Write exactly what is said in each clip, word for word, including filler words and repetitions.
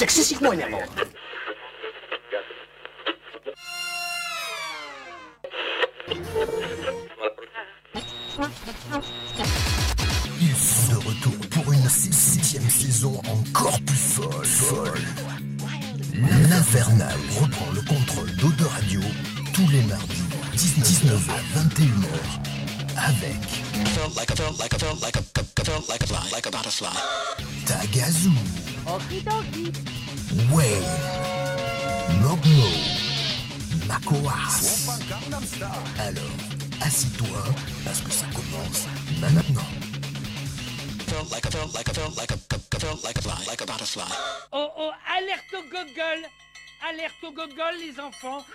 excessivement énervant. Il est de retour pour une septième saison encore plus folle. folle. L'Infernal reprend le contrôle d'O deux Radio tous les mardis, dix-neuf à vingt et une heures, avec Tagazu, Wayne, Mogmo, Makoas. Alors, assis-toi, parce que ça commence maintenant. Oh oh, alerte au gogol! Alerte au gogol, les enfants!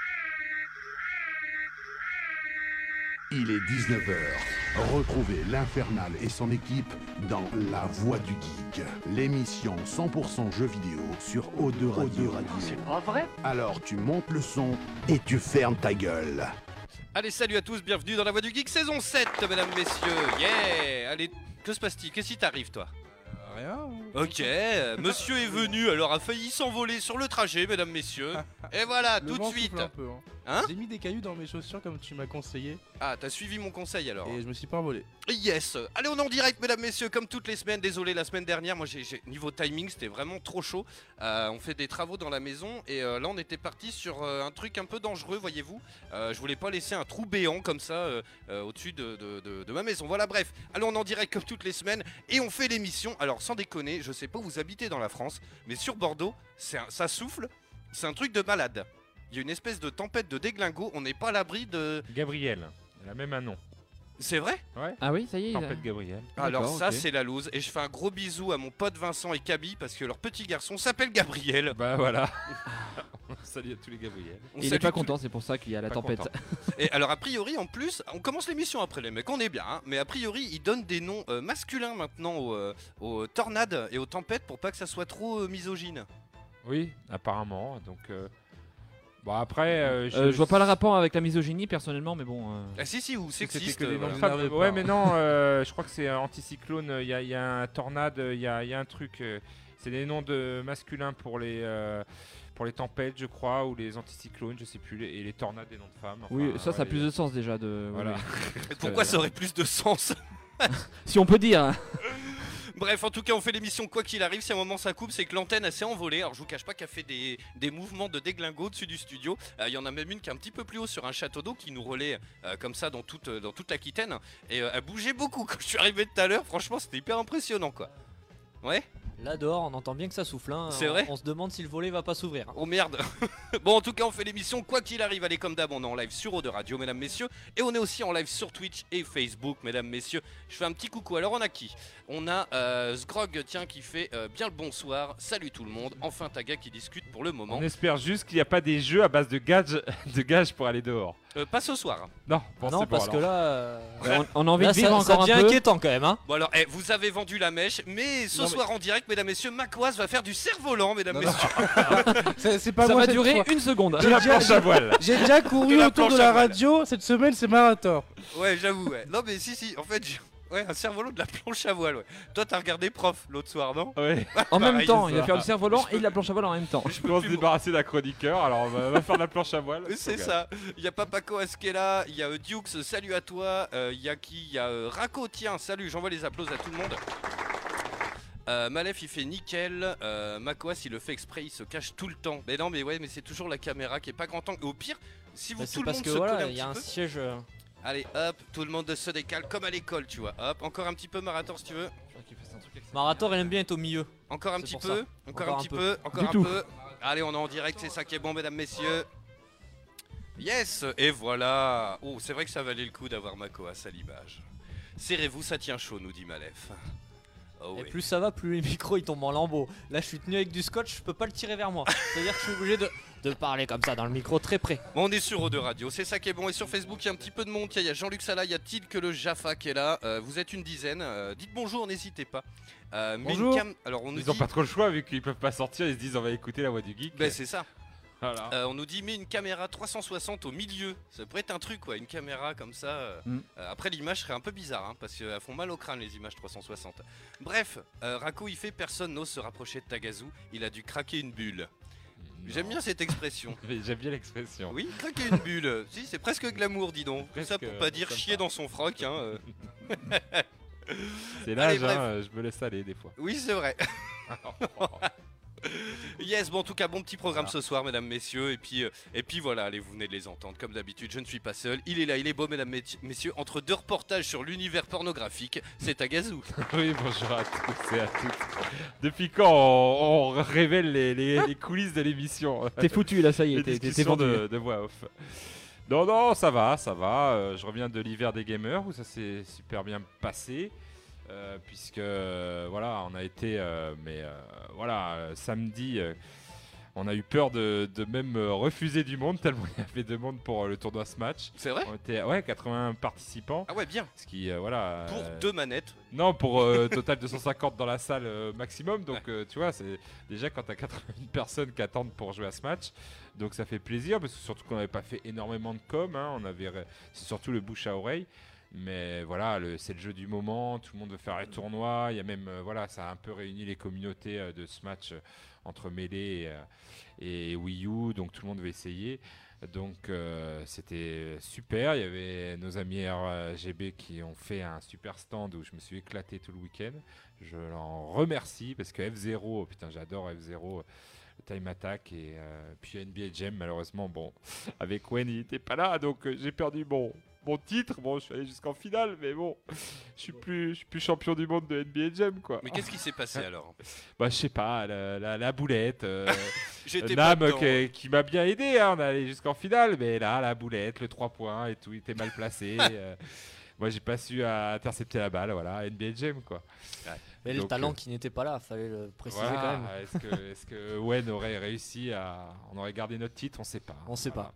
Il est dix-neuf heures. Retrouvez l'Infernal et son équipe dans La Voix du Geek, l'émission cent pour cent jeux vidéo sur O deux Radio. C'est pas vrai? Alors tu montes le son et tu fermes ta gueule. Allez, salut à tous, bienvenue dans La Voix du Geek, saison sept, mesdames, messieurs. Yeah! Allez, que se passe-t-il? Qu'est-ce qui t'arrive, toi? Rien. Ok, euh, monsieur est venu, alors a failli s'envoler sur le trajet, mesdames, messieurs. Et voilà, Le tout de vent suite. souffle un peu, hein. Hein? J'ai mis des cailloux dans mes chaussures comme tu m'as conseillé Ah, t'as suivi mon conseil alors? et je me suis pas envolé. Yes. Allez, on est en direct, mesdames, messieurs, comme toutes les semaines. Désolé, la semaine dernière, moi, j'ai, j'ai- niveau timing, c'était vraiment trop chaud. Euh, on fait des travaux dans la maison et euh, là, on était parti sur euh, un truc un peu dangereux, voyez-vous. Euh, je voulais pas laisser un trou béant comme ça euh, euh, au-dessus de, de- de- de ma maison. Voilà, bref. Allez, on est en direct comme toutes les semaines et on fait l'émission. Alors, sans déconner, je sais pas où vous habitez dans la France, mais sur Bordeaux, c'est un- ça souffle. C'est un truc de malade. Il y a une espèce de tempête de déglingo. On n'est pas à l'abri de. Gabriel, elle a même un nom. C'est vrai? Ouais. Ah oui, ça y est. Tempête Gabriel. Alors D'accord, ça ok. c'est la loose et je fais un gros bisou à mon pote Vincent et Kaby parce que leur petit garçon s'appelle Gabriel. Bah voilà. Salut à tous les Gabriel. On Il est salue pas tous- content, c'est pour ça qu'il y a la Pas tempête. content. Et alors a priori en plus, on commence l'émission après les mecs, on est bien, hein, mais a priori ils donnent des noms euh, masculins maintenant aux, euh, aux tornades et aux tempêtes pour pas que ça soit trop euh, misogyne. Oui, apparemment. Donc, euh, bon après, euh, Euh, je vois pas le rapport avec la misogynie personnellement, mais bon. euh, Ah si si ou C'était sexiste. que des euh, noms de voilà. femmes. N'énervez Ouais, pas. mais non. euh, je crois que c'est un anticyclone. Il y, a- il y a un tornade. Il y a, il y a un truc. euh, c'est des noms de masculins pour les euh, pour les tempêtes, je crois, ou les anticyclones, je sais plus, les- et les tornades des noms de femmes. Oui, Enfin, ça, ça a ouais, plus de sens déjà de. Voilà. oui, Et pourquoi ça aurait plus de sens? oui. Si on peut dire. hein. Bref, en tout cas, on fait l'émission quoi qu'il arrive. Si à un moment ça coupe, c'est que l'antenne elle s'est envolée. Alors, je vous cache pas qu'elle fait des, des mouvements de déglingo au-dessus du studio. Euh, Il y en a même une qui est un petit peu plus haut sur un château d'eau qui nous relaie euh, comme ça dans toute, dans toute l'Aquitaine. Et euh, elle bougeait beaucoup quand je suis arrivé tout à l'heure. Franchement, c'était hyper impressionnant quoi. Ouais? Là dehors, on entend bien que ça souffle. Hein. C'est on, vrai on se demande si le volet va pas s'ouvrir. Oh merde. Bon, en tout cas, on fait l'émission quoi qu'il arrive. Allez, comme d'hab, on est en live sur O deux Radio, mesdames, messieurs. Et on est aussi en live sur Twitch et Facebook, mesdames, messieurs. Je fais un petit coucou. Alors, on a qui? On a euh, Sgrog, tiens, qui fait euh, bien le bonsoir. Salut tout le monde. Enfin, Taga qui discute pour le moment. On espère juste qu'il n'y a pas des jeux à base de gages, de gages pour aller dehors. Euh, pas ce soir. Non, bon, non, c'est bon, parce que alors. là, euh, On, on a envie là, de vivre ça, ça encore devient un peu. inquiétant quand même. Hein. Bon alors, eh, vous avez vendu la mèche, mais ce Non, mais- soir en direct, mesdames, messieurs, Macoise va faire du cerf-volant, mesdames, Non, non. messieurs. C'est c'est pas Ça moi va cette durer fois. une seconde. De la planche à voile. J'ai déjà couru De la autour de planche la à voile. radio. Cette semaine, c'est marathon. Ouais, j'avoue, ouais. Non, mais si, si, en fait, j'ai- ouais, un cerf-volant de la planche à voile, ouais. Toi, t'as regardé Prof l'autre soir, non? Ouais. En même Pareil, temps, c'est il va ça. faire du cerf-volant et de la planche à voile en même temps. Je peux se débarrasser d'un chroniqueur, alors on va, on va faire de la planche à voile. C'est ça. Il y a Papaco Askela, il y a euh, Dukes, salut à toi. Euh, Il y a qui? Il y a euh, Rako, tiens, salut, j'envoie les applaudissements à tout le monde. Euh, Malef il fait nickel, euh, Makoas il le fait exprès, il se cache tout le temps. Mais non mais ouais mais c'est toujours la caméra qui est pas grand angle. Et au pire, si vous Bah, tout c'est le parce monde que se colle voilà, un il y a un petit peu. siège. euh, Allez hop, tout le monde se décale comme à l'école tu vois. Hop, encore un petit peu Marathon si tu veux. Marathor, il aime bien être au milieu. Encore un C'est petit pour peu, ça. encore, Encore un un petit peu. peu, encore Du un tout. peu. Allez, on est en direct, c'est ça qui est bon, mesdames, messieurs. Yes, et voilà. Oh, c'est vrai que ça valait le coup d'avoir Makoas à l'image. Serrez-vous, ça tient chaud, nous dit Malef. Oh, Et oui. plus ça va, plus les micros ils tombent en lambeaux. Là, je suis tenu avec du scotch, je peux pas le tirer vers moi. C'est-à-dire que je suis obligé de, de parler comme ça dans le micro très près. Bon, on est sur O deux Radio, c'est ça qui est bon. Et sur Facebook, il y a un petit peu de monde. Il y a Jean-Luc Sala, il y a Tilk le Jaffa qui est là. Euh, vous êtes une dizaine. Euh, dites bonjour, n'hésitez pas. Euh, Bonjour. Milkam- alors on nous Ils ont dit. pas trop le choix vu qu'ils peuvent pas sortir, ils se disent on va écouter la voix du geek. Ben, c'est ça. Voilà. Euh, on nous dit mets une caméra trois cent soixante au milieu, ça pourrait être un truc quoi, une caméra comme ça. euh. Mm. Euh, après l'image serait un peu bizarre hein, parce qu'elles font mal au crâne les images trois cent soixante. Bref, euh, Rako il fait personne n'ose se rapprocher de Tagazu, il a dû craquer une bulle. J'aime bien cette expression. Mais j'aime bien l'expression. Oui, craquer une bulle. Si, c'est presque glamour, dis donc. Tout ça Presque, pour pas dire sympa. chier dans son froc. Hein. euh. C'est Allez, l'âge, bref. hein, je me laisse aller des fois. Oui, c'est vrai. Yes, bon en tout cas bon petit programme ce soir mesdames messieurs et puis euh, et puis voilà, allez vous venez de les entendre comme d'habitude, je ne suis pas seul, il est là, il est beau mesdames messi- messieurs, entre deux reportages sur l'univers pornographique, c'est Tagazu. Oui, bonjour à tous et à toutes. Depuis quand on, on révèle les, les- les coulisses de l'émission? T'es foutu là, ça y est, Les t'es- t'es t'es discussions vendu. de, de voix off. Non, non, ça va, ça va. euh, je reviens de l'hiver des gamers où ça s'est super bien passé. euh, puisque euh, voilà, on a été, euh, mais euh, voilà, euh, samedi, euh, on a eu peur de, de même euh, refuser du monde tellement il y avait de monde pour euh, le tournoi Smash. C'est vrai? On était, ouais, quatre-vingts participants. Ah ouais bien. Ce qui, euh, voilà. Pour euh, deux manettes. Non, pour euh, total deux cent cinquante dans la salle euh, maximum. Donc, euh, tu vois, c'est déjà quand t'as quatre-vingts personnes qui attendent pour jouer à ce match. Donc, ça fait plaisir parce que surtout qu'on n'avait pas fait énormément de com. Hein, on avait, ré- c'est surtout le bouche à oreille. Mais voilà, le- c'est le jeu du moment. Tout le monde veut faire les tournois. Il y a même, euh, voilà, ça a un peu réuni les communautés euh, de ce match euh, entre Melee et, euh, et Wii U. Donc, tout le monde veut essayer. Donc euh, c'était super, il y avait nos amis R G B qui ont fait un super stand où je me suis éclaté tout le week-end. Je l'en remercie parce que F zéro, putain j'adore F zéro, le Time Attack et euh, puis N B A Jam malheureusement, bon, avec Wen il était pas là donc euh, j'ai perdu mon, mon titre, bon je suis allé jusqu'en finale mais bon, je suis plus, je suis plus champion du monde de N B A Jam quoi. Mais qu'est-ce qui s'est passé alors? Bah je sais pas, la, la, la boulette... euh, J'étais pas Nam dedans. qui, qui m'a bien aidé, hein, on est allé jusqu'en finale, mais là, la boulette, le trois points et tout, il était mal placé. euh, moi, j'ai pas su à intercepter la balle, voilà, N B A Jam quoi. Mais le Donc, talent euh, qui n'était pas là, fallait le préciser Voilà, quand même. Est-ce que, est-ce que Wen aurait réussi à. On aurait gardé notre titre, on sait pas. On sait Voilà. pas.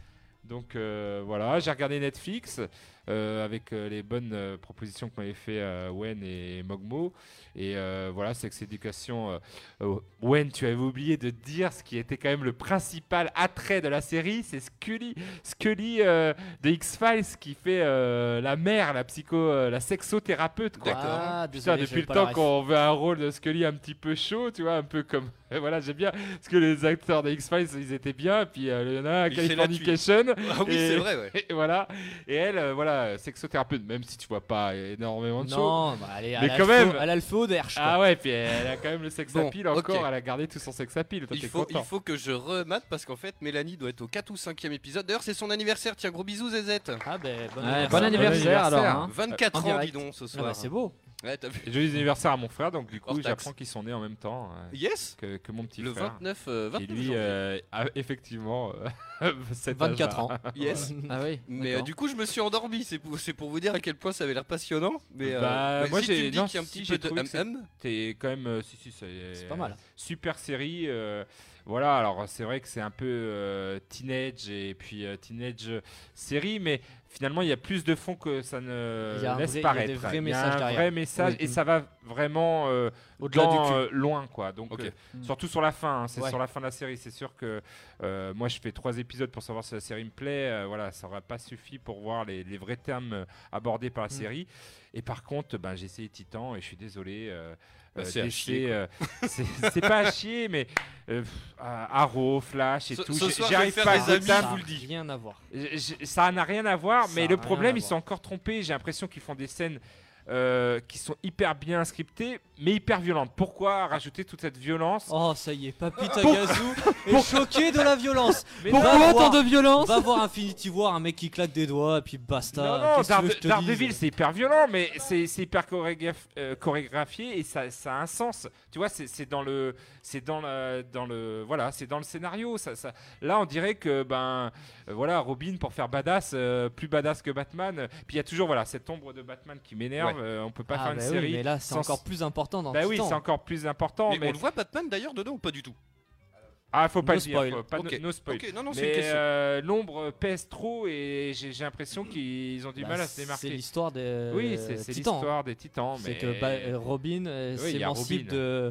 Donc euh, voilà, j'ai regardé Netflix euh, avec euh, les bonnes euh, propositions que m'avaient fait euh, Wen et Mogmo. Et euh, voilà, Sex Education. Euh, euh, Wen, tu avais oublié de dire ce qui était quand même le principal attrait de la série, c'est Scully. Scully euh, de X-Files qui fait euh, la mère, la psycho, euh, la sexothérapeute. Quoi. Ah, Putain, désolé, depuis j'avais le pas la temps ref. qu'on veut un rôle de Scully un petit peu chaud, tu vois, un peu comme. Voilà, j'aime bien. Parce que les acteurs de X-Files, ils étaient bien. Puis euh, il y en a un Il fait la Californication. Ah oui et- c'est vrai ouais. Et voilà. Et elle, euh, voilà, sexothérapeute, même si tu vois pas énormément de choses. Non, bah, elle, est- Mais elle a quand le feu- même. elle a le feu au derche. Ah ouais, puis elle a quand même le sex Bon, appeal ok. encore. Elle a gardé tout son sex appeal. Toi, Il t'es faut, content. il faut que je remate parce qu'en fait Mélanie doit être au quatre ou cinquième épisode. D'ailleurs c'est son anniversaire, tiens gros bisous Zezette. Ah ben bon Ouais, anniversaire. bon anniversaire alors. Hein. vingt-quatre En ans direct. dis donc ce Ah soir. bah, c'est beau. Ouais t'as vu. Et joyeux anniversaire à mon frère, donc du coup Hors taxe. j'apprends qu'ils sont nés en même temps euh, Yes. que, que mon petit Le frère. vingt-neuf, euh, Qui vingt-neuf lui janvier. euh, a effectivement euh, cet vingt-quatre âge-là. ans. Yes. Ah oui. Mais euh, d'accord. du coup, je me suis endormi. C'est pour, c'est pour vous dire à quel point ça avait l'air passionnant. Mais, euh, Bah, mais moi, si j'ai- tu me dis non, qu'il y a un si, petit j'ai peu de trouvé que hum-hum, T'es quand même, euh, si si, c'est C'est pas mal. super série. euh, voilà, alors c'est vrai que c'est un peu euh, teenage et puis euh, teenage euh, série, mais finalement il y a plus de fond que ça ne Il y a un laisse vrai- il y a paraître. des vrais Il y a messages un derrière. vrai message Oui. et ça va vraiment euh, Au-delà du dans, cul. euh, loin quoi. Donc Ok. euh, Mm. surtout sur la fin, hein, c'est Ouais. sur la fin de la série. C'est sûr que euh, moi je fais trois épisodes pour savoir si la série me plaît. euh, voilà, ça n'aura pas suffi pour voir les, les vrais termes euh, abordés par la Mm. série. Et par contre, ben, j'ai essayé Titan et je suis désolé. euh, Bah, euh, c'est à D C, chier, quoi. euh, c'est c'est pas à chier, mais euh, pff, euh, Arrow, Flash et Ce- tout. ce j'ai- soir, j'y je vais arrive faire pas des à amis, détendre. Ça vous a le dis. rien à voir. J- j- Ça n'a rien à voir, Ça mais a le rien problème, à ils voir. sont encore trompés. J'ai l'impression qu'ils font des scènes euh, qui sont hyper bien scriptées, mais hyper violentes. Pourquoi rajouter toute cette violence Oh ça y est, Papy Tagazu est choqué de la violence. Mais Pourquoi non, autant de violence? Va voir Infinity War, un mec qui claque des doigts et puis basta. Non, non, Qu'est-ce que tu veux que je te Darde- dise Daredevil, c'est hyper violent, mais c'est c'est hyper chorégraph- euh, chorégraphié et ça, ça a un sens. Tu vois, c'est c'est dans le, c'est dans le, dans le, voilà, c'est dans le scénario. Ça, ça, là, on dirait que ben, euh, voilà, Robin pour faire badass, euh, plus badass que Batman. Puis il y a toujours voilà cette ombre de Batman qui m'énerve. euh, on peut pas Ah, faire une bah oui, série. mais là c'est sans- encore plus important dans Bah oui, Titan. c'est encore plus important. Mais, Mais, on le voit Batman d'ailleurs dedans ou pas du tout? ah, faut pas No le dire, spoil. faut pas, no- Ok. no spoil. Ok, non, non, c'est une Mais question. euh, l'ombre pèse trop et j'ai j'ai l'impression qu'ils ont du Bah, mal à se C'est démarquer. l'histoire des Oui, c'est c'est Titans. l'histoire des Titans. C'est mais... que bah, euh, Robin euh, Oui, il y a s'émancipe Robin. de,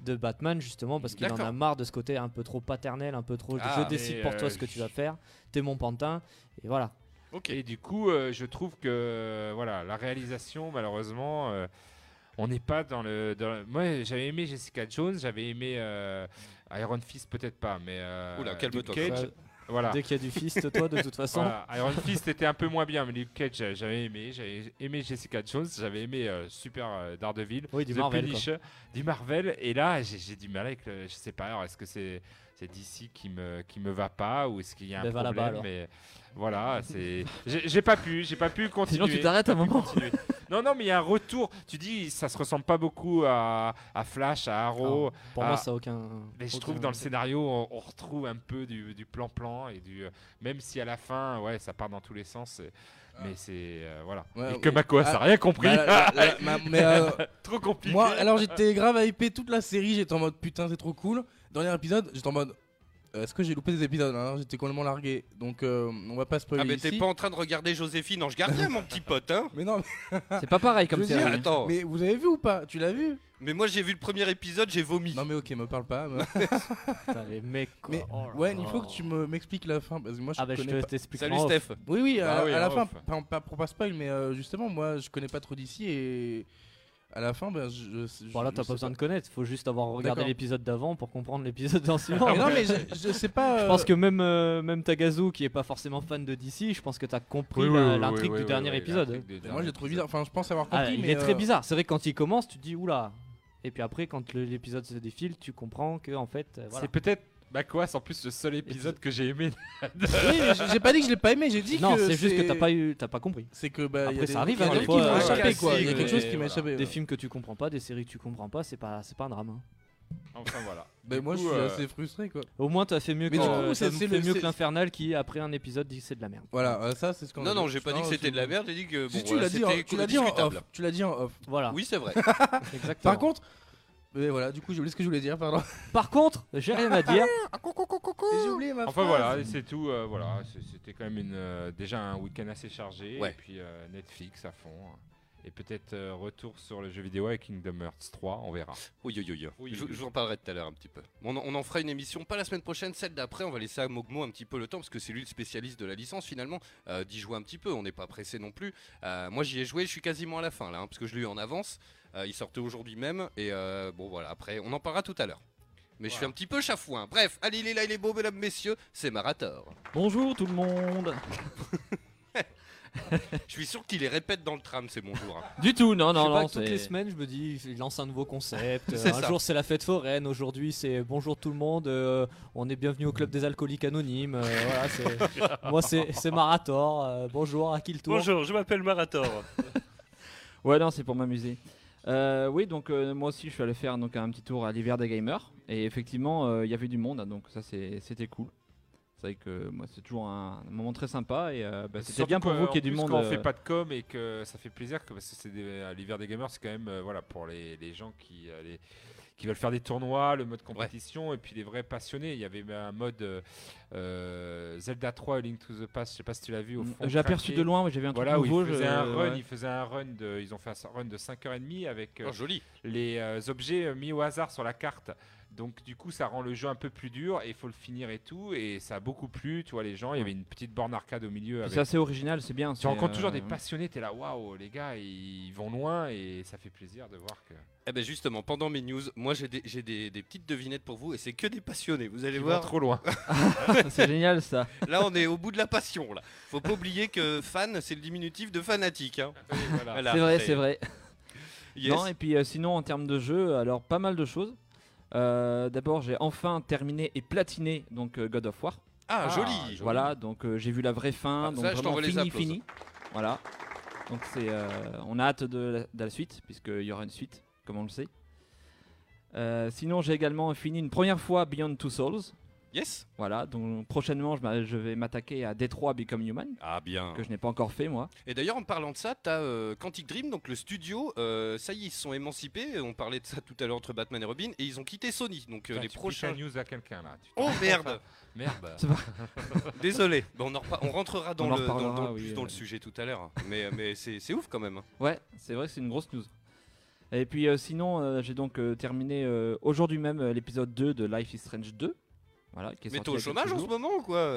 de Batman justement parce qu'il en D'accord. a marre de ce côté un peu trop paternel, un peu trop Ah, je décide mais, pour toi euh, ce que tu je- vas faire, t'es mon pantin et voilà. Ok. Et du coup, euh, je trouve que euh, voilà, la réalisation, malheureusement, euh, on n'est pas dans le, dans le- Moi, j'avais aimé Jessica Jones, j'avais aimé euh, Iron Fist, peut-être pas, mais. Euh, Oula, calme-toi. Luke Cage, Ouais. voilà. Dès qu'il y a du fist toi de toute façon. Voilà, Iron Fist était un peu moins bien, mais Luke Cage, euh, j'avais aimé. J'avais aimé Jessica Jones, j'avais aimé euh, Super euh, Daredevil, Oui, du The Marvel, Punisher, du Marvel. Et là, j'ai j'ai du mal avec le. Je sais pas, alors est-ce que c'est c'est D C qui me, qui me va pas ou est-ce qu'il y a un Ben, va là-bas, problème alors. mais voilà, c'est. J'ai j'ai pas pu, j'ai pas pu continuer. Sinon, tu t'arrêtes un j'ai pas pu moment. continuer. Non, non, mais il y a un retour. Tu dis, ça se ressemble pas beaucoup à, à Flash, à Arrow. Ah, pour ah, moi ça a aucun. Mais je aucun- trouve dans le scénario, on, on retrouve un peu du du plan-plan et du. euh, même si à la fin, ouais, ça part dans tous les sens. c'est- Mais c'est euh, voilà. Ouais, et que ouais. Makoas Ah, a rien compris. Bah, la- la- la- ma- mais, euh, Trop compliqué. moi, alors j'étais grave hypé toute la série, j'étais en mode putain, c'est trop cool. Dernier épisode, j'étais en mode euh, est-ce que j'ai loupé des épisodes hein j'étais complètement largué. Donc euh, on va pas spoiler Ah, mais ici. t'es pas en train de regarder Joséphine Ange Gardien, mon petit pote, hein? Mais non, C'est pas pareil comme Je veux Ah, dire, série. attends. Mais... mais vous avez vu ou pas? Tu l'as vu? moi, j'ai vu le premier épisode, j'ai vomi. Non mais ok, me parle pas. me- Putain, les mecs quoi. Mais Oh là ouais, là. il faut que tu me m'expliques la fin parce que moi je Ah bah je connais te pas. t'explique. Salut en off. Steph. Oui oui, à, Bah oui, à la en fin, off. pas, pas pour pas spoil, mais euh, justement moi je connais pas trop d'ici et à la fin ben je. je Bon là je t'as sais pas besoin de connaître, faut juste avoir regardé D'accord. l'épisode d'avant pour comprendre l'épisode dans suivant. Mais non mais je, je sais pas. Je euh, pense que même, euh, même Tagazu qui est pas forcément fan de D C, je pense que t'as compris la- l'intrigue du dernier épisode. moi j'ai trouvé bizarre. Enfin je pense avoir Ah, compris. il mais, est très euh, bizarre, c'est vrai que quand il commence tu te dis oula. Et puis après quand le- l'épisode se défile tu comprends que en fait euh, voilà. C'est peut-être Makoas en plus le seul épisode que j'ai aimé. Oui, mais j'ai- j'ai pas dit que je l'ai pas aimé, j'ai dit Non que c'est juste que t'as pas eu, t'as pas compris. C'est que bah il y a Après, des ça arrive, il y a hein, des des trucs qui fois, m'ont euh, échappé quoi. Il y a classique, quelque chose mais qui m'a voilà. échappé. Des ouais. films que tu comprends pas, des séries que tu comprends pas, c'est pas, c'est pas un drame. hein. Enfin voilà. Ben Du moi je coup, suis euh, assez frustré quoi. Au moins t'as fait mieux que, Mais du coup, euh, c'est- t'as c'est fait le- mieux c'est- que l'Infernal qui après un épisode dit que c'est de la merde. Voilà, euh, ça c'est ce qu'on. Non, non, j'ai pas dit que Non, c'était c'est- de la merde, j'ai dit que bon, Si tu voilà, l'as dit, en- c'était tu l'as dit en discutable. off. Tu l'as dit en off. Voilà. Oui, c'est vrai. Exactement. Par contre, mais voilà, du coup j'ai oublié ce que je voulais dire, pardon. Par contre, j'ai rien à dire. J'ai oublié ma Enfin phrase. voilà, et c'est tout. euh, voilà, c'est- c'était quand même une, euh, déjà un week-end assez chargé. Ouais. Et puis euh, Netflix à fond. Et peut-être euh, retour sur le jeu vidéo avec Kingdom Hearts trois, on verra. Oui, oui, oui. Oui, je, oui. je vous en parlerai tout à l'heure un petit peu. On, en- on en fera une émission, pas la semaine prochaine, celle d'après. On va laisser à Mogmo un petit peu le temps parce que c'est lui le spécialiste de la licence finalement, euh, d'y jouer un petit peu. On n'est pas pressé non plus. Euh, moi, j'y ai joué, je suis quasiment à la fin là, hein, parce que je l'ai eu en avance. Euh, il sortait aujourd'hui même. Et euh, bon, voilà, après, on en parlera tout à l'heure. Mais je suis Voilà. un petit peu chafouin. Bref, allez, il est là, il est beau, mesdames, messieurs, c'est Marator. Bonjour tout le monde. Je suis sûr qu'il les répète dans le tram, ces bonjours. hein. Du tout, non, Je sais non, pas, non. toutes les c'est- semaines, je me dis, il lance un nouveau concept. C'est un ça. jour, c'est la fête foraine. Aujourd'hui, c'est bonjour tout le monde. euh, on est bienvenue au club des alcooliques anonymes. euh, voilà, c'est- moi, c'est c'est Marator. euh, bonjour, à qui le tour Bonjour, je m'appelle Marator. Ouais, non, c'est pour m'amuser. Euh, oui, donc euh, moi aussi, je suis allé faire donc, un petit tour à l'hiver des gamers. Et effectivement, euh, il y avait du monde, hein, donc ça, c'est- c'était cool. C'est vrai que moi, c'est toujours un, un moment très sympa. Et euh, bah, C'est c'était surtout bien pour que, vous en qu'il y ait du plus, monde. Quand on euh, fait pas de com et que ça fait plaisir, que, parce que c'est des- à l'hiver des gamers, c'est quand même euh, voilà, pour les, les gens qui, euh, les- qui veulent faire des tournois, le mode compétition et puis les vrais passionnés. Il y avait un mode euh, euh, Zelda trois Link to the Past, je sais pas si tu l'as vu au fond. J'ai aperçu craqué. de loin, mais j'ai vu un truc Voilà, où nouveau. ils faisaient je- un run, ouais. ils faisaient un run de, ils ont fait un run de cinq heures trente avec euh, Oh, joli. les euh, objets euh, mis au hasard sur la carte. Donc du coup ça rend le jeu un peu plus dur et il faut le finir et tout et ça a beaucoup plu, tu vois les gens, il y avait une petite borne arcade au milieu. Puis Avec... C'est assez original, c'est bien. Tu c'est, rencontres euh, toujours des passionnés, t'es là waouh les gars ils vont loin et ça fait plaisir de voir que... Eh ben justement, pendant mes news, moi j'ai des, j'ai des, des petites devinettes pour vous et c'est que des passionnés. Vous allez Ils vont voir. trop loin. C'est génial ça. Là, on est au bout de la passion. Là, faut pas oublier que fan, c'est le diminutif de fanatique. Hein. Voilà. Voilà, C'est vrai, c'est vrai. Yes. Non, et puis euh, sinon en termes de jeu, alors pas mal de choses. Euh, D'abord, j'ai enfin terminé et platiné donc euh, God of War. Ah, Ah, joli. joli. Voilà, donc euh, j'ai vu la vraie fin, Ah, donc ça, je vraiment t'envoie les fini, applauses. fini. Voilà. Donc c'est, euh, on a hâte de la, de la suite puisqu'il y aura une suite, comme on le sait. Euh, sinon, j'ai également fini une première fois Beyond Two Souls. Yes. Voilà, donc prochainement, je, m'a- je vais m'attaquer à Detroit Become Human, Ah bien. que je n'ai pas encore fait moi. Et d'ailleurs, en parlant de ça, t'as euh, Quantic Dream, donc le studio. euh, ça y est, ils se sont émancipés. On parlait de ça tout à l'heure entre Batman et Robin, et ils ont quitté Sony. Donc euh, Putain, les tu piques prochains. la news à quelqu'un là. Tu Oh t'en- merde. Merde. C'est pas- Désolé. Bon, on, en repa- on rentrera dans On en le, dans- reparlera, dans- oui, plus dans euh. le sujet tout à l'heure. Mais, mais c'est c'est ouf quand même. hein. Ouais, c'est vrai que c'est une grosse news. Et puis euh, sinon, euh, j'ai donc euh, terminé euh, aujourd'hui même euh, l'épisode deux de Life is Strange deux. Voilà, qui est Mais sorti t'es au il y a chômage quelques en ce jours. moment ou quoi?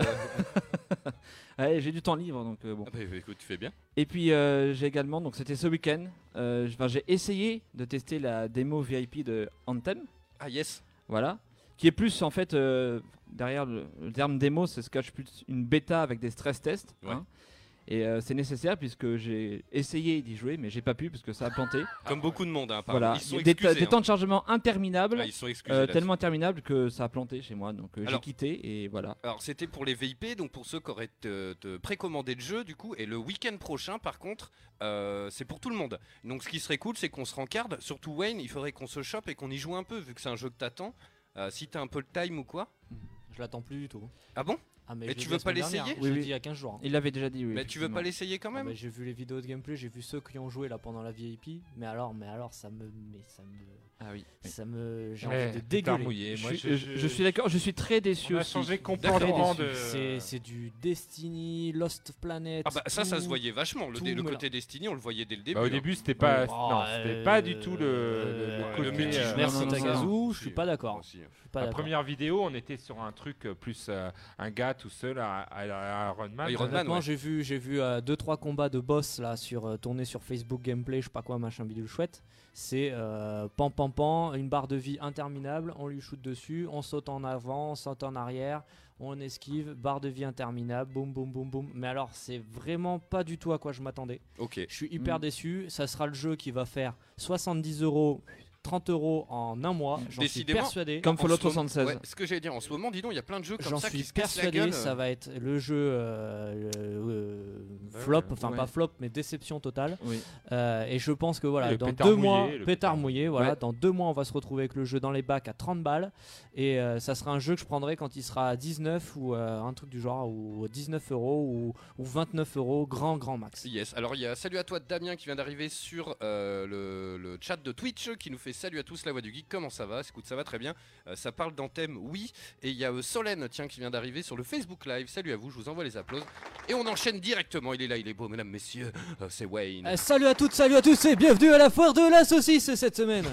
Ouais, j'ai du temps libre, donc euh, bon. Ah bah écoute, tu fais bien. Et puis euh, j'ai également, donc c'était ce week-end, euh, j'- enfin, j'ai essayé de tester la démo V I P de Anthem, Ah yes. voilà, qui est plus en fait euh, derrière le, le terme démo, c'est se cache plus une bêta avec des stress tests, Ouais. hein. Et euh, c'est nécessaire puisque j'ai essayé d'y jouer, mais j'ai pas pu parce que ça a planté. Comme beaucoup de monde, hein, apparemment. Voilà, Ils sont des, excusés, des hein. temps de chargement interminables, Ah, ils sont excusés euh, là-dessus. tellement interminables que ça a planté chez moi, donc euh, j'ai Alors- quitté et voilà. Alors c'était pour les V I P, donc pour ceux qui auraient te, te précommandé le jeu du coup, et le week-end prochain par contre, euh, c'est pour tout le monde. Donc ce qui serait cool c'est qu'on se rencarde, surtout Wayne, il faudrait qu'on se chope et qu'on y joue un peu vu que c'est un jeu que t'attends. Euh, si t'as un peu le time ou quoi. Je l'attends plus du tout. Ah bon? Ah, mais Mais je tu l'ai veux dit la pas semaine l'essayer? dernière, Oui, je l'ai oui. dit il y a quinze jours. hein. Il l'avait déjà dit, oui. Mais tu veux pas effectivement. l'essayer quand Ah, même? bah, j'ai vu les vidéos de gameplay, j'ai vu ceux qui ont joué là pendant la V I P, mais alors, mais alors ça me, mais ça me, Ah oui. oui. ça me, j'ai Ouais, envie de pétard dégueuler. mouillé. Je, Moi, suis, je- je suis d'accord, je suis très déçu On a aussi. changé Très complètement déçu. de. C'est, c'est du Destiny, Lost Planet. Ah bah ça ça se tout. voyait vachement, le, tout dé- le me côté Destiny on le voyait dès le début. Bah, au hein. début, c'était pas. Ouais. Non, Oh, c'était euh, pas du tout le, le, euh, le le côté. multijoueur, euh, Merci non, non, non, Tagazu, non. je suis pas d'accord. Aussi. Je suis pas La d'accord. première vidéo, on était sur un truc euh, plus euh, un gars tout seul à, à, à Iron Man. Iron Man, Honnêtement, ouais. j'ai vu, j'ai vu euh, deux trois combats de boss là sur euh, tournés sur Facebook Gameplay, je sais pas quoi, machin bidule chouette. C'est euh, pan pan pan, une barre de vie interminable, on lui shoot dessus, on saute en avant, on saute en arrière, on esquive, barre de vie interminable, boum boum boum boum. Mais alors, c'est vraiment pas du tout à quoi je m'attendais. Ok. Je suis hyper Mm. déçu. Ça sera le jeu qui va faire soixante-dix euros, trente euros en un mois. J'en suis Décidément, persuadé. Comme En Fallout ce moment- soixante-seize. Ouais, ce que j'allais dire, en ce moment, dis donc, il y a plein de jeux comme J'en ça suis qui se cassent la persuadé, gueule. ça va être le jeu euh, euh, Bah flop, ouais, enfin ouais. pas flop, mais déception totale. Oui. Euh, et je pense que voilà, Le dans pétard deux mouillé, mois, le pétard pétard mouillé, voilà, Ouais. dans deux mois, on va se retrouver avec le jeu dans les bacs à trente balles. Et euh, ça sera un jeu que je prendrai quand il sera à dix-neuf ou euh, un truc du genre, ou dix-neuf euros ou, ou vingt-neuf euros, grand, grand max. Yes, alors il y a salut à toi Damien qui vient d'arriver sur euh, le, le chat de Twitch qui nous fait salut à tous la voix du geek, comment ça va? Écoute, ça va très bien, Euh, ça parle d'Anthem, oui, et il y a euh, Solène tiens qui vient d'arriver sur le Facebook Live, salut à vous, je vous envoie les applaudissements et on enchaîne directement, il est là, il est beau mesdames, messieurs, Euh, c'est Wayne. Euh, salut à toutes, salut à tous et bienvenue à la foire de la saucisse cette semaine.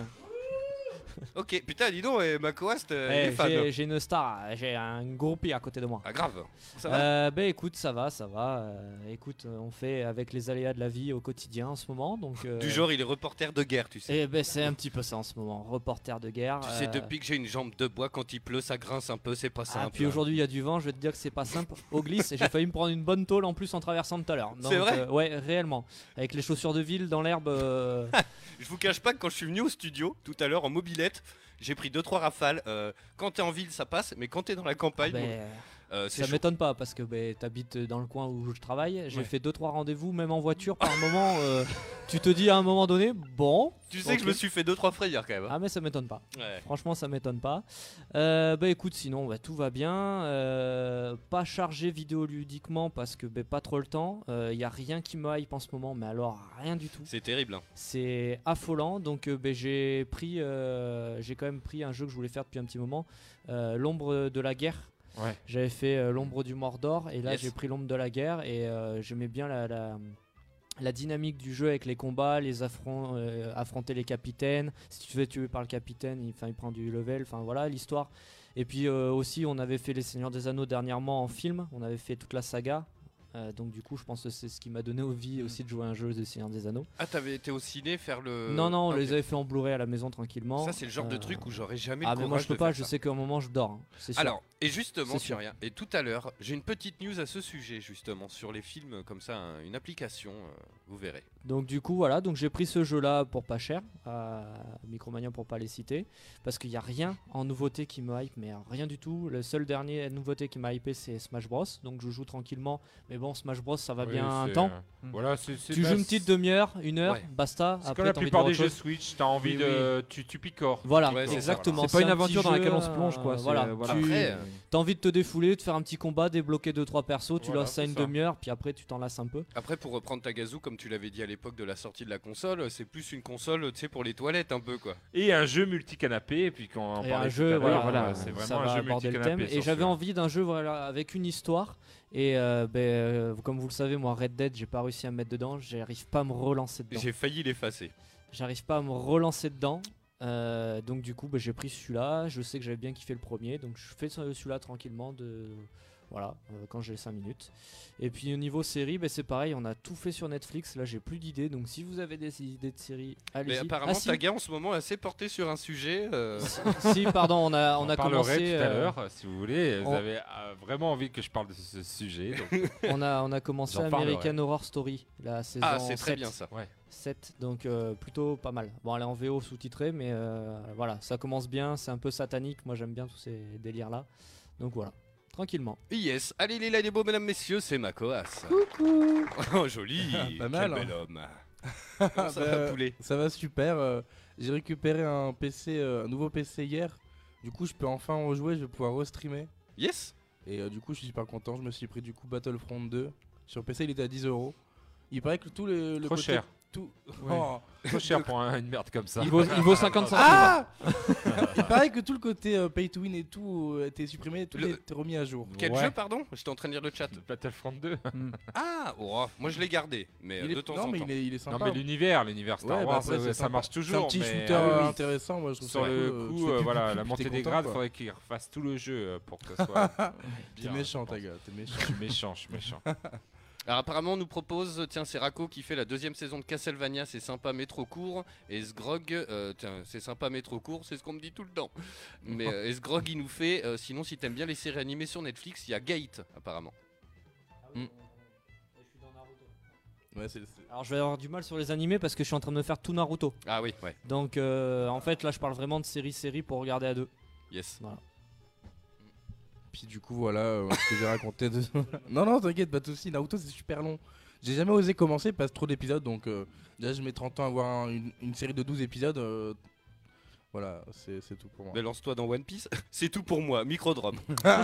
Ok, putain dis donc, eh, Macoast, euh, il Eh, est fan. j'ai, j'ai une star, j'ai un groupie à côté de moi. Ah grave, ça va? Euh, bah écoute, ça va, ça va. Euh, écoute, euh, on fait avec les aléas de la vie au quotidien en ce moment, donc. euh, Du genre il est reporter de guerre, tu sais. Eh ben c'est un petit peu ça en ce moment, reporter de guerre. Tu sais, euh, depuis que j'ai une jambe de bois, quand il pleut, ça grince un peu, c'est pas Ah, simple. puis aujourd'hui il y a du vent, je vais te dire que c'est pas simple. Au glisse, et j'ai failli me prendre une bonne tôle en plus en traversant tout à l'heure. C'est Donc, vrai euh, Ouais, réellement. Avec les chaussures de ville dans l'herbe. euh, Je vous cache pas que quand je suis venu au studio tout à l'heure en mobilette, j'ai pris deux trois rafales. Euh, quand t'es en ville, ça passe, mais quand t'es dans la campagne, ben, euh, c'est ça chaud. m'étonne pas parce que ben, t'habites dans le coin où je travaille. J'ai Ouais. fait deux trois rendez-vous, même en voiture par moment. euh, tu te dis à un moment donné, bon. Tu sais que je ok. me suis fait deux trois frayeurs quand même. hein. Ah mais ça m'étonne pas. Ouais. Franchement, ça m'étonne pas. Euh, bah écoute, sinon bah, tout va bien. Euh, pas chargé vidéoludiquement parce que bah, pas trop le temps. Il y a rien qui me hype en ce moment, mais alors rien du tout. C'est terrible. hein. C'est affolant. Donc euh, bah, j'ai pris, euh, j'ai quand même pris un jeu que je voulais faire depuis un petit moment, euh, l'ombre de la guerre. Ouais. J'avais fait euh, l'ombre du Mordor et là Yes. j'ai pris l'ombre de la guerre et euh, j'aimais bien la, la, la dynamique du jeu avec les combats, les affronts, euh, affronter les capitaines. Si tu te fais tuer par le capitaine, il, enfin, il prend du level, enfin voilà l'histoire. Et puis euh, aussi on avait fait les Seigneurs des Anneaux dernièrement en film, on avait fait toute la saga. Euh, donc du coup je pense que c'est ce qui m'a donné envie aussi de jouer à un jeu des Seigneurs des Anneaux. Ah, t'avais été au ciné faire le. non non on Ok. les avait fait en Blu-ray à la maison tranquillement. Ça, c'est le genre de Euh, truc où j'aurais jamais Ah le mais courage moi je peux de pas, faire je ça. sais qu'à un moment je dors, hein, c'est sûr. Alors, et justement, C'est sur sûr. rien. Et tout à l'heure, j'ai une petite news à ce sujet, justement, sur les films comme ça, un- une application, euh, vous verrez. Donc du coup voilà, donc j'ai pris ce jeu là pour pas cher, à Micromania pour pas les citer, parce qu'il n'y a rien en nouveauté qui me hype, mais rien du tout. Le seul dernier nouveauté qui m'a hypé c'est Smash Bros, donc je joue tranquillement, mais bon Smash Bros ça va Oui, bien un c'est, temps. euh, Voilà, c'est, c'est Tu bah, joues une petite demi-heure, une heure, Ouais. basta, C'est comme après la t'as envie de plupart voir des autre jeux chose. Switch, t'as envie Oui, de. Tu, tu picores. Voilà, Ouais, c'est ça, exactement. C'est pas une un aventure petit dans laquelle jeu, on se plonge, quoi, euh, c'est- voilà, voilà. tu Après, euh, as envie de te défouler, de faire un petit combat, débloquer deux trois persos, tu Voilà, lances ça c'est une ça. demi-heure, puis après tu t'en lasses un peu. Après, pour reprendre Tagazu, comme tu l'avais dit à l'époque de la sortie de la console, c'est plus une console, tu sais, pour les toilettes un peu, quoi. Et un jeu multi-canapé, et puis quand on Et parlait un tout jeu, à l'heure, voilà, voilà, euh, c'est ça vraiment va un jeu aborder le thème. multi-canapé. Et sur j'avais celui-là. envie d'un jeu voilà, avec une histoire. Et euh, ben, euh, comme vous le savez, moi Red Dead, j'ai pas réussi à me mettre dedans. J'arrive pas à me relancer dedans. J'ai failli l'effacer. j'arrive pas à me relancer dedans. Euh, donc du coup, bah, j'ai pris celui-là. Je sais que j'avais bien kiffé le premier, donc je fais ce- celui-là tranquillement. De voilà, euh, quand j'ai cinq minutes. Et puis au niveau série, bah, c'est pareil. On a tout fait sur Netflix. Là, j'ai plus d'idées. Donc si vous avez des idées de séries, Mais allez-y. apparemment, Ah, si, Taga en ce moment est assez porté sur un sujet. euh, si, pardon, on a on, On a en parlerai commencé. tout à euh, l'heure, euh, si vous voulez. Vous on- avez euh, vraiment envie que je parle de ce sujet. donc- on a on a commencé J'en parlerai. American Horror Story, la saison Ah, c'est très sept. bien ça. sept, donc euh, plutôt pas mal. Bon, elle est en V O sous-titrée, mais euh, voilà, ça commence bien, c'est un peu satanique, moi j'aime bien tous ces délires-là. Donc voilà, tranquillement. Yes, allez les là les beaux mesdames messieurs, c'est Makoas. Coucou. Oh joli, Pas mal, quel bel hein. homme. Comment ça va, Bah, poulet? Ça va super. euh, J'ai récupéré un P C, euh, un nouveau P C hier. Du coup, je peux enfin rejouer, je vais pouvoir restreamer. Yes. Et euh, du coup, je suis super content. Je me suis pris du coup Battlefront deux. Sur P C, il était à dix euros. Il paraît que tout le, le Trop côté- cher. Tout... Ouais. Oh. Trop cher pour un- une merde comme ça. Il vaut, il vaut cinquante centimes. Ah Il paraît que tout le côté euh, pay to win et tout euh, a été supprimé, tout Le- a été remis à jour. Quel Ouais. jeu, pardon? J'étais en train de lire le chat. Battlefront deux. Ah, oh, moi je l'ai gardé, mais euh, Il est- de temps non, en mais temps. il est, il est sympa. Non mais l'univers, l'univers Star Ouais, bah, Wars, ça, ça, c'est ça sympa. marche C'est un toujours. petit mais shooter ah oui, oui. intéressant, moi je trouve Sur ça le cool, euh, tu coup, fais euh, plus- voilà, plus- la plus montée t'es des content, grades, quoi. faudrait qu'ils refassent tout le jeu euh, pour que ça soit. T'es bien, méchant, je ta pense. gars, t'es méchant. Je suis méchant, je suis méchant. Alors apparemment on nous propose, tiens c'est Rako qui fait la deuxième saison de Castlevania, c'est sympa mais trop court. Et Sgrog, euh, tiens c'est sympa mais trop court, c'est ce qu'on me dit tout le temps. Mais euh, et Sgrog il nous fait, euh, sinon si t'aimes bien les séries animées sur Netflix, il y a Gate apparemment. Mm. Ouais, c'est- c'est- Alors je vais avoir du mal sur les animés parce que je suis en train de me faire tout Naruto. Ah oui, ouais, Donc euh, en fait là je parle vraiment de série-série pour regarder à deux. yes. Puis du coup, voilà euh, ce que j'ai raconté. De... non, non, t'inquiète, pas de soucis. Naruto, c'est super long. J'ai jamais osé commencer parce que trop d'épisodes. Donc, euh, déjà, je mets trente ans à voir un- une, une série de douze épisodes. euh, voilà, c'est c'est tout pour moi. Mais lance-toi dans One Piece, c'est tout pour moi, micro-drop.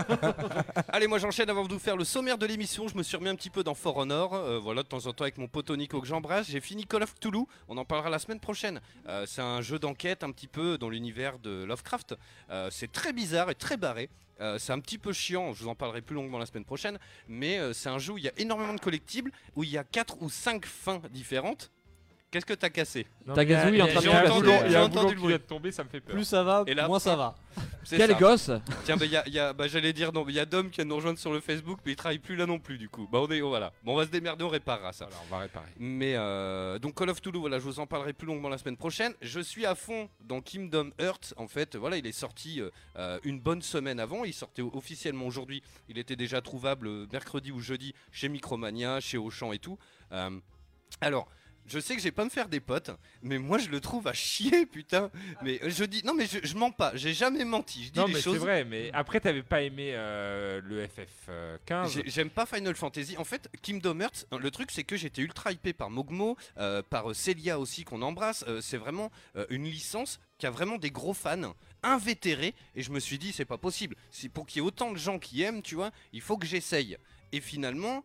Allez, moi j'enchaîne avant de vous faire le sommaire de l'émission. Je me suis remis un petit peu dans For Honor, euh, voilà, de temps en temps avec mon pote Nico que j'embrasse. J'ai fini Call of Cthulhu, on en parlera la semaine prochaine. Euh, c'est un jeu d'enquête un petit peu dans l'univers de Lovecraft. Euh, c'est très bizarre et très barré. Euh, c'est un petit peu chiant, je vous en parlerai plus longuement la semaine prochaine. Mais euh, c'est un jeu où il y a énormément de collectibles, où il y a quatre ou cinq fins différentes. Qu'est-ce que t'as cassé? Non, Ta mais il y a- gazouille il y en a- train de il y a un casser. boulot- J'ai Il y a un entendu boulot le qui bruit. vient de tomber, ça me fait peur. Plus ça va, Et là, moins ça va. C'est Quel ça. gosse. Tiens, bah, y a, y a- bah, j'allais dire, non, il y a Dom qui vient de nous rejoindre sur le Facebook, mais il travaille plus là non plus du coup. Bah, on est, oh, voilà. Bon, on va se démerder, on réparera ça. Alors on va réparer. Mais euh, donc Call of Cthulhu, voilà, je vous en parlerai plus longuement la semaine prochaine. Je suis à fond dans Kingdom Hearts. En fait, voilà, il est sorti euh, euh, une bonne semaine avant. Il sortait officiellement aujourd'hui. Il était déjà trouvable euh, mercredi ou jeudi chez Micromania, chez Auchan et tout. Euh, alors. Je sais que je vais pas me faire des potes, mais moi je le trouve à chier, putain. Mais euh, je dis, non mais je, je mens pas, j'ai jamais menti, je dis Non les mais choses. c'est vrai, mais après t'avais pas aimé euh, le F F quinze. J'ai- J'aime pas Final Fantasy. En fait, Kingdom Hearts, le truc c'est que j'étais ultra hypé par Mogmo, euh, par euh, Celia aussi qu'on embrasse. Euh, c'est vraiment euh, une licence qui a vraiment des gros fans invétérés. Et je me suis dit, c'est pas possible. C'est pour qu'il y ait autant de gens qui aiment, tu vois, il faut que j'essaye. Et finalement,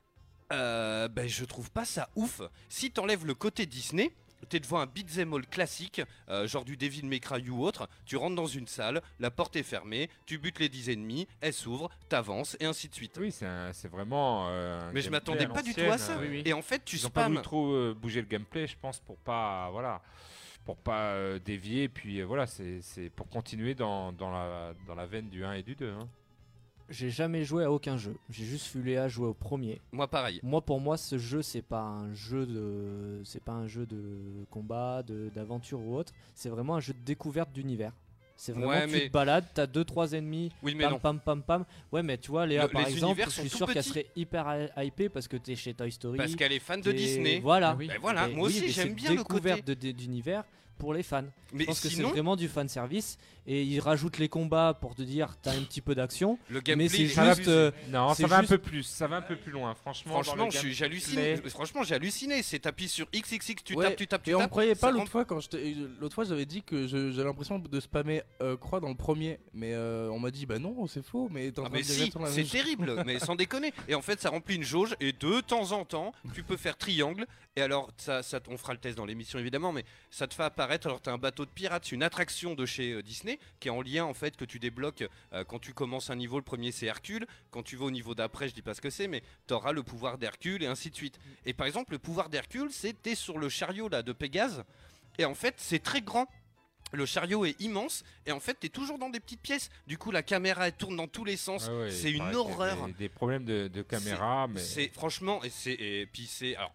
euh, ben, je trouve pas ça ouf. Si t'enlèves le côté Disney. T'es devant un beat'em all classique, euh, genre du Devil May Cry ou autre, tu rentres dans une salle, la porte est fermée, tu butes les dix ennemis, elle s'ouvre, t'avances et ainsi de suite. Oui, c'est un- c'est vraiment. euh, un Mais je gameplay m'attendais à pas du tout l'ancienne, à ça. euh, oui, oui. Et en fait, tu Ils ont pas spams. voulu trop euh, bouger le gameplay, je pense, pour pas voilà, pour pas euh, dévier. Puis euh, voilà, c'est c'est pour continuer dans, dans la dans la veine du un et du deux. Hein. J'ai jamais joué à aucun jeu. J'ai juste vu Léa jouer au premier. Moi, pareil. Moi, pour moi, ce jeu, c'est pas un jeu de, c'est pas un jeu de combat, de- d'aventure ou autre. C'est vraiment un jeu de découverte d'univers. C'est vraiment Ouais, tu mais- te balades, t'as deux trois ennemis, Oui, mais pam non. pam pam pam. Ouais, mais tu vois, Léa, Le- par les exemple, univers je sont suis tout sûr qu'elle petits. serait hyper hy- hypée parce que t'es chez Toy Story. Parce qu'elle est fan de t'es- Disney. Voilà. Oui. Ben voilà, Et moi oui, aussi mais j'aime c'est bien le côté. découverte de- de- d'univers pour les fans. Mais Je pense que c'est sinon, vraiment du fan service et ils rajoutent les combats pour te dire t'as un petit peu d'action. le gameplay. Mais c'est il est juste, plus- euh, Non, c'est ça va juste- un peu plus, ça va un peu plus loin, franchement. dans Franchement, le je suis- j'ai gameplay. halluciné. Franchement, j'ai halluciné. C'est t'appuies sur X X X, tu Ouais, tapes, tu tapes, tu Et on tapes. me croyait pas ça l'autre rend- fois quand je t'ai- l'autre fois j'avais dit que je- j'avais l'impression de spammer euh, croix dans le premier, mais euh, on m'a dit bah non c'est faux, mais t'es en Ah train mais de dire si, exactement la c'est même chose. terrible, mais sans déconner. Et en fait, ça remplit une jauge et de temps en temps, tu peux faire triangle. Et alors, ça, ça, on fera le test dans l'émission évidemment, mais ça te fait apparaître. Alors, t'as un bateau de pirates, c'est une attraction de chez euh, Disney qui est en lien en fait que tu débloques euh, quand tu commences un niveau. Le premier, c'est Hercule. Quand tu vas au niveau d'après, je dis pas ce que c'est, mais t'auras le pouvoir d'Hercule et ainsi de suite. Et par exemple, le pouvoir d'Hercule, c'est t'es sur le chariot là de Pégase. et en fait c'est très grand. Le chariot est immense et en fait t'es toujours dans des petites pièces. Du coup la caméra elle tourne dans tous les sens. Ouais, ouais, c'est il une paraît qu'il y a horreur. Des, des problèmes de, de caméra, mais. C'est franchement et c'est et puis c'est alors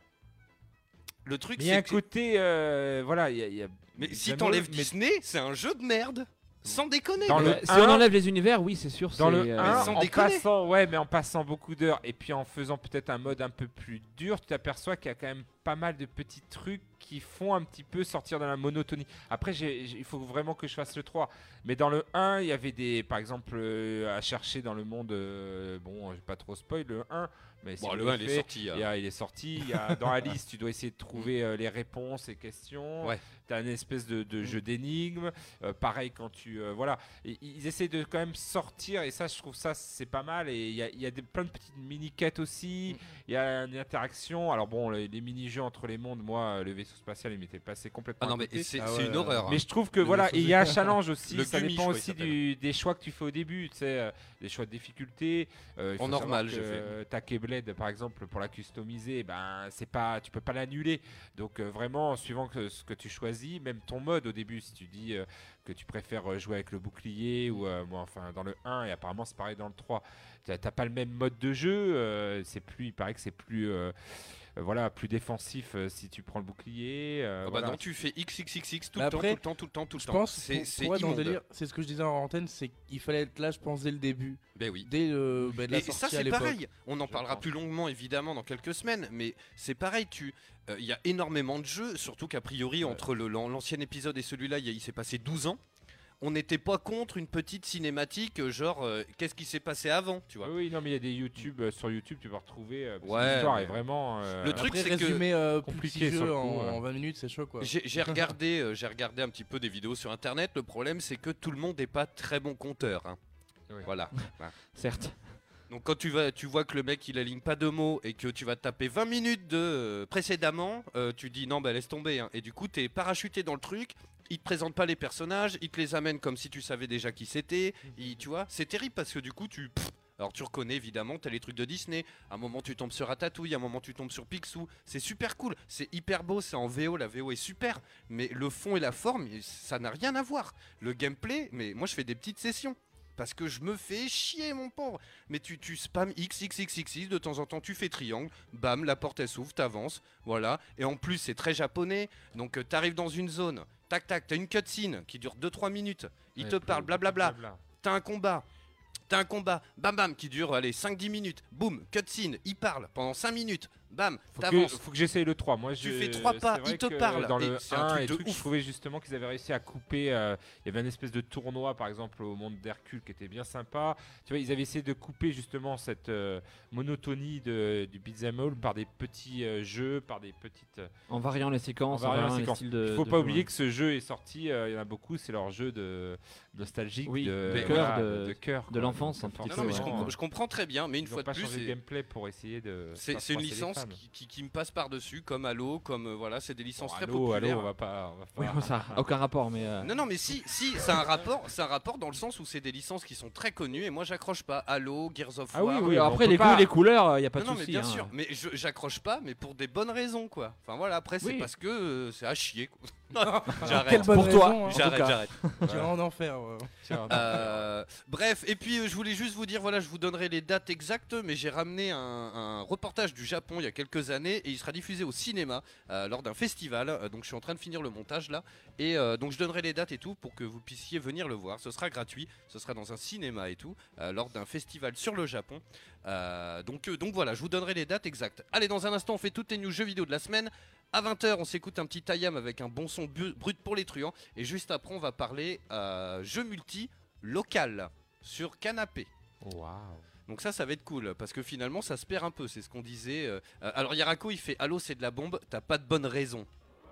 le truc Mais il y a c'est un que côté, euh, voilà, il y a. il y a mais si vraiment- t'enlèves mais Disney, c'est un jeu de merde. Sans déconner. Dans quoi. le Euh, si un- on enlève les univers, oui, c'est sûr. Dans c'est, le euh, un, sans en déconner. passant, ouais, mais en passant beaucoup d'heures et puis en faisant peut-être un mode un peu plus dur, tu t'aperçois qu'il y a quand même pas mal de petits trucs qui font un petit peu sortir de la monotonie. Après, j'ai- j'ai- il faut vraiment que je fasse le trois. Mais dans le un, il y avait des, par exemple, euh, à chercher dans le monde, euh, bon, je vais pas trop spoil le un, mais si Bon, vous le le un il est faites, sorti. hein. il, y a- il est sorti, il y a, dans la liste, tu dois essayer de trouver euh, les réponses et questions. Ouais. Tu as une espèce de, de jeu d'énigmes. Euh, pareil, quand tu. euh, voilà. Et ils essaient de quand même sortir, et ça, je trouve ça, c'est pas mal. Et il y a, il y a des, plein de petites mini-quêtes aussi. Il y a une interaction. Alors, bon, les, les mini-jeux entre les mondes, moi, le vaisseau spatial, il m'était passé complètement. Ah non à mais côté. c'est Ah c'est ouais, une horreur. Mais hein. je trouve que Le voilà, vaisseau et il y a un spatial. challenge aussi. Le Ça Gumi, je dépend crois, il aussi s'appelle. du, des choix que tu fais au début. Tu sais, euh, des choix de difficulté. Euh, il En faut normal, savoir j'ai que, fait. euh, ta Keyblade, par exemple, pour la customiser, ben c'est pas, tu peux pas l'annuler. Donc euh, vraiment, suivant que, ce que tu choisis, même ton mode au début, si tu dis euh, que tu préfères euh, jouer avec le bouclier ou euh, moi, enfin dans le un et apparemment c'est pareil dans le trois. T'as t'as pas le même mode de jeu. euh, c'est plus, il paraît que c'est plus euh, euh, voilà, plus défensif euh, si tu prends le bouclier. euh, Ah bah voilà. non, tu fais X X X X tout Mais le temps, après, tout le temps, tout le temps, tout le Je temps. pense, c'est pour, c'est pour être dans le immonde. délire, c'est ce que je disais en antenne, c'est qu'il fallait être là, je pense, dès le début. Ben oui. Dès le, bah, de la Et sortie ça à c'est l'époque. pareil, on en Je parlera pense. plus longuement évidemment dans quelques semaines, mais c'est pareil, tu euh, il y a énormément de jeux, surtout qu'a priori Ouais. entre le- l'an- l'ancien épisode et celui-là, il y a- il s'est passé douze ans. On n'était pas contre une petite cinématique euh, genre euh, qu'est-ce qui s'est passé avant, tu vois. Oui, oui, non, mais il y a des YouTube euh, sur YouTube, tu peux retrouver. euh, parce que Ouais, l'histoire mais- est vraiment. euh, Le truc, Après, c'est que- résumer euh, plus compliqué petit sur jeu le coup, en, ouais. en vingt minutes, c'est chaud quoi. J'ai j'ai regardé, euh, j'ai regardé un petit peu des vidéos sur internet. Le problème, c'est que tout le monde n'est pas très bon compteur. hein. Oui. Voilà. certes. Donc quand tu vas, tu vois que le mec il aligne pas de mots et que tu vas te taper vingt minutes de euh, précédemment, euh, tu dis non bah laisse tomber. hein. Et du coup t'es parachuté dans le truc. Il te présente pas les personnages, il te les amène comme si tu savais déjà qui c'était. Il- Tu vois, c'est terrible parce que du coup tu. pff, alors tu reconnais évidemment, t'as les trucs de Disney. À un moment tu tombes sur Ratatouille, à un moment tu tombes sur Picsou. C'est super cool, c'est hyper beau, c'est en V O, la V O est super. Mais le fond et la forme, ça n'a rien à voir. Le gameplay, mais moi je fais des petites sessions. Parce que je me fais chier mon pauvre. Mais tu, tu spams X, X, X, X, X, de temps en temps tu fais triangle, bam, la porte elle s'ouvre, t'avances, voilà. Et en plus c'est très japonais, donc euh, t'arrives dans une zone, tac tac, t'as une cutscene qui dure deux trois minutes, il ouais, te plus- parle, blablabla, blabla. t'as un combat, t'as un combat, bam bam, qui dure, allez, cinq dix minutes, boum, cutscene, il parle pendant cinq minutes, bam, Faut que, t'avances. faut que j'essaye le trois. Moi, Tu je- fais trois c'est pas, vrai il te que parle, Dans et le c'est un un truc et de truc, je ouf. trouvais justement qu'ils avaient réussi à couper. euh, Il y avait une espèce de tournoi, par exemple, au monde d'Hercule qui était bien sympa. Tu vois, ils avaient essayé de couper justement cette euh, monotonie de, du beat'em all par des petits euh, jeux, par des petites. euh, En variant les séquences, En variant les les séquences. styles de. Il faut de pas jeu, oublier ouais. que ce jeu est sorti. euh, Il y en a beaucoup, c'est leur jeu de nostalgique, Oui, de, de cœur, voilà, de- de cœur, de quoi. l'enfance, Donc, un petit Non, peu, non, mais je, ouais. comprends, je comprends très bien, mais une Ils fois ont de pas plus, changé de c'est- gameplay pour essayer de. c'est faire c'est une froisser les licence fans. qui, qui- qui me passe par-dessus, comme Halo, comme euh, voilà, c'est des licences Bon, très allô, populaires. allô, on va pas. On va Oui, pas- bon, ça a aucun rapport, mais. euh, Non, non, mais si, si, c'est un rapport, c'est un rapport dans le sens où c'est des licences qui sont très connues et moi j'accroche pas. Halo, Gears of Ah oui, War. oui, Oui, mais on après peut les pas- goûts, les couleurs, il y a pas non, de non, mais souci. bien hein. sûr, mais je- j'accroche pas, mais pour des bonnes raisons, quoi. Enfin voilà, après c'est Oui. parce que euh, c'est à chier. Quoi. j'arrête, Quelle bonne Pour toi, raison, hein. j'arrête, cas. j'arrête. Tu vas en enfer. ouais. Tiens, Euh, bref, et puis euh, je voulais juste vous dire, voilà, je vous donnerai les dates exactes, mais j'ai ramené un, un reportage du Japon il y a quelques années et il sera diffusé au cinéma euh, lors d'un festival. Euh, donc je suis en train de finir le montage là, et euh, donc je donnerai les dates et tout pour que vous puissiez venir le voir. Ce sera gratuit, ce sera dans un cinéma et tout, euh, lors d'un festival sur le Japon. Euh, donc, euh, donc voilà, je vous donnerai les dates exactes. Allez, dans un instant, on fait toutes les news jeux vidéo de la semaine. À vingt heures, on s'écoute un petit Ayam avec un bon son bu- brut pour les truands. Et juste après, on va parler euh, jeux multi local sur canapé. Waouh. Donc ça, ça va être cool parce que finalement, ça se perd un peu. C'est ce qu'on disait. euh. Euh, alors Yarako, il fait Allô, c'est de la bombe. T'as pas de bonne raison.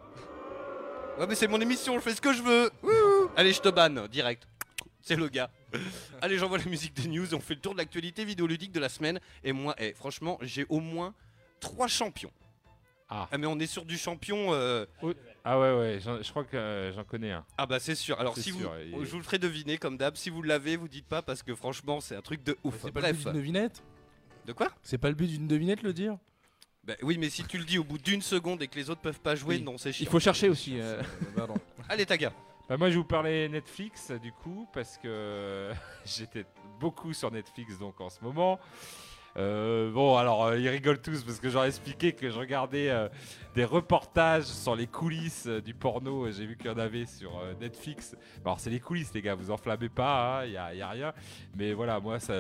Ouais, mais c'est mon émission. Je fais ce que je veux. Wouhou. Allez, je te banne direct. C'est le gars. Allez, j'envoie la musique des news. On fait le tour de l'actualité vidéoludique de la semaine. Et moi, eh, franchement, j'ai au moins trois champions. Ah. mais on est sur du champion. euh, Ah ouais, ouais, j'en- je crois que euh, j'en connais un. Ah bah c'est sûr. Alors C'est si sûr, vous, il- je vous le ferai deviner comme d'hab. Si vous l'avez, vous dites pas parce que franchement, c'est un truc de ouf. C'est pas le but Bref. d'une devinette De quoi? C'est pas le but d'une devinette le dire Bah oui, mais si tu le dis au bout d'une seconde et que les autres peuvent pas jouer, Oui. non, c'est Il chiant. faut chercher aussi. euh. Pardon. Allez, Taga. Bah moi je vais vous parler Netflix du coup parce que j'étais beaucoup sur Netflix donc en ce moment. Euh, bon alors euh, ils rigolent tous parce que j'aurais expliqué que je regardais euh, des reportages sur les coulisses euh, du porno. J'ai vu qu'il y en avait sur euh, Netflix. Bon, alors c'est les coulisses les gars, vous enflammez pas, il hein, y, a, y a rien. Mais voilà moi ça...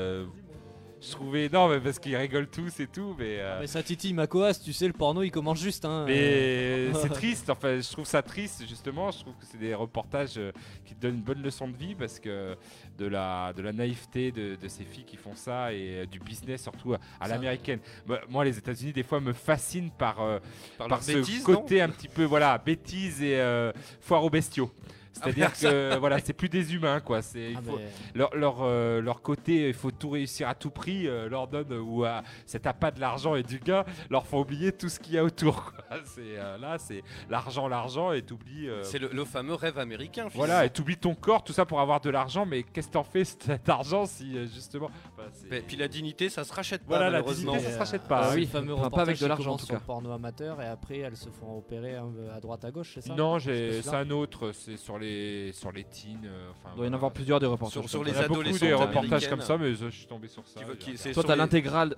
Je trouvais non mais parce qu'ils rigolent tous et tout mais, euh, Mais ça titille Makoas, tu sais, le porno il commence juste. Hein, mais euh. c'est triste, enfin je trouve ça triste justement, je trouve que c'est des reportages euh, qui te donnent une bonne leçon de vie parce que de la, de la naïveté de, de ces filles qui font ça et euh, du business surtout à, à Ça- l'américaine. Moi, moi, les États-Unis des fois me fascinent par, euh, Par, par leur ce bêtise, côté un petit peu voilà bêtise et euh, foire aux bestiaux. C'est-à-dire Ah, que voilà, c'est plus des humains quoi. C'est il Ah, faut- mais- leur, leur, euh, leur côté, il faut tout réussir à tout prix, euh, leur donne euh, ou à cet appât de l'argent et du gain, leur font oublier tout ce qu'il y a autour. Quoi. C'est, euh, là, c'est l'argent, l'argent et t'oublies. euh, C'est le, le fameux rêve américain. voilà, finalement. et t'oublies ton corps, tout ça pour avoir de l'argent, mais qu'est-ce que t'en fais cet argent si euh, justement. enfin, c'est- Mais puis la dignité, ça se rachète pas. Voilà, la malheureusement. dignité, ça se euh, rachète pas. euh, oui. le fameux Enfin, pas reportage avec de qui l'argent, en commence tout sur cas. le porno amateur et après elles se font opérer hein, à droite à gauche, c'est ça Non, C'est j'ai, pas c'est celui-là un autre, c'est sur les, sur les teens. euh, enfin, Il doit y en voilà. avoir plusieurs des reportages. Sur- sur comme les Il y ça. en a beaucoup adolescentes des reportages américaines. comme ça, mais euh, je suis tombé sur ça. Qui veut- j'ai qui- regardé. c'est Toi, sur t'as les- l'intégrale.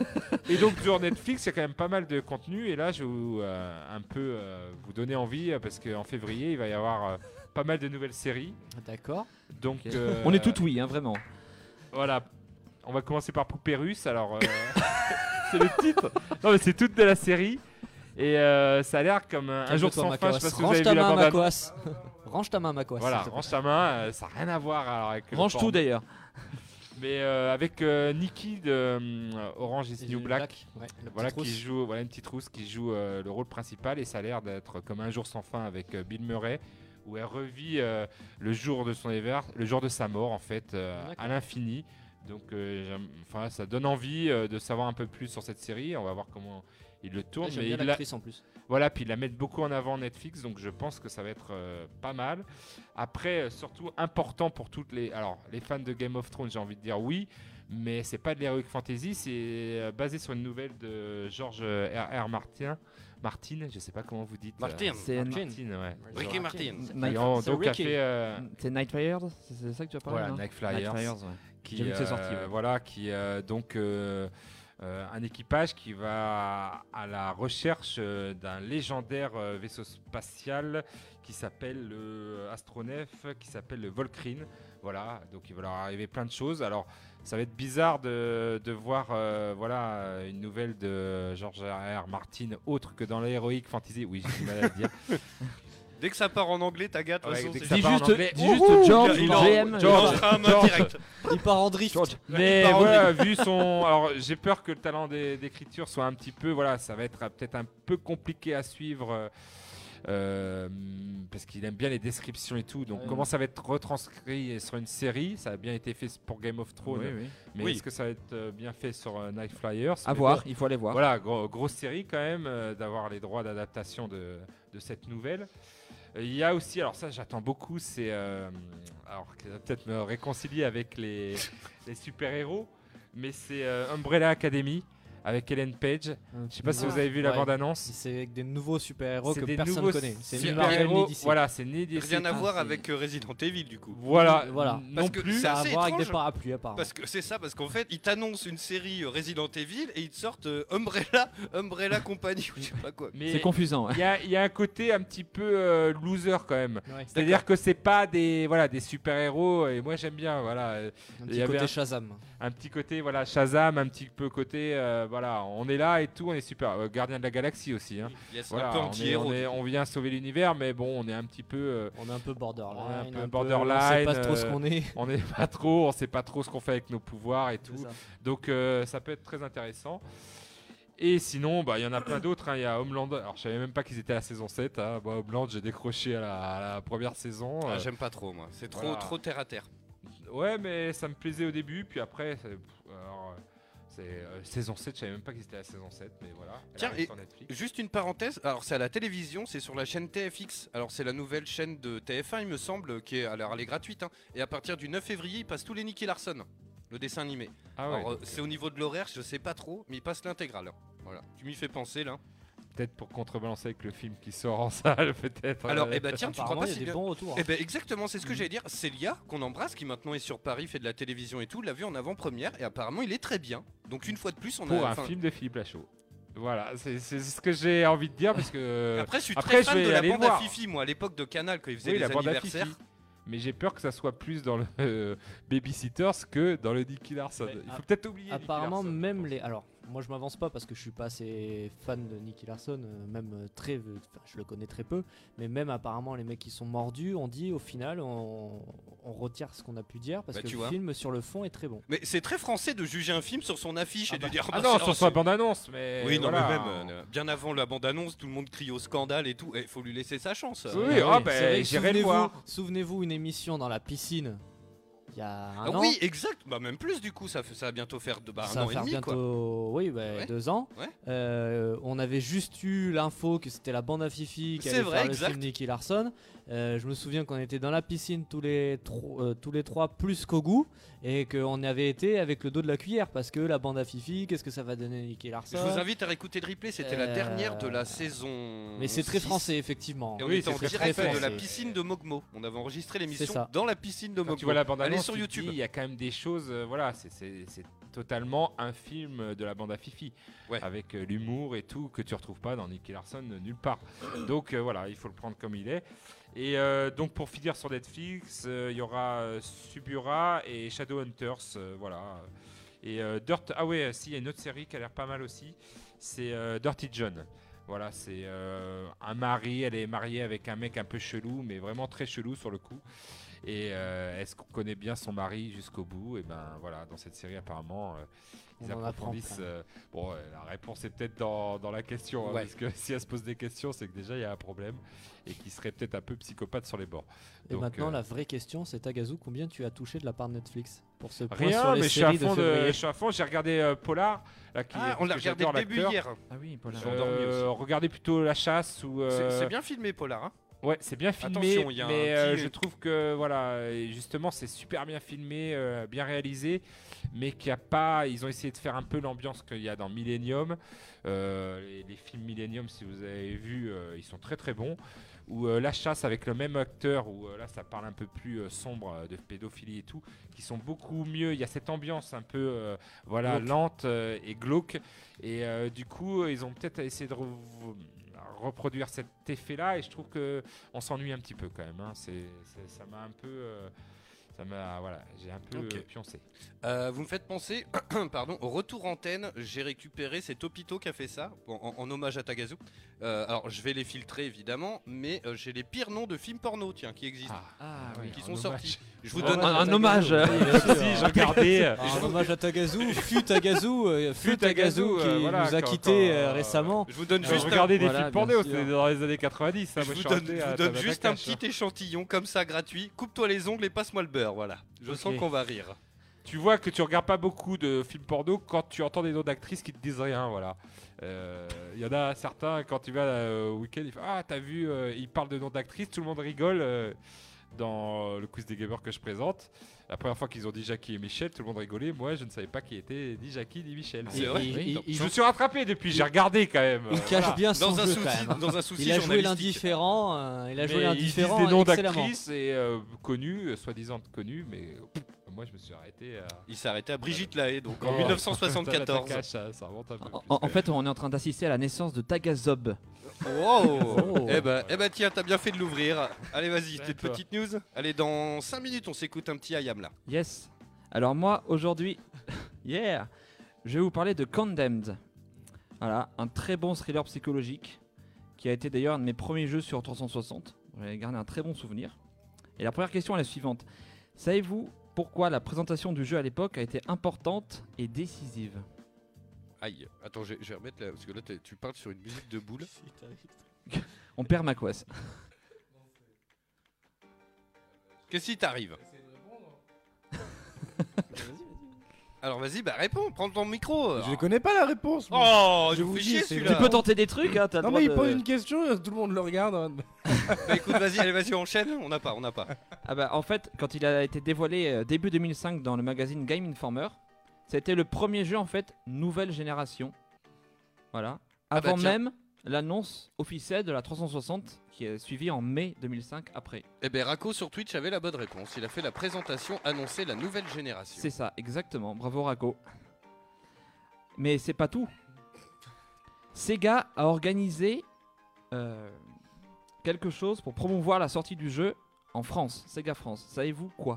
Et donc sur Netflix, il y a quand même pas mal de contenu. Et là, je vais vous, euh, un peu euh, vous donner envie euh, parce qu'en février, il va y avoir euh, pas mal de nouvelles séries. D'accord. Donc, Ok. euh, On est tout oui, hein, vraiment. Voilà. On va commencer par Poupée Russe. Alors, euh, c'est le titre. Non, mais c'est toute de la série. Et euh, ça a l'air comme un, un jour Calme-toi, sans fin. Je sais Makoas. pas si vous Range avez ta vu la main, bande Makoas. Range ta main, Makoas. Voilà, s'il te plaît. range ta main. euh, ça n'a rien à voir alors, avec le Range porno. tout d'ailleurs. Mais euh, avec euh, Nikki de euh, Orange is Et New du Black. Ouais, la Voilà petite qui rousse. joue, voilà une petite rousse qui joue euh, le rôle principal et ça a l'air d'être comme un jour sans fin avec euh, Bill Murray où elle revit euh, le jour de son éver- le jour de sa mort en fait euh, D'accord. à l'infini. Donc euh, j'aime- enfin ça donne envie euh, de savoir un peu plus sur cette série. On va voir comment il le tourne. Ouais, J'aime mais bien il l'a- l'actrice en plus. voilà, puis ils la mettent beaucoup en avant Netflix, donc je pense que ça va être euh, pas mal. Après, euh, surtout important pour toutes les, alors les fans de Game of Thrones, j'ai envie de dire oui, mais c'est pas de l'heroic fantasy, c'est euh, basé sur une nouvelle de George R. R. Martin. Martin, je sais pas comment vous dites. Martin. euh, C'est Martin, ouais. Ricky Martin. Night- Qui en- C'est donc a Ricky. fait euh, C'est Night Flyers, c'est c'est ça que tu as parlé voilà, non Night Flyers. Night Flyers, ouais. qui, J'ai vu que c'est euh, sorti, ouais. Voilà, qui euh, donc euh, euh, un équipage qui va à la recherche euh, d'un légendaire euh, vaisseau spatial qui s'appelle le astronef, qui s'appelle le Volcrine. Voilà, donc il va leur arriver plein de choses. Alors, ça va être bizarre de, de voir euh, voilà, une nouvelle de George R. R. Martin autre que dans l'heroic fantasy. Oui, j'ai du mal à le dire. Dès que ça part en anglais, Taga, de toute Ouais, façon, dès que c'est ça Dis part en juste, anglais. dis juste Ouhou, George, il en- G M. George. Il sera un main George. direct. Il part en drift. Mais Il part en voilà, vu son. Alors, j'ai peur que le talent d'é- d'écriture soit un petit peu. Voilà, ça va être euh, peut-être un peu compliqué à suivre. euh, euh, parce qu'il aime bien les descriptions et tout. Donc, Ouais. comment ça va être retranscrit sur une série? Ça a bien été fait pour Game of Thrones. Oui, oui. Mais Oui. est-ce que ça va être euh, bien fait sur euh, Night Flyers? À Mais voir, bon, il faut aller voir. voilà, gros- grosse série quand même, euh, d'avoir les droits d'adaptation de, de cette nouvelle. Euh, Il y a aussi, alors ça j'attends beaucoup, c'est euh, alors qui va peut-être me réconcilier avec les, les super-héros, mais c'est euh, Umbrella Academy avec Ellen Page. Je sais pas si vous avez vu la Ouais. bande-annonce. C'est avec des nouveaux super-héros C'est que des personne nouveaux connaît. C'est ni Marvel super-héros. ni D C. Voilà, c'est ni D C. Rien à Ah, voir c'est- avec euh, Resident Evil, du coup. Voilà, Voilà. non Parce que plus. c'est Ça a à assez voir avec des étrange. parapluies apparemment. Parce que c'est ça, parce qu'en fait, ils t'annoncent une série euh, Resident Evil et ils te sortent euh, Umbrella, Umbrella Company ou je sais pas quoi. Mais C'est confusant. ouais. il y a, il y a un côté un petit peu euh, loser quand même. Ouais. C'est-à-dire que c'est pas des voilà des super-héros et moi j'aime bien voilà euh, Un il petit y avait côté un- Shazam. un petit côté voilà Shazam, un petit peu côté euh, voilà on est là et tout, on est super euh, Gardien de la Galaxie aussi hein. Yes, Voilà, un peu on, est- anti-héros. on, est- du coup. on vient sauver l'univers mais bon on est un petit peu euh, On est un peu borderline. On est un peu On borderline, sait pas trop ce euh, qu'on est. on n'est pas trop, on sait pas trop ce qu'on fait avec nos pouvoirs et C'est tout. ça. Donc euh, ça peut être très intéressant. Et sinon, bah, il y en a plein d'autres. hein. Il y a Homeland. Alors, je savais même pas qu'ils étaient à la saison sept. Hein. Moi, Homeland, j'ai décroché à la, à la première saison. Ah, Euh, J'aime pas trop, moi. C'est trop, voilà. trop terre à terre. ouais, mais ça me plaisait au début. Puis après, c'est- alors, euh, c'est euh, saison sept. Je savais même pas qu'ils étaient à la saison sept. Mais voilà. Elle Tiens, arrive et- sur Netflix. Juste une parenthèse, alors c'est à la télévision, c'est sur la chaîne T F X. Alors c'est la nouvelle chaîne de T F un, il me semble, qui est, alors elle est gratuite. hein. Et à partir du neuf février, ils passent tous les Nicky Larson, le dessin animé. Ah ouais. Alors euh, c'est au niveau de l'horaire, je sais pas trop, mais ils passent l'intégrale. Voilà, tu m'y fais penser là. Peut-être pour contrebalancer avec le film qui sort en salle, peut-être. Alors, euh, eh ben tiens, tu crois Apparemment, pas il y a si des bien. bons retours. hein. Eh ben exactement, c'est ce que j'allais dire. C'est Lia qu'on embrasse, qui maintenant est sur Paris, fait de la télévision et tout, l'a vu en avant-première et apparemment il est très bien. Donc une fois de plus, on pour a. un enfin, film de Philippe Lachaud. Voilà, c'est c'est ce que j'ai envie de dire parce que. Après, je suis Après, très je fan vais de la aller bande à voir. Fifi, moi, à l'époque de Canal, quand ils faisaient oui, les la bande à anniversaires. Fifi. Mais j'ai peur que ça soit plus dans le euh, Babysitters que dans le Nicky Larson. Mais Il faut a- peut-être oublier. Nicky Apparemment, Larson, je même pense. les. Alors, moi je m'avance pas parce que je suis pas assez fan de Nicky Larson, euh, même euh, très. Enfin, je le connais très peu. Mais même apparemment, les mecs qui sont mordus ont dit au final, on, on retire ce qu'on a pu dire parce Bah, que tu le vois. film sur le fond est très bon. Mais c'est très français de juger un film sur son affiche Ah et bah. de dire. Ah bah, non, c'est- sur sa bande-annonce, mais. Oui, non, voilà. mais même euh, bien avant la bande-annonce, tout le monde crie au scandale et tout. Il faut lui laisser sa chance. Oui, Ah ah oui, bah, c'est vrai que j'irai le souvenez-vous- voir. Souvenez-vous une émission dans la piscine il y a un Ah an. oui, exact. Bah même plus du coup, ça, fait, ça va bientôt faire de, bah, Ça un va an et faire demi quoi. bientôt, oui, bah, Ouais. deux ans. Ouais. Euh, on avait juste eu l'info que c'était la bande à Fifi qui C'est allait vrai, faire le exact. film Nicky Larson. Euh, je me souviens qu'on était dans la piscine tous les, tro- euh, tous les trois plus Kogu et qu'on avait été avec le dos de la cuillère parce que la bande à Fifi, qu'est-ce que ça va donner Nicky Larson? Je vous invite à réécouter le replay, c'était la Euh, dernière de la saison. Mais c'est très six. français effectivement. Et on Oui, était en c'est très direct français. de la piscine de Mogmo. On avait enregistré l'émission ça. dans la piscine de Quand Mogmo. tu vois la bande-annonce, Allez sur tu te YouTube. dis, il y a quand même des choses. euh, voilà, c'est- c'est c'est totalement un film de la bande à Fifi. Ouais. Avec euh, l'humour et tout que tu retrouves pas dans Nicky Larson euh, nulle part. Donc euh, voilà, il faut le prendre comme il est. Et euh, donc pour finir sur Netflix, euh, il y aura euh, Subura et Shadowhunters. euh, voilà. Et euh, Dirt. Ah ouais, si, il y a une autre série qui a l'air pas mal aussi. C'est euh, Dirty John. Voilà, c'est euh, un mari, elle est mariée avec un mec un peu chelou, mais vraiment très chelou sur le coup. Et euh, est-ce qu'on connaît bien son mari jusqu'au bout? Et ben voilà, dans cette série apparemment, euh, ils On en apprend approfondissent. plein. euh, bon, euh, la réponse est peut-être dans, dans la question, hein, Ouais. parce que si elle se pose des questions, c'est que déjà il y a un problème et qu'il serait peut-être un peu psychopathe sur les bords. Et Donc, maintenant euh, la vraie question c'est Tagazu, combien tu as touché de la part de Netflix pour ce point sur Rien, les mais je suis à séries de fond. De, février? je suis à fond. J'ai regardé euh, Polar. Là, qui, Ah, parce on l'a que regardé j'adore le début l'acteur. hier. Ah oui, Paul. Je suis endormi Euh, regardez plutôt La Chasse ou. C'est- euh, C'est bien filmé, Polar. Hein. Ouais, c'est bien filmé, Attention, il y a un mais euh, petit- je trouve que voilà, et justement, c'est super bien filmé, euh, bien réalisé, mais qu'il y a pas, ils ont essayé de faire un peu l'ambiance qu'il y a dans Millennium. Euh, les, les films Millennium, si vous avez vu, euh, ils sont très très bons. Ou euh, La Chasse avec le même acteur, où euh, là, ça parle un peu plus euh, sombre euh, de pédophilie et tout, qui sont beaucoup mieux. Il y a cette ambiance un peu, euh, voilà, Glauque. lente euh, et glauque, et euh, du coup, ils ont peut-être essayé de re- reproduire cet effet-là, et je trouve que on s'ennuie un petit peu quand même. Hein. C'est, c'est- ça m'a un peu, euh, ça m'a, voilà, j'ai un peu Ok. euh, pioncé. Euh, vous me faites penser, pardon, au retour antenne, j'ai récupéré, c'est Topito qui a fait ça, en, en- en hommage à Tagazu. Euh, alors je vais les filtrer évidemment, mais euh, j'ai les pires noms de films porno, tiens, qui existent, Ah oui, oui. qui en sont hommage. sortis. Je vous En donne Un, hommage un à hommage. Tagazu. Oui, bien sûr. Si, j'ai regardé. euh, Un hommage à Tagazu, fut Tagazu, euh, fut Fut Tagazu Tagazu, qui euh, voilà, nous a quand- quittés quand, euh, euh, récemment. Je vous donne Je juste un, regardais des voilà, films bien porno, sûr. c'était dans les années quatre-vingt-dix. hein, je moi, vous suis donne, resté je à vous donne Tabata juste un Cash, hein. petit échantillon comme ça gratuit. Coupe-toi les ongles et passe-moi le beurre, voilà. Je Ok. sens qu'on va rire. Tu vois que tu regardes pas beaucoup de films porno quand tu entends des noms d'actrices qui te disent rien, voilà. Il y en a certains, quand tu vas euh, au week-end, ils font ah t'as vu, euh, ils parlent de noms d'actrices, tout le monde rigole euh, dans le quiz des gamers que je présente. La première fois qu'ils ont dit Jackie et Michel, tout le monde rigolait. Moi, je ne savais pas qui était ni Jackie ni Michel. C'est Il- vrai. il- Oui. il- il- Je me suis rattrapé depuis, j'ai regardé quand même. il euh, cache voilà. bien son Dans un jeu souci, quand même. hein. dans un souci Il a joué journalistique. l'indifférent, euh, il a joué Mais l'indifférent ils disent des noms excellemment. d'actrices et euh, connues, euh, soi-disant connues, mais pff, moi je me suis arrêté à. Il s'est arrêté à Brigitte Lahaye, donc en Oh, mille neuf cent soixante-quatorze. Tabata Cash, ça, ça remonte un peu En, plus, en- en quand fait, on est en train d'assister à la naissance de Tagazob. Wow. Oh. Eh ben, eh ben tiens, t'as bien fait de l'ouvrir. Allez, vas-y, Ouais, tes toi. petites news. Allez, dans cinq minutes, on s'écoute un petit Ayam là. Yes. Alors moi, aujourd'hui, yeah, je vais vous parler de Condemned. Voilà, un très bon thriller psychologique qui a été d'ailleurs un de mes premiers jeux sur trois cent soixante. J'ai gardé un très bon souvenir. Et la première question est la suivante. Savez-vous pourquoi la présentation du jeu à l'époque a été importante et décisive? Aïe, attends, je je vais remettre là, parce que là t'es- tu parles sur une musique de boule. On perd Macos. Qu'est-ce qui t'arrive? Alors vas-y, bah réponds, prends ton micro. Je ne connais pas la réponse. moi. Oh, Je je vous vous dis, chier c'est- celui-là. Tu peux tenter des trucs, hein, t'as le non droit mais il de- pose une question, tout le monde le regarde. hein. Bah écoute, vas-y, allez, vas-y, enchaîne. On n'a pas, on n'a pas. Ah bah en fait, quand il a été dévoilé euh, début deux mille cinq dans le magazine Game Informer, ça a été le premier jeu en fait nouvelle génération Voilà. Ah bah Avant tiens. même l'annonce officielle de la trois cent soixante qui est suivie en mai deux mille cinq après. Eh ben Rako sur Twitch avait la bonne réponse. Il a fait la présentation, annoncé la nouvelle génération. C'est ça, exactement. Bravo Rako. Mais c'est pas tout. Sega a organisé euh, quelque chose pour promouvoir la sortie du jeu en France. Sega France. Savez-vous quoi?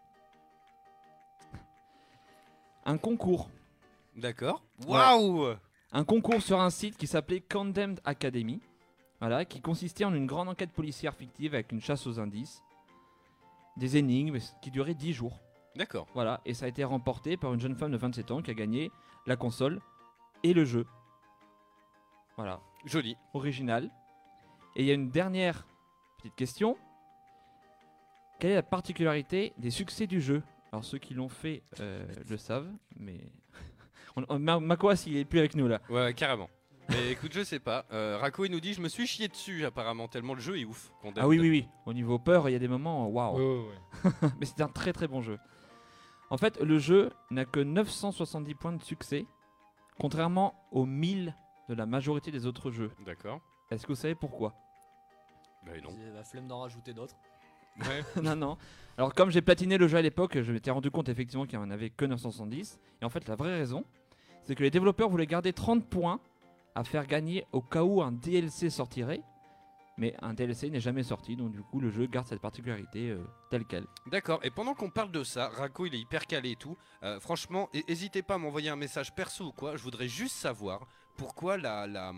Un concours. D'accord. Ouais. Waouh. Un concours sur un site qui s'appelait Condemned Academy. Voilà, qui consistait en une grande enquête policière fictive avec une chasse aux indices, des énigmes qui duraient dix jours. D'accord. Voilà, et ça a été remporté par une jeune femme de vingt-sept ans qui a gagné la console et le jeu. Voilà, Joli. original. Et il y a une dernière petite question. Quelle est la particularité des succès du jeu? Alors ceux qui l'ont fait euh, le savent, mais... on, on, Ma- Makoas, il est plus avec nous là. Ouais, ouais, carrément. Mais écoute, je sais pas. Euh, Rako, il nous dit, je me suis chié dessus apparemment, tellement le jeu est ouf. Condemned. Ah oui, oui, oui. Au niveau peur, il y a des moments, waouh. Ouais, ouais, ouais. Mais c'est un très très bon jeu. En fait, le jeu n'a que neuf cent soixante-dix points de succès, contrairement aux mille de la majorité des autres jeux. D'accord. Est-ce que vous savez pourquoi? Bah non. C'est la flemme d'en rajouter d'autres. Ouais. Non, non. Alors, comme j'ai platiné le jeu à l'époque, je m'étais rendu compte effectivement qu'il n'y en avait que neuf cent soixante-dix. Et en fait, la vraie raison, c'est que les développeurs voulaient garder trente points à faire gagner au cas où un D L C sortirait. Mais un D L C n'est jamais sorti, donc du coup, le jeu garde cette particularité euh, telle qu'elle. D'accord, et pendant qu'on parle de ça, Rako il est hyper calé et tout. Euh, franchement, n'hésitez pas à m'envoyer un message perso ou quoi. Je voudrais juste savoir pourquoi la, la,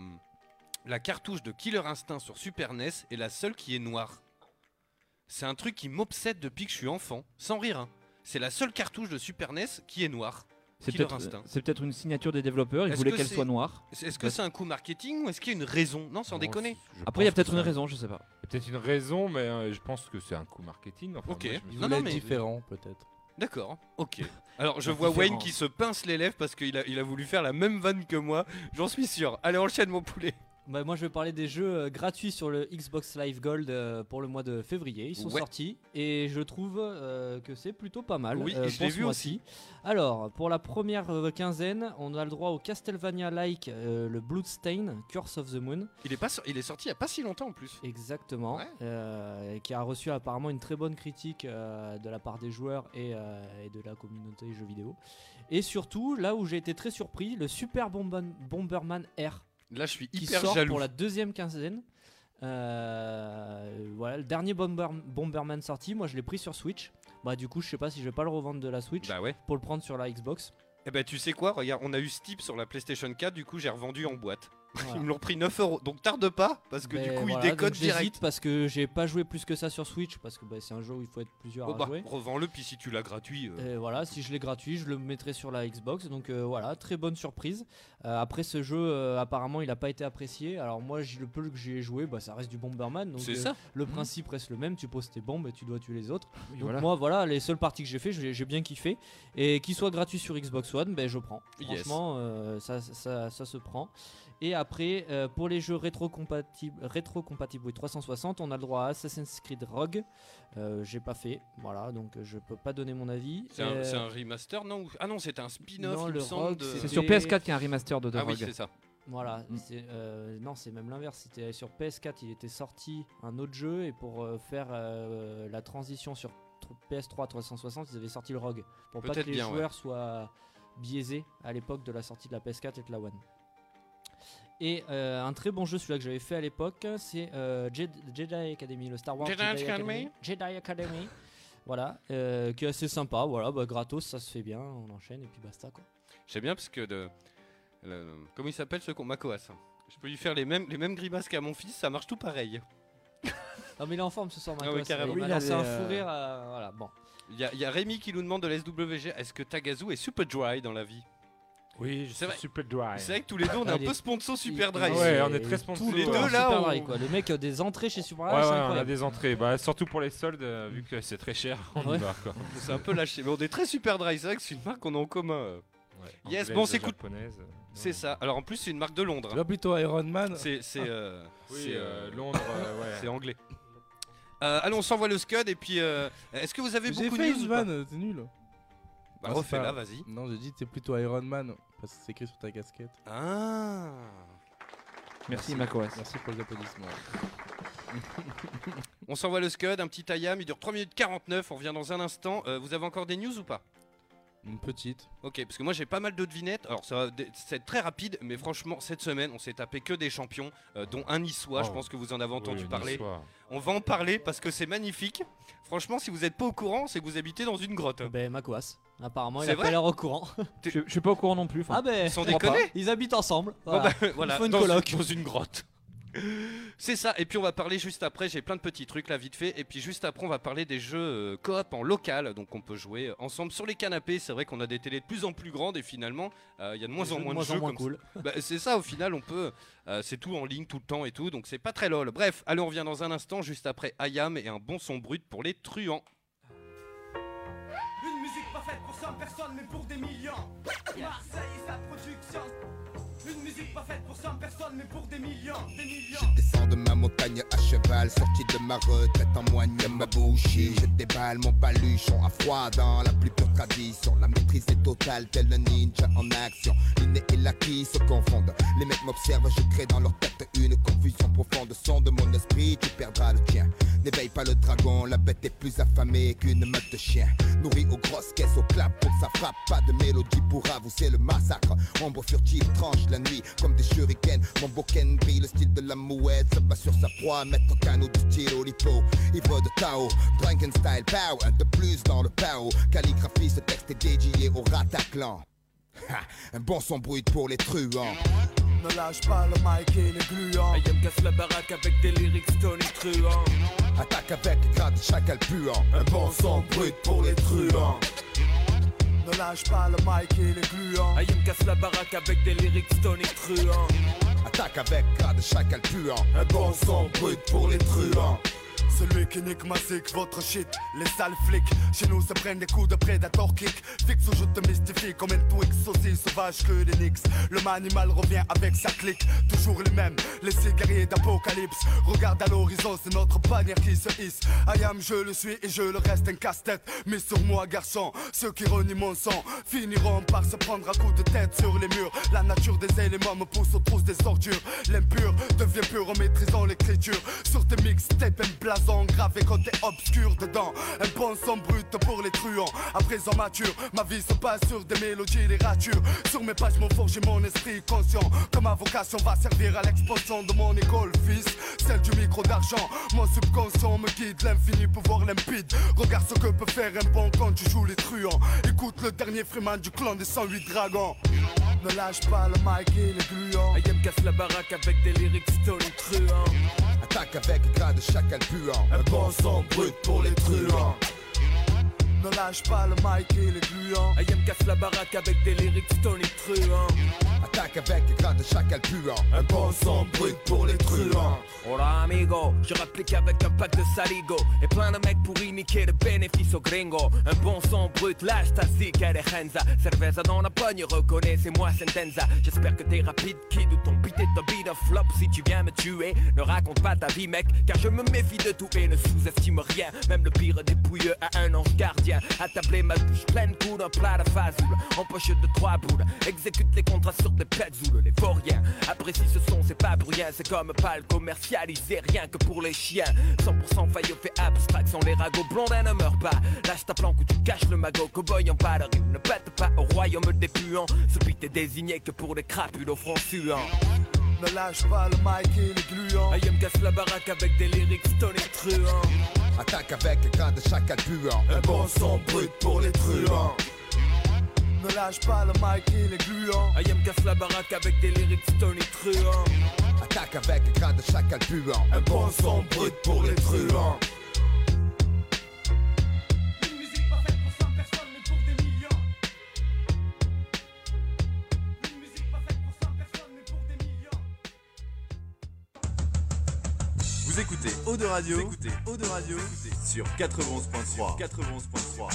la cartouche de Killer Instinct sur Super N E S est la seule qui est noire. C'est un truc qui m'obsède depuis que je suis enfant, sans rire. Hein. C'est la seule cartouche de Super N E S qui est noire. C'est Killer peut-être Instinct. c'est peut-être une signature des développeurs, ils Est-ce voulaient que qu'elle c'est- soit noire. Est-ce que c'est un coup marketing ou est-ce qu'il y a une raison? Non, sans Non, déconner. je Après, il y a pense peut-être que une c'est un- raison, je sais pas. Il y a peut-être une raison, mais euh, je pense que c'est un coup marketing. Enfin, Ok. moi, je me Il dis- Non, voulait non, être mais- différent, peut-être. D'accord, ok. Alors je La vois Wayne différence. qui se pince les lèvres parce qu'il a, il a voulu faire la même vanne que moi, j'en suis sûr. Allez, enchaîne mon poulet. Bah, moi je vais parler des jeux euh, gratuits sur le Xbox Live Gold euh, pour le mois de février. Ils sont Ouais. sortis et je trouve euh, que c'est plutôt pas mal. Oui, euh, je pour l'ai ce vu mois-ci. Alors pour la première euh, quinzaine, on a le droit au Castlevania-like, euh, le Bloodstain, Curse of the Moon. Il est, pas, sor- il est sorti il y a pas si longtemps en plus. Exactement. Ouais. Euh, et qui a reçu apparemment une très bonne critique euh, de la part des joueurs et, euh, et de la communauté jeux vidéo. Et surtout, là où j'ai été très surpris, le Super Bomber- Bomberman R. Là je suis Qui hyper sort jaloux. pour la deuxième quinzaine. Euh, voilà, le dernier Bomber- Bomberman sorti, moi je l'ai pris sur Switch. Bah du coup, je sais pas si je vais pas le revendre de la Switch Bah ouais. pour le prendre sur la Xbox. Eh ben tu sais quoi, regarde, on a eu Steep sur la PlayStation quatre, du coup j'ai revendu en boîte. Voilà. Ils me l'ont pris neuf euros, donc tarde pas, parce que du Mais coup voilà, ils décodent donc j'hésite direct. parce que j'ai pas joué plus que ça sur Switch parce que bah, c'est un jeu où il faut être plusieurs Bon à bah, jouer. revends-le, puis si tu l'as gratuit... euh, Et voilà, si je l'ai gratuit, je le mettrai sur la Xbox. Donc euh, voilà, très bonne surprise. Euh, après ce jeu, euh, apparemment, il n'a pas été apprécié. Alors moi, j- le peu que j'y ai joué, bah, ça reste du Bomberman. Donc C'est euh, ça. le principe reste le même. Tu poses tes bombes et tu dois tuer les autres. Donc voilà. moi, voilà, les seules parties que j'ai fait, j'ai j'ai bien kiffé. Et qu'il soit gratuit sur Xbox One, ben je prends. Yes. Franchement, euh, ça, ça, ça se prend. Et après, euh, pour les jeux rétro-compatibles, rétro-compatibles oui, trois cent soixante, on a le droit à Assassin's Creed Rogue. Euh, j'ai pas fait, voilà, donc euh, je peux pas donner mon avis. C'est un, Euh, c'est un remaster, non ou- Ah non, c'était un spin-off, non, il me le semble. Rogue, de- C'est C'était- sur P S quatre qu'il y a un remaster de The Ah oui, Rogue. c'est ça. Voilà, Mm. c'est, euh, non, c'est même l'inverse. C'était sur P S quatre, il était sorti un autre jeu et pour euh, faire euh, la transition sur tr- P S trois trois cent soixante, ils avaient sorti le Rogue pour pas que Peut-être les bien, ouais. joueurs soient biaisés à l'époque de la sortie de la P S quatre et de la One. Et euh, un très bon jeu, celui-là que j'avais fait à l'époque, c'est euh, Jed- Jedi Academy, le Star Wars Jedi Jedi, Academy. Academy. Jedi Academy. Voilà, euh, qui est assez sympa. Voilà, bah, gratos, ça se fait bien, on enchaîne et puis basta quoi. J'aime bien parce que de. le- comment il s'appelle ce con Makoas. Je peux lui faire les mêmes, les mêmes grimaces qu'à mon fils, ça marche tout pareil. Non mais il est en forme ce soir, Ah Marcos. oui, carrément. Il m'a Oui, il a lancé un des, fou euh, rire. euh, voilà, bon. Il y, a- il y a Rémi qui nous demande de l'S W G, est-ce que Tagazu est super dry dans la vie? Oui, je C'est suis vrai. super dry. C'est vrai que tous les deux on est Ah, un il peu est- sponsor super il- dry. il- Ouais, il- on est très tous sponsors. les deux deux, là, là, Super on- Dry, quoi. Le mec a des entrées chez Super Dry, Ouais, c'est ouais, on a incroyable. des entrées. Bah, surtout pour les soldes, euh, vu que c'est très cher, on Ouais. y va. Quoi. C'est un peu lâché, mais on est très super dry, c'est vrai que c'est une marque qu'on a en commun. euh. Ouais, Yes, anglaise, bon, c'est cool. japonaise, euh, C'est ouais. ça. Alors en plus c'est une marque de Londres. Tu hein. vois plutôt Iron Man. C'est c'est euh, Oui, c'est, euh, euh, Londres, euh, ouais. c'est anglais. Euh, allez, on s'envoie le scud et puis euh, est-ce que vous avez J'ai beaucoup de fait news une ou pas? vanne, c'est nul. Bah Ah, c'est refais-la, pas- vas-y. Non, j'ai dit c'est plutôt Iron Man. Parce que c'est écrit sur ta casquette. Ah. Merci, macOS. Merci pour les applaudissements. On s'envoie le Scud, un petit I A M, il dure trois minutes quarante-neuf, on revient dans un instant. Euh, vous avez encore des news ou pas? Une petite. Ok, parce que moi j'ai pas mal de devinettes. Alors ça va d- c'est très rapide, mais franchement, cette semaine, on s'est tapé que des champions, euh, dont un niçois. Oh. Je pense que vous en avez entendu Oui, parler. niçois. On va en parler parce que c'est magnifique. Franchement, si vous n'êtes pas au courant, c'est que vous habitez dans une grotte. Ben, Macoas. Apparemment, il C'est a vrai pas l'air au courant. Je, je suis pas au courant non plus. enfin. Ah ben, Sans je crois déconner. pas. Ils habitent ensemble. Bon, Voilà. bah, voilà, Ils font une dans, coloc. dans une grotte. C'est ça, et puis on va parler juste après, j'ai plein de petits trucs là vite fait, et puis juste après on va parler des jeux euh, coop en local, donc on peut jouer ensemble sur les canapés. C'est vrai qu'on a des télés de plus en plus grandes et finalement il euh, y a de moins en Jeux moins de moins jeux en moins comme cool. ça. Bah, c'est ça, au final on peut, euh, c'est tout en ligne tout le temps et tout, donc c'est pas très lol. Bref, allez on revient dans un instant, juste après I A M et un bon son brut pour les truands. Une musique pas faite pour cent personnes mais pour des millions. Marseille et sa production. Une musique pas faite pour cent personnes mais pour des millions, des millions. Je descends de ma montagne à cheval, sorti de ma retraite en moigne ma bouche. Je déballe mon baluchon à froid dans la plus pure tradition. La maîtrise est totale, tel un ninja en action. L'inné et l'acquis se confondent. Les mecs m'observent, je crée dans leur tête une confusion profonde. Son de mon esprit, tu perdras le tien. N'éveille pas le dragon, la bête est plus affamée qu'une meute de chiens. Nourrie aux grosses caisses, au clap pour sa frappe. Pas de mélodie pour avouer le massacre. Ombre furtive tranche la nuit comme des shurikens. Mon boken brille, le style de la mouette se bat sur sa proie. Maître canot du style Olipo, ivre de Tao. Drunken style power, un de plus dans le Pao. Calligraphie, ce texte est dédié au Rataclan. Ha, un bon son brut pour les truands. Ne lâche pas le mic et les gluants. I M casse la baraque avec des lyrics Tony truands. Attaque avec grade chacal puant. Un bon son brut pour les truands. Ne lâche pas le mic et les gluants. I M casse la baraque avec des lyrics Tony truands. Attaque avec grade chacal puant. Un bon son brut pour les truands. Celui qui nique ma zik, votre shit, les sales flics. Chez nous se prennent des coups de prédator kick. Fixe où je te mystifie comme un Twix aussi sauvage que les Knicks. Le manimal revient avec sa clique, toujours les mêmes, les cigariers d'apocalypse. Regarde à l'horizon, c'est notre bannière qui se hisse. I am, je le suis et je le reste un casse-tête. Mais sur moi garçon, ceux qui renient mon sang finiront par se prendre à coups de tête sur les murs. La nature des éléments me pousse aux trousses des ordures. L'impur devient pur en maîtrisant l'écriture. Sur tes mixtapes, un blason gravé côté obscur dedans. Un bon son brut pour les truands. À présent mature, ma vie se passe sur des mélodies, les ratures. Sur mes pages m'ont forgé mon esprit conscient. Que ma vocation va servir à l'expansion de mon école, fils. Celle du micro d'argent. Mon subconscient me guide, l'infini pouvoir limpide. Regarde ce que peut faire un bon quand tu joues les truands. Écoute le dernier Freeman du clan des cent huit dragons. Ne lâche pas le mic et les gluants. I M casse la baraque avec des lyrics Tony truands. Attaque avec grade chacal puant. Un bon son brut pour les truands. Ne lâche pas le mic et les gluants. I M casse la baraque avec des lyrics Tony truands. Attaque avec grade chacal puant. Un bon son brut pour les truands. Hola amigo, je rapplique avec un pack de saligo. Et plein de mecs pour niquer le bénéfice au gringo. Un bon son brut, lâche ta zik et les henza. Cerveza dans la pogne, reconnais c'est moi Sentenza. J'espère que t'es rapide, kid, ou ton beat est un beat of flop. Si tu viens me tuer, ne raconte pas ta vie mec. Car je me méfie de tout et ne sous-estime rien. Même le pire des pouilleux a un ange gardien. Attablé ma bouche pleine coup d'un plat de fazoule. En poche de trois boules, exécute les contrats sur des petzoules. Les vauriens apprécient ce son, c'est pas pour rien. C'est comme pas le commercialisé, rien que pour les chiens. Cent pour cent faillot fait abstraction. Les ragots blondins ne meurent pas. Lâche ta planque ou tu caches le magot. Cowboy en pas de rue, ne pète pas au royaume des puants. Ce beat est désigné que pour les crapules au front suant. Ne lâche pas le mic et les gluants. I M casse la baraque avec des lyrics Tony truands. Attaque avec grade chacal puant. Un bon son brut pour les truands. Ne lâche pas le mic et les gluants. I M casse la baraque avec des lyrics Tony truands. Attaque avec grade chacal puant. Un bon son brut pour les truands. Une musique pas faite pour cent personnes mais pour des millions. Une musique pas faite pour cent personnes mais pour des millions. Vous écoutez Eau de Radio, Vous écoutez Eau de Radio sur quatre-vingt-onze point trois. quatre-vingt-onze point trois.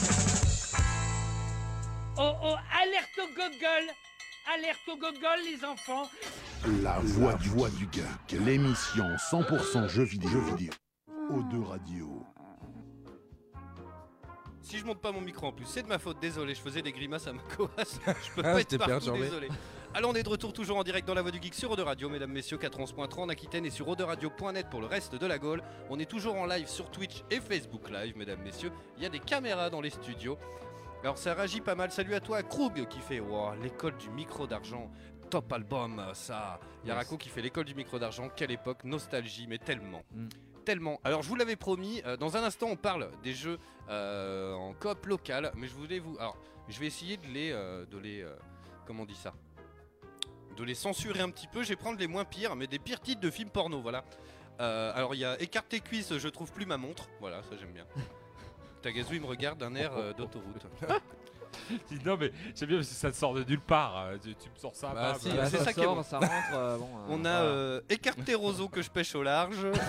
Oh oh, alerte au gogol. Alerte au gogol les enfants. La voix du voix du geek, l'émission cent pour cent jeux vidéo, jeux vidéo. Eau de Radio. Si je monte pas mon micro en plus, c'est de ma faute, désolé, je faisais des grimaces à ma coasse. Je peux Ah, pas être j'étais partout, perturbé. désolé. Alors on est de retour toujours en direct dans la Voix du Geek sur Eau de Radio, mesdames, messieurs, quatre-vingt-onze point trois en Aquitaine et sur eau de radio point net pour le reste de la Gaule. On est toujours en live sur Twitch et Facebook Live, mesdames, messieurs. Il y a des caméras dans les studios. Alors ça réagit pas mal. Salut à toi, Krug qui fait wow, l'école du micro d'argent. Top album, ça. Il y a Yes. Rako qui fait l'école du micro d'argent. Quelle époque, nostalgie, mais tellement. Mm. Tellement. Alors je vous l'avais promis, euh, dans un instant on parle des jeux euh, en coop local, mais je voulais vous... Alors je vais essayer de les... euh, de les euh, comment on dit ça de les censurer un petit peu, je vais prendre les moins pires, mais des pires titres de films porno, voilà. Euh, alors il y a Écarte tes cuisses, je trouve plus ma montre, voilà, ça j'aime bien. Tagazu il me regarde d'un air euh, d'autoroute. Non mais j'aime bien parce que ça te sort de nulle part. euh, Tu, tu me sors ça. Bah, bam, si, euh, bah, c'est ça qui est sort, bon. ça rentre. euh, bon, euh, On a euh, Écarté roseau que je pêche au large. euh,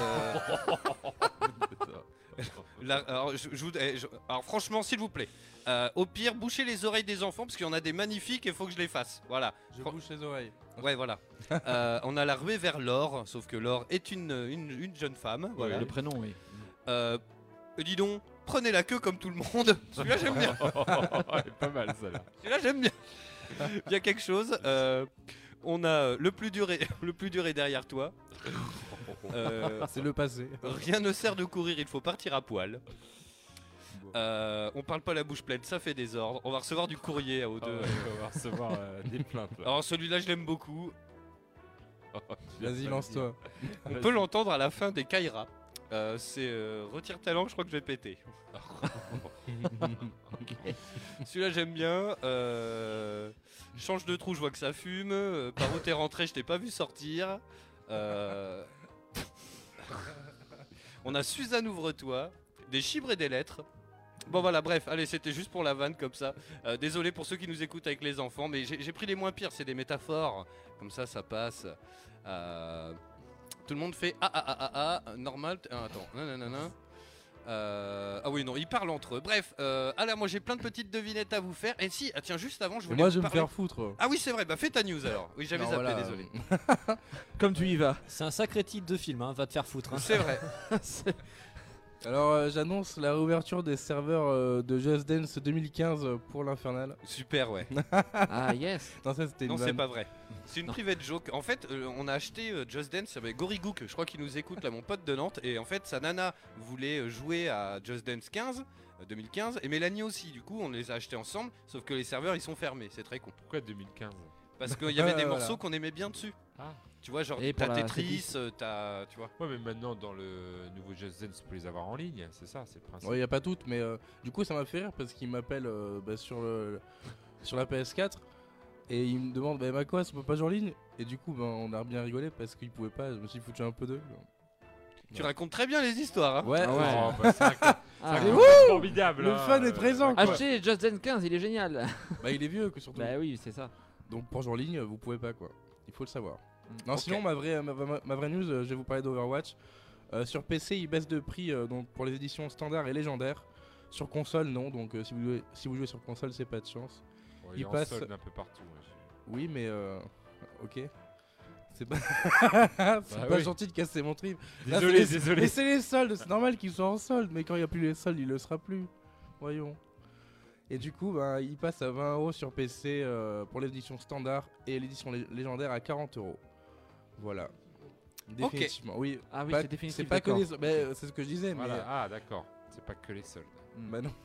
là, alors, je- je vous- eh, je- alors, franchement, s'il vous plaît, euh, au pire, bouchez les oreilles des enfants parce qu'il y en a des magnifiques et il faut que je les fasse. Voilà. Je Fran- bouche les oreilles. Ouais, voilà. Euh, on a la ruée vers l'or, sauf que l'or est une, une, une jeune femme. Voilà. Le prénom, oui. Euh, euh, dis donc, prenez la queue comme tout le monde. Celui-là, j'aime bien. Elle est pas mal celle-là. Celui-là, j'aime bien. Il y a quelque chose. euh, on a euh, le plus dur est, le plus dur est derrière toi. Euh, C'est le passé. Rien ne sert de courir, il faut partir à poil. Euh, on parle pas la bouche pleine, ça fait désordre. On va recevoir du courrier à O deux. Ah ouais, on va recevoir euh, des plaintes. Là. Alors celui-là, je l'aime beaucoup. Vas-y, lance-toi. On peut l'entendre à la fin des Kaira. Euh, c'est euh, retire ta langue, je crois que je vais péter. Celui-là j'aime bien. Euh, change de trou, je vois que ça fume. Euh, par où t'es rentré, je t'ai pas vu sortir. Euh, On a Suzanne ouvre-toi, des chibres et des lettres. Bon voilà, bref, allez, c'était juste pour la vanne comme ça. Euh, désolé pour ceux qui nous écoutent avec les enfants, mais j'ai j'ai pris les moins pires, c'est des métaphores. Comme ça, ça passe. Euh, Tout le monde fait ah ah ah ah ah, normal. Ah, attends, nanana. Euh, ah oui, non, ils parlent entre eux. Bref, euh, alors moi j'ai plein de petites devinettes à vous faire. Et si, ah tiens, juste avant, je Et voulais. moi, vous je vais me parler- faire foutre. Ah oui, c'est vrai, bah fais ta news alors. Oui, j'avais Non, zappé, voilà. désolé. Comme tu y vas. C'est un sacré titre de film, hein, va te faire foutre. hein. C'est vrai. Alors, euh, j'annonce la réouverture des serveurs euh, de Just Dance deux mille quinze pour l'Infernal. Super, ouais. Ah yes. Non, ça c'était une Non, c'est vanne. pas vrai. C'est une private joke. En fait, euh, on a acheté euh, Just Dance avec Gorigouk, je crois qu'il nous écoute, là, mon pote de Nantes. Et en fait, sa nana voulait euh, jouer à Just Dance quinze, euh, deux mille quinze, et Mélanie aussi. Du coup, on les a achetés ensemble, sauf que les serveurs ils sont fermés. C'est très con. Pourquoi deux mille quinze? Parce qu'il y avait des Voilà. morceaux qu'on aimait bien dessus. Ah. Tu vois, genre Et pour t'as la Tetris, setlist. euh, t'as. Tu vois. Ouais, mais maintenant dans le nouveau Just Dance, tu peux les avoir en ligne, c'est ça, c'est le principe. Ouais, y a pas toutes, mais euh, du coup, ça m'a fait rire parce qu'il m'appelle euh, bah, sur, le, sur la P S quatre et il me demande bah, Macos, on peut pas jouer en ligne. Et du coup, bah, on a bien rigolé parce qu'il pouvait pas. Je me suis foutu un peu d'eux. Tu racontes très bien les histoires. Hein. Ouais, Ah ouais. Oh, bah, c'est un- Ah, c'est Mais un- wouh formidable. le hein, fan est euh, présent, quoi. Achetez Just Dance quinze, il est génial. Bah, il est vieux que surtout. Bah oui, c'est ça. Donc pour jouer en ligne, vous pouvez pas quoi. Il faut le savoir. Non, Ok. sinon ma vraie, ma, ma- ma vraie news, euh, je vais vous parler d'Overwatch. Euh, sur P C, il baisse de prix euh, donc pour les éditions standard et légendaires. Sur console, non. Donc euh, si, vous jouez, si vous jouez sur console, c'est pas de chance. Bon, il il est en passe- solde un peu partout. ouais, je- Oui, mais euh, ok. C'est pas, c'est Bah pas oui. gentil de casser mon trip. Là, Désolé, c'est les- désolé. Mais c'est les soldes, c'est normal qu'ils soient en solde. Mais quand il n'y a plus les soldes, il le sera plus. Voyons. Et du coup, bah, il passe à vingt euros sur P C euh, pour l'édition standard et l'édition lé- légendaire à quarante euros. Voilà. Définitivement. Oui. Ah oui, pas- c'est définitif, C'est pas que d'accord. les. Bah, euh, c'est ce que je disais. Voilà. Mais Ah, d'accord. C'est pas que les soldes. bah non.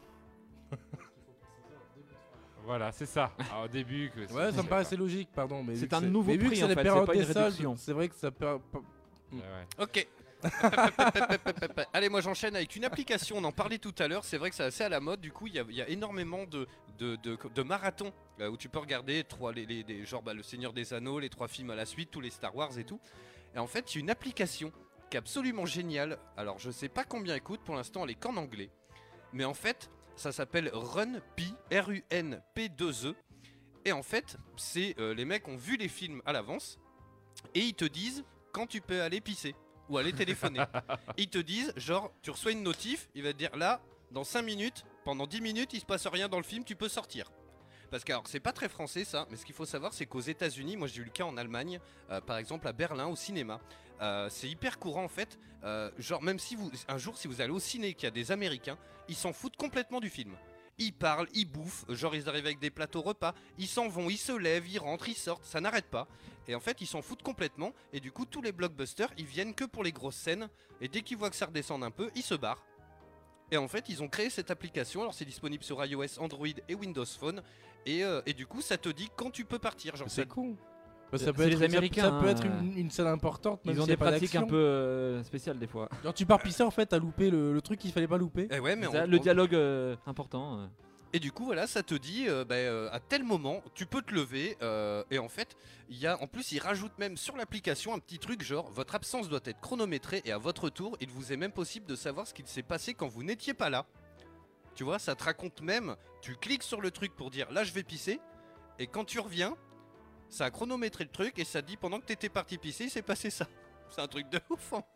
Voilà, c'est ça. Ah, au début. Que Ouais, ça me c'est- paraissait logique, pardon. Mais C'est vu que un nouveau mais vu que prix, c'est en les fait, périodes c'est pas une des soldes, réduction. c'est vrai que ça perd. Ouais, ouais. Ok. Allez, moi j'enchaîne avec une application, on en parlait tout à l'heure, c'est vrai que c'est assez à la mode, du coup il y, a- il y a énormément de, de, de, de marathons euh, où tu peux regarder trois, les, les- les- genre bah, Le Seigneur des Anneaux, les trois films à la suite, tous les Star Wars et tout. Et en fait, il y a une application qui est absolument géniale, alors je sais pas combien elle coûte, pour l'instant elle est qu'en anglais, mais en fait ça s'appelle RunP, R U N P deux E, et en fait c'est euh, les mecs ont vu les films à l'avance et ils te disent quand tu peux aller pisser ou aller téléphoner. Ils te disent, genre, tu reçois une notif, il va te dire là, dans cinq minutes, pendant dix minutes, il se passe rien dans le film, tu peux sortir. Parce que alors c'est pas très français ça, mais ce qu'il faut savoir c'est qu'aux États-Unis, moi j'ai eu le cas en Allemagne, euh, par exemple à Berlin au cinéma, euh, c'est hyper courant en fait. Euh, genre même si vous un jour si vous allez au ciné qu'il y a des Américains, ils s'en foutent complètement du film. Ils parlent, ils bouffent, genre ils arrivent avec des plateaux repas, ils s'en vont, ils se lèvent, ils rentrent, ils sortent, ça n'arrête pas. Et en fait ils s'en foutent complètement, et du coup tous les blockbusters ils viennent que pour les grosses scènes, et dès qu'ils voient que ça redescend un peu, ils se barrent. Et en fait ils ont créé cette application, alors c'est disponible sur iOS, Android et Windows Phone, et, euh, et du coup ça te dit quand tu peux partir. Genre C'est ça... con. Bah, ça, C'est peut les être, ça- Américains, ça, peut hein, être une, une scène importante. Même Ils ont s'il y a des pas pratiques un d'action. peu euh, spéciales des fois. Genre tu pars pisser en fait, t'as loupé le, le truc qu'il fallait pas louper. Eh ouais, mais Ça, on- le on- dialogue euh, important. euh. Et du coup voilà ça te dit euh, bah, euh, à tel moment tu peux te lever euh, et en fait il y a en plus ils rajoutent même sur l'application un petit truc genre votre absence doit être chronométrée et à votre tour il vous est même possible de savoir ce qu'il s'est passé quand vous n'étiez pas là. Tu vois ça te raconte même, tu cliques sur le truc pour dire là je vais pisser et quand tu reviens ça a chronométré le truc et ça te dit pendant que t'étais parti pisser il s'est passé ça. C'est un truc de ouf hein.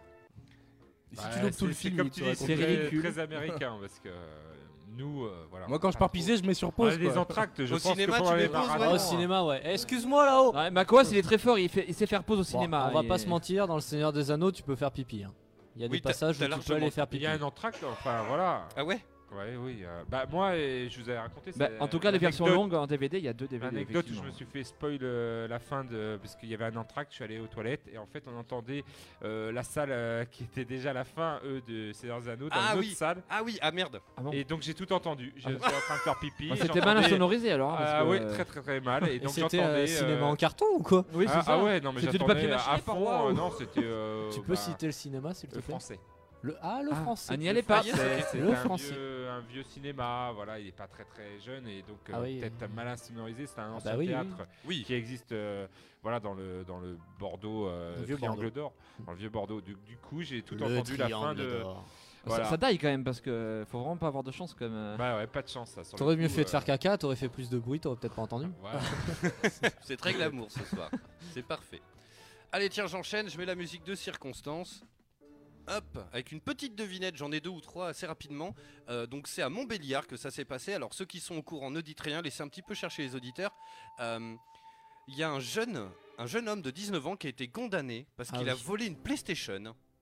Et si Bah, tu loupes c'est- tout le c'est film, comme il tu te dis, raconte- c'est C'est très, ridicule. très américain parce que euh, nous, euh, voilà. Moi quand je on pars a pisser, je mets sur trop- on a pause. des quoi. entractes. Je Au pense cinéma, que tu pour mets les pause, ouais. marathons, Ah, au cinéma, ouais. Eh, excuse-moi là-haut. Ouais, Makoas il est très fort, il, fait, il sait faire pause au Bon, cinéma. on va il pas est- se mentir, dans le Seigneur des Anneaux, tu peux faire pipi. hein. Il y a Oui, des t'as- passages où t'as tu peux largement- aller faire Il pipi. y a un entracte, enfin voilà. Ah ouais. Ouais, oui. euh, bah moi, et je vous avais raconté. Bah, c'est en tout cas, les versions l'anecdote- longues en D V D, il y a deux D V D. Anecdote où je effectivement. me suis fait spoil euh, la fin de parce qu'il y avait un entracte, je suis allé aux toilettes et en fait on entendait euh, la salle euh, qui était déjà la fin eux de Seigneur des Anneaux dans Ah une oui. autre salle Ah oui ah merde. Ah bon et donc j'ai tout entendu. J'étais Ah en train de faire pipi. Bah, et C'était mal j'entendais- insonorisé alors. hein, parce Ah que, oui, euh, très très très mal et Et donc c'était j'entendais. un cinéma euh, en carton ou quoi? Oui, c'est ah, ça. ah ouais non mais C'était du j'attendais papier mâché à par fond. là, euh, ou- non c'était. euh, Tu peux bah, citer le cinéma s'il te le plaît? français. Le Ah, le Ah, français. ah, n'y allez pas. Yes. C'est c'est Le un, français. vieux, un vieux cinéma, voilà, il est pas très très jeune et donc Ah euh, oui. peut-être mal insonorisé. C'est un Ah ancien bah oui, théâtre Oui. qui existe, euh, voilà, dans le dans le Bordeaux, euh, Le vieux Triangle Bordeaux. d'or, dans le vieux Bordeaux. Du, du coup, j'ai tout Le entendu la fin triangle de. d'or. Voilà. Ça, ça daille quand même parce que faut vraiment pas avoir de chance comme. euh. Bah ouais, pas de chance ça. sur le T'aurais mieux coup, fait de euh, faire caca, t'aurais fait plus de bruit, t'aurais peut-être pas entendu. voilà. C'est très glamour ce soir. C'est parfait. Allez tiens j'enchaîne, je mets la musique de circonstance. Hop, avec une petite devinette, j'en ai deux ou trois assez rapidement. Euh, donc c'est à Montbéliard que ça s'est passé. Alors ceux qui sont au courant ne dites rien, laissez un petit peu chercher les auditeurs. Euh, Il y a un jeune, un jeune homme de dix-neuf ans qui a été condamné parce Ah qu'il oui. a volé une PlayStation.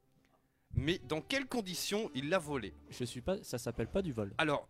Mais dans quelles conditions il l'a volée? Je suis pas. Ça s'appelle pas du vol. Alors,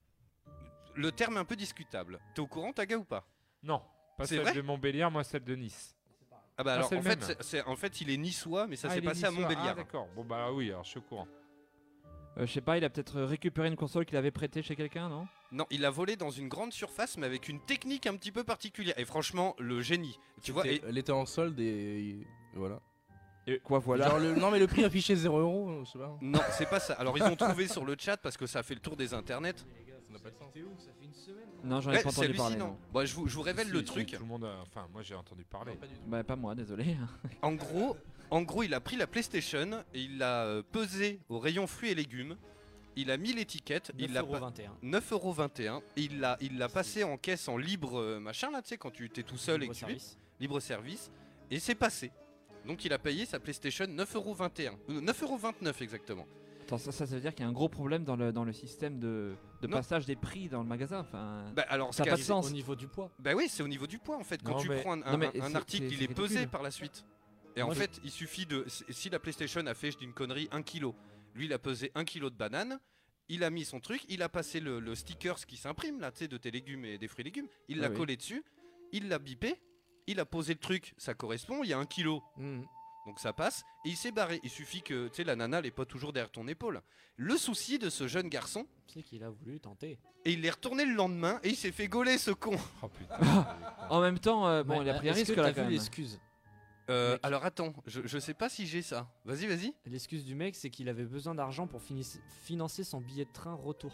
le terme est un peu discutable. T'es au courant Taga ou pas? Non, pas C'est celle vrai de Montbéliard, moi celle de Nice. Ah bah Ah, alors c'est en le fait, même. c'est- c'est- en fait il est niçois mais ça Ah, s'est il est passé à niçois. Montbéliard. Ah d'accord. Bon bah oui, alors je suis au courant. Euh, je sais pas, il a peut-être récupéré une console qu'il avait prêtée chez quelqu'un, non? Non, il l'a volé dans une grande surface, mais avec une technique un petit peu particulière. Et franchement, le génie. Tu vois, et... Elle était en solde et et voilà. Et quoi, voilà. Genre le... Non mais le prix affiché zéro euros, je sais pas. Non, c'est pas ça. Alors ils ont trouvé sur le chat parce que ça a fait le tour des internets. Ça n'a pas de sens. Non, j'en ai Ouais, pas c'est entendu parler. hallucinant. Non. Bon, je vous, je vous révèle Si, le si, truc. Tout le monde, a- enfin moi j'ai entendu parler. Bah, pas moi, désolé. En gros, en gros, il a pris la PlayStation et il l'a euh, pesée au rayon fruits et légumes. Il a mis l'étiquette, il l'a pas- vingt et un. neuf euros vingt et un et il l'a il l'a passé en caisse en libre euh, machin là, tu sais quand tu t'es tout seul et que tu es libre service et c'est passé. Donc il a payé sa PlayStation neuf euros vingt et un. Euh, neuf euros vingt-neuf exactement. Attends, ça, ça, ça veut dire qu'il y a un gros problème dans le, dans le système de, de Non. passage des prix dans le magasin. Enfin, Bah alors ça ce n'a pas qu'a- de sens. Au niveau du poids. Bah oui, c'est au niveau du poids en fait. Quand Non, tu mais- prends un, non, un- mais un c'est- article, c'est- il c'est est pesé ridicule. par la suite. Et Moi, en je- fait, il suffit de. Si la PlayStation a fait, je dis une connerie, un kilo. Lui, il a pesé un kilo de banane. Il a mis son truc. Il a passé le, le sticker ce qui s'imprime là, tu sais, de tes légumes et des fruits et légumes. Il Ah l'a oui. collé dessus. Il l'a bipé. Il a posé le truc. Ça correspond. Il y a un kilo. Mhm. Donc ça passe. Et il s'est barré. Il suffit que, tu sais, la nana, elle est pas toujours derrière ton épaule. Le souci de ce jeune garçon. C'est qu'il a voulu tenter. Et il est retourné le lendemain et il s'est fait gauler ce con. Oh putain. En même temps, euh, bon, Ouais, il a pris un est-ce que risque là t'as quand vu même. l'excuse Euh, Mec. alors attends, je, je sais pas si j'ai ça. Vas-y, vas-y. L'excuse du mec, c'est qu'il avait besoin d'argent pour finis- financer son billet de train retour.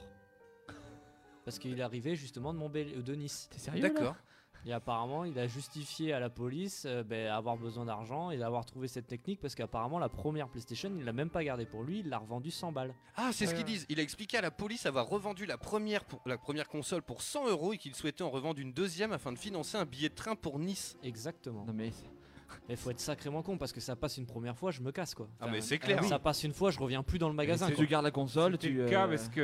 Parce qu'il est arrivé justement de Montbéliard, euh, de Nice. T'es sérieux là D'accord. Et apparemment, il a justifié à la police euh, ben, avoir besoin d'argent et d'avoir trouvé cette technique parce qu'apparemment, la première PlayStation, il l'a même pas gardée pour lui, il l'a revendue cent balles. Ah, c'est ce Ouais, qu'ils ouais. disent. Il a expliqué à la police avoir revendu la première, pour, la première console pour cent euros et qu'il souhaitait en revendre une deuxième afin de financer un billet de train pour Nice. Exactement. Non mais Il faut être sacrément con parce que ça passe une première fois, je me casse quoi. Ah, mais c'est clair. Ça passe une fois, je reviens plus dans le magasin. Tu quoi. gardes la console, C'était tu. le cas euh, parce que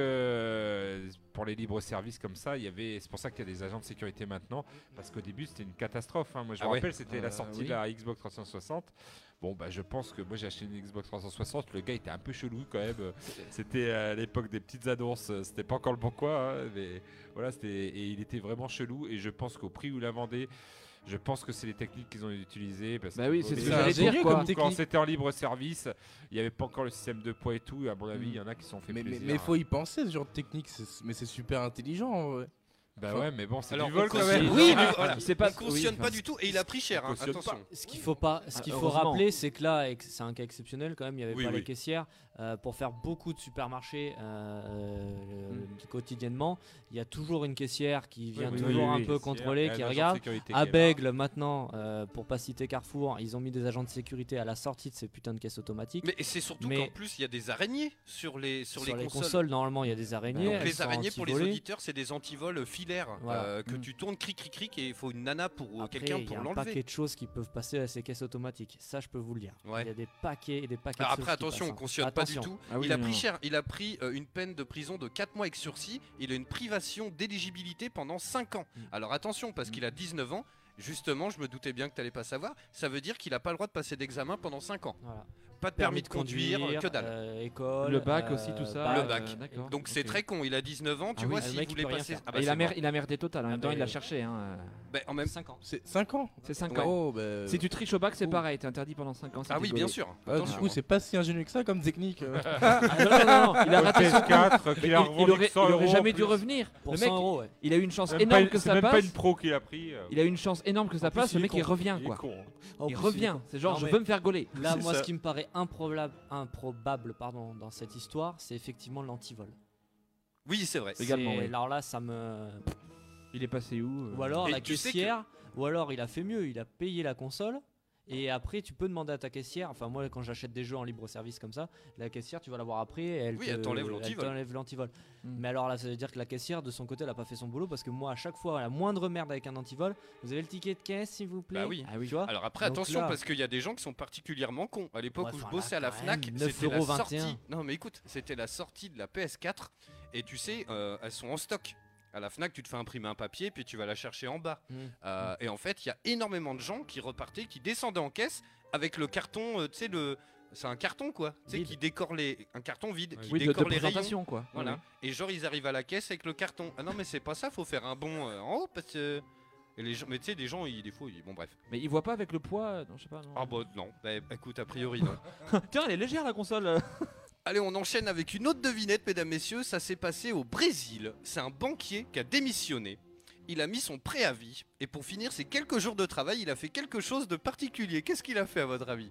euh, pour les libres services comme ça, il y avait. C'est pour ça qu'il y a des agents de sécurité maintenant, parce qu'au début c'était une catastrophe. hein. Moi je Ah me ouais. rappelle, c'était Euh, la sortie oui. de la Xbox trois cent soixante. Bon bah je pense que moi j'ai acheté une Xbox trois cent soixante, le gars était un peu chelou quand même. C'était à l'époque des petites annonces, c'était pas encore le bon quoi, hein, mais voilà c'était et il était vraiment chelou et je pense qu'au prix où il la vendait. Je pense que c'est les techniques qu'ils ont utilisées. Parce Bah oui, que- c'est ce au que début, j'allais dire, quoi. Quand technique. c'était en libre service, il n'y avait pas encore le système de poids et tout. Et à mon avis, il Mm. y en a qui se sont fait Mais mais plaisir. mais faut y penser ce genre de technique, c'est- mais c'est super intelligent. En vrai. Bah ouais, mais bon, c'est Alors, du vol on quand cautionne- même. Oui, Ah, mais voilà, c'est pas- on cautionne oui, pas enfin, du tout et il a pris cher. on hein, cautionne pas. attention. Ce qu'il faut pas, ce Ah, qu'il faut heureusement. rappeler, c'est que là, et que c'est un cas exceptionnel quand même. Il y avait Oui, pas oui. les caissières euh, pour faire beaucoup de supermarchés euh, euh, Mm. quotidiennement. Il y a toujours une caissière qui vient oui, toujours oui, un oui, peu caissière, contrôler, et un qui agent de regarde. sécurité À qui est là. Bègle maintenant, euh, pour pas citer Carrefour, ils ont mis des agents de sécurité à la sortie de ces putains de caisses automatiques. Mais c'est surtout Mais- qu'en plus il y a des araignées sur les sur, Sur les, les consoles. consoles, normalement, il y a des araignées. Donc elles les sont araignées pour les anti-volées. auditeurs, c'est des antivols filaires Voilà. euh, que Mm. tu tournes cric cric cric et il faut une nana pour ou Après, quelqu'un il y pour a un l'enlever. paquet de choses qui peuvent passer à ces caisses automatiques. Ça, je peux vous le dire. Ouais. Il y a des paquets et des paquets. Alors de après choses qui attention, on passent, hein. cautionne pas du Attention. tout. Ah oui, il a non, pris non. cher, il a pris euh, une peine de prison de quatre mois avec sursis, il a une privation d'éligibilité pendant cinq ans. Mm. Alors attention parce qu'il a dix-neuf ans. Justement, je me doutais bien que tu n'allais pas savoir. Ça veut dire qu'il n'a pas le droit de passer d'examen pendant cinq ans. Voilà. Pas de permis, de conduire, que dalle. euh, école, Le bac euh, aussi, tout ça. bac, Le bac. euh, d'accord. Donc c'est Ok. très con. Il a dix-neuf ans. Tu Ah oui, vois, le s'il mec, il voulait peut rien passer. faire. Ah bah, Et il, c'est a mer- mort. il a merdé total. En même Ah temps, bah, il l'a euh, cherché. Hein. Ben, en même cinq ans. C'est cinq ans. C'est cinq Ouais. ans. Oh, bah... Si tu triches au bac, c'est Ouh. pareil. T'es interdit pendant cinq ans. si Ah t'es oui, gaulé. bien sûr. Ah, du Attention. coup, c'est pas si ingénieux que ça comme technique. euh. Ah, non, non, non, non, il a raté son P S quatre, coup. qu'il Il, a il revendu aurait, cent il aurait euros jamais en dû plus. revenir. Pour Le mec, cent euros, ouais. il a eu une chance Même énorme pas- que C'est ça même pas passe. une pro qu'il a pris. euh. Il a eu une chance énorme que ça En plus, passe. Le il est mec, il con. revient Il est quoi. con, hein. En Il plus, revient. C'est genre, Non, je mais- veux me faire gauler. Là, C'est moi, ça. ce qui me paraît improbable, improbable pardon, dans cette histoire, c'est effectivement l'antivol. Oui, c'est vrai. Également, C'est- oui. Alors là, ça me. Il est passé où euh Ou alors Et la tu sais caissière, ou alors il a fait mieux, il a payé la console. Et après, tu peux demander à ta caissière. Enfin, moi, quand j'achète des jeux en libre service comme ça, la caissière, tu vas la voir après. Et elle Oui, te- elle t'enlève elle l'antivol. t'enlève l'antivol. Mm. Mais alors là, ça veut dire que la caissière, de son côté, elle a pas fait son boulot parce que moi, à chaque fois, la moindre merde avec un antivol, vous avez le ticket de caisse, s'il vous plaît. Bah oui. Ah oui. Tu vois. Alors après, Donc attention, là- parce qu'il y a des gens qui sont particulièrement cons. À l'époque Ouais, où je enfin, bossais là, à la quand Fnac, même, c'était la neuf euros vingt et un. sortie. Non mais écoute, c'était la sortie de la P S quatre. Et tu sais, euh, elles sont en stock. À la Fnac, tu te fais imprimer un papier, puis tu vas la chercher en bas. Mm. Euh, et en fait, il y a énormément de gens qui repartaient, qui descendaient en caisse avec le carton, euh, tu sais, le... c'est un carton quoi, tu sais, Vide. qui décore les... un carton vide, qui Oui, de, de décore les rayons. présentation quoi. Voilà. Ouais. Et genre, ils arrivent à la caisse avec le carton. Ah non, mais c'est pas ça, faut faire un bond euh, en haut, parce que... Et les gens... Mais tu sais, des gens, ils... des fois, ils... bon bref. Mais il voit pas avec le poids. euh, Non, je sais pas. Non. Ah bah non, bah écoute, a priori non. Tiens, elle est légère la console. Allez, on enchaîne avec une autre devinette, mesdames, messieurs. Ça s'est passé au Brésil. C'est un banquier qui a démissionné. Il a mis son préavis. Et pour finir ses quelques jours de travail, il a fait quelque chose de particulier. Qu'est-ce qu'il a fait, à votre avis?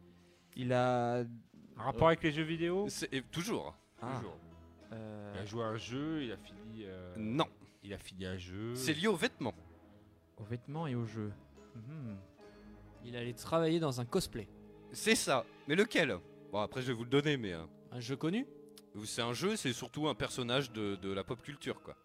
Il a. Un rapport avec les jeux vidéo C'est- et Toujours. Ah. Toujours. Euh, Il a joué à un jeu, il a fini. euh, Non. Il a fini un jeu. C'est lié aux vêtements. Aux vêtements et aux jeux. Mhm. Il allait travailler dans un cosplay. C'est ça. Mais lequel? Bon, après, je vais vous le donner, mais... euh, Un jeu connu. c'est un jeu, c'est surtout un personnage de, de la pop culture, quoi.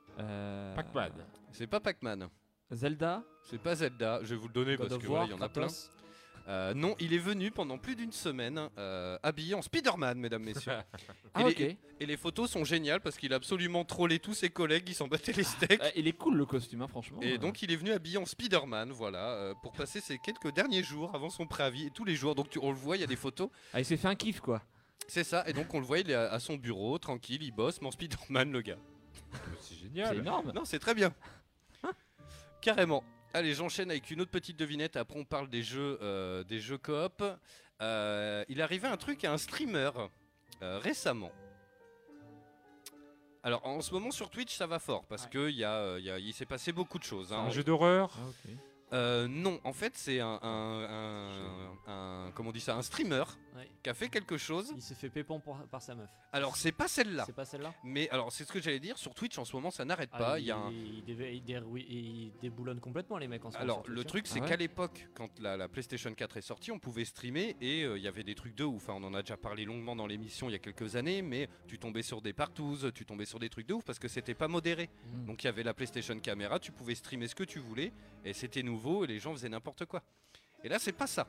Euh, Pac-Man. C'est pas Pac-Man. Zelda. C'est pas Zelda. Je vais vous le donner God parce of que War, voilà, il y en a plein. Kratos. Euh, non, il est venu pendant plus d'une semaine euh, habillé en Spider-Man, mesdames, messieurs. Ah et, ok. les, et les photos sont géniales parce qu'il a absolument trollé tous ses collègues, ils s'en battaient les steaks. Euh, il est cool le costume, hein, franchement. Et Euh, donc il est venu habillé en Spider-Man, voilà, euh, pour passer ses quelques derniers jours avant son préavis, et tous les jours, donc tu- on le voit, il y a des photos. Ah, il s'est fait un kiff quoi. C'est ça, et donc on le voit, il est à, à son bureau, tranquille, il bosse, mais en Spider-Man, le gars. C'est C'est génial. énorme. Non, c'est très bien. Carrément. Allez, j'enchaîne avec une autre petite devinette, après on parle des jeux, euh, des jeux coop. Euh, il est arrivé un truc à un streamer euh, récemment. Alors en ce moment sur Twitch ça va fort parce que il y a, euh, il y a- il s'est passé beaucoup de choses. hein. Un jeu d'horreur. Ah, ok. Euh, non, en fait c'est un, un, un- un- comment on dit ça, un streamer Ouais. qui a fait quelque chose. Il s'est fait pépon pour- par sa meuf. Alors c'est pas celle-là, C'est pas celle-là. mais alors c'est ce que j'allais dire. Sur Twitch en ce moment ça n'arrête Ah, pas. il, Il y a un- il, dé- il dé- oui, il déboulonne complètement les mecs en ce moment. Alors sur le Twitch, hein. truc c'est Ah ouais qu'à l'époque quand la, la PlayStation quatre est sortie on pouvait streamer et euh, il y avait des trucs de ouf, hein. On en a déjà parlé longuement dans l'émission il y a quelques années, mais tu tombais sur des partouzes, tu tombais sur des trucs de ouf parce que c'était pas modéré. Mm. Donc il y avait la PlayStation caméra, tu pouvais streamer ce que tu voulais et c'était nouveau et les gens faisaient n'importe quoi. Et là, c'est pas ça.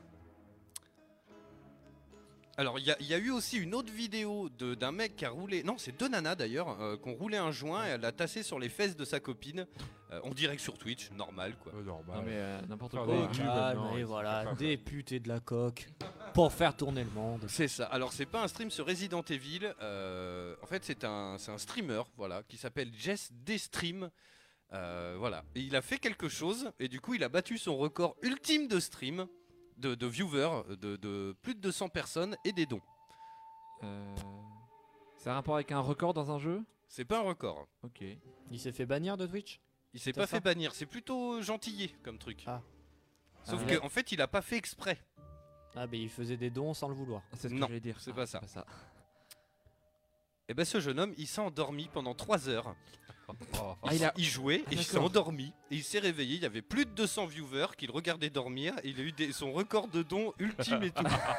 Alors, il y, y a eu aussi une autre vidéo de- d'un mec qui a roulé. Non, c'est deux nanas d'ailleurs, euh, qui ont roulé un joint et elle l'a tassé sur les fesses de sa copine. Euh, en direct sur Twitch, normal quoi. normal. Non, mais euh, n'importe Faire quoi. des pubs, Ah, maintenant, mais ils sont voilà, capables. des putes et de la coque pour faire tourner le monde. C'est ça. Alors, c'est pas un stream sur Resident Evil. euh, en fait, c'est un, c'est un streamer voilà, qui s'appelle Jess Destream. Euh, voilà. Et il a fait quelque chose et du coup, il a battu son record ultime de stream, de, de viewers, de, de plus de deux cents personnes et des dons. Euh, C'est un rapport avec un record dans un jeu? C'est pas un record. Ok. Il s'est fait bannir de Twitch? Il s'est C'est pas ça fait bannir, c'est plutôt gentillé comme truc. Ah. Sauf Ah, que ouais. en fait, il a pas fait exprès. Ah, bah il faisait des dons sans le vouloir. C'est ce que Non, j'allais dire. c'est Ah, pas ça. pas ça. Et ben ce jeune homme, il s'est endormi pendant trois heures. Ah, il a- il jouait Ah, et il s'est d'accord. endormi et il s'est réveillé. Il y avait plus de deux cents viewers qui le regardaient dormir. Et il a eu des- son record de dons ultime et tout.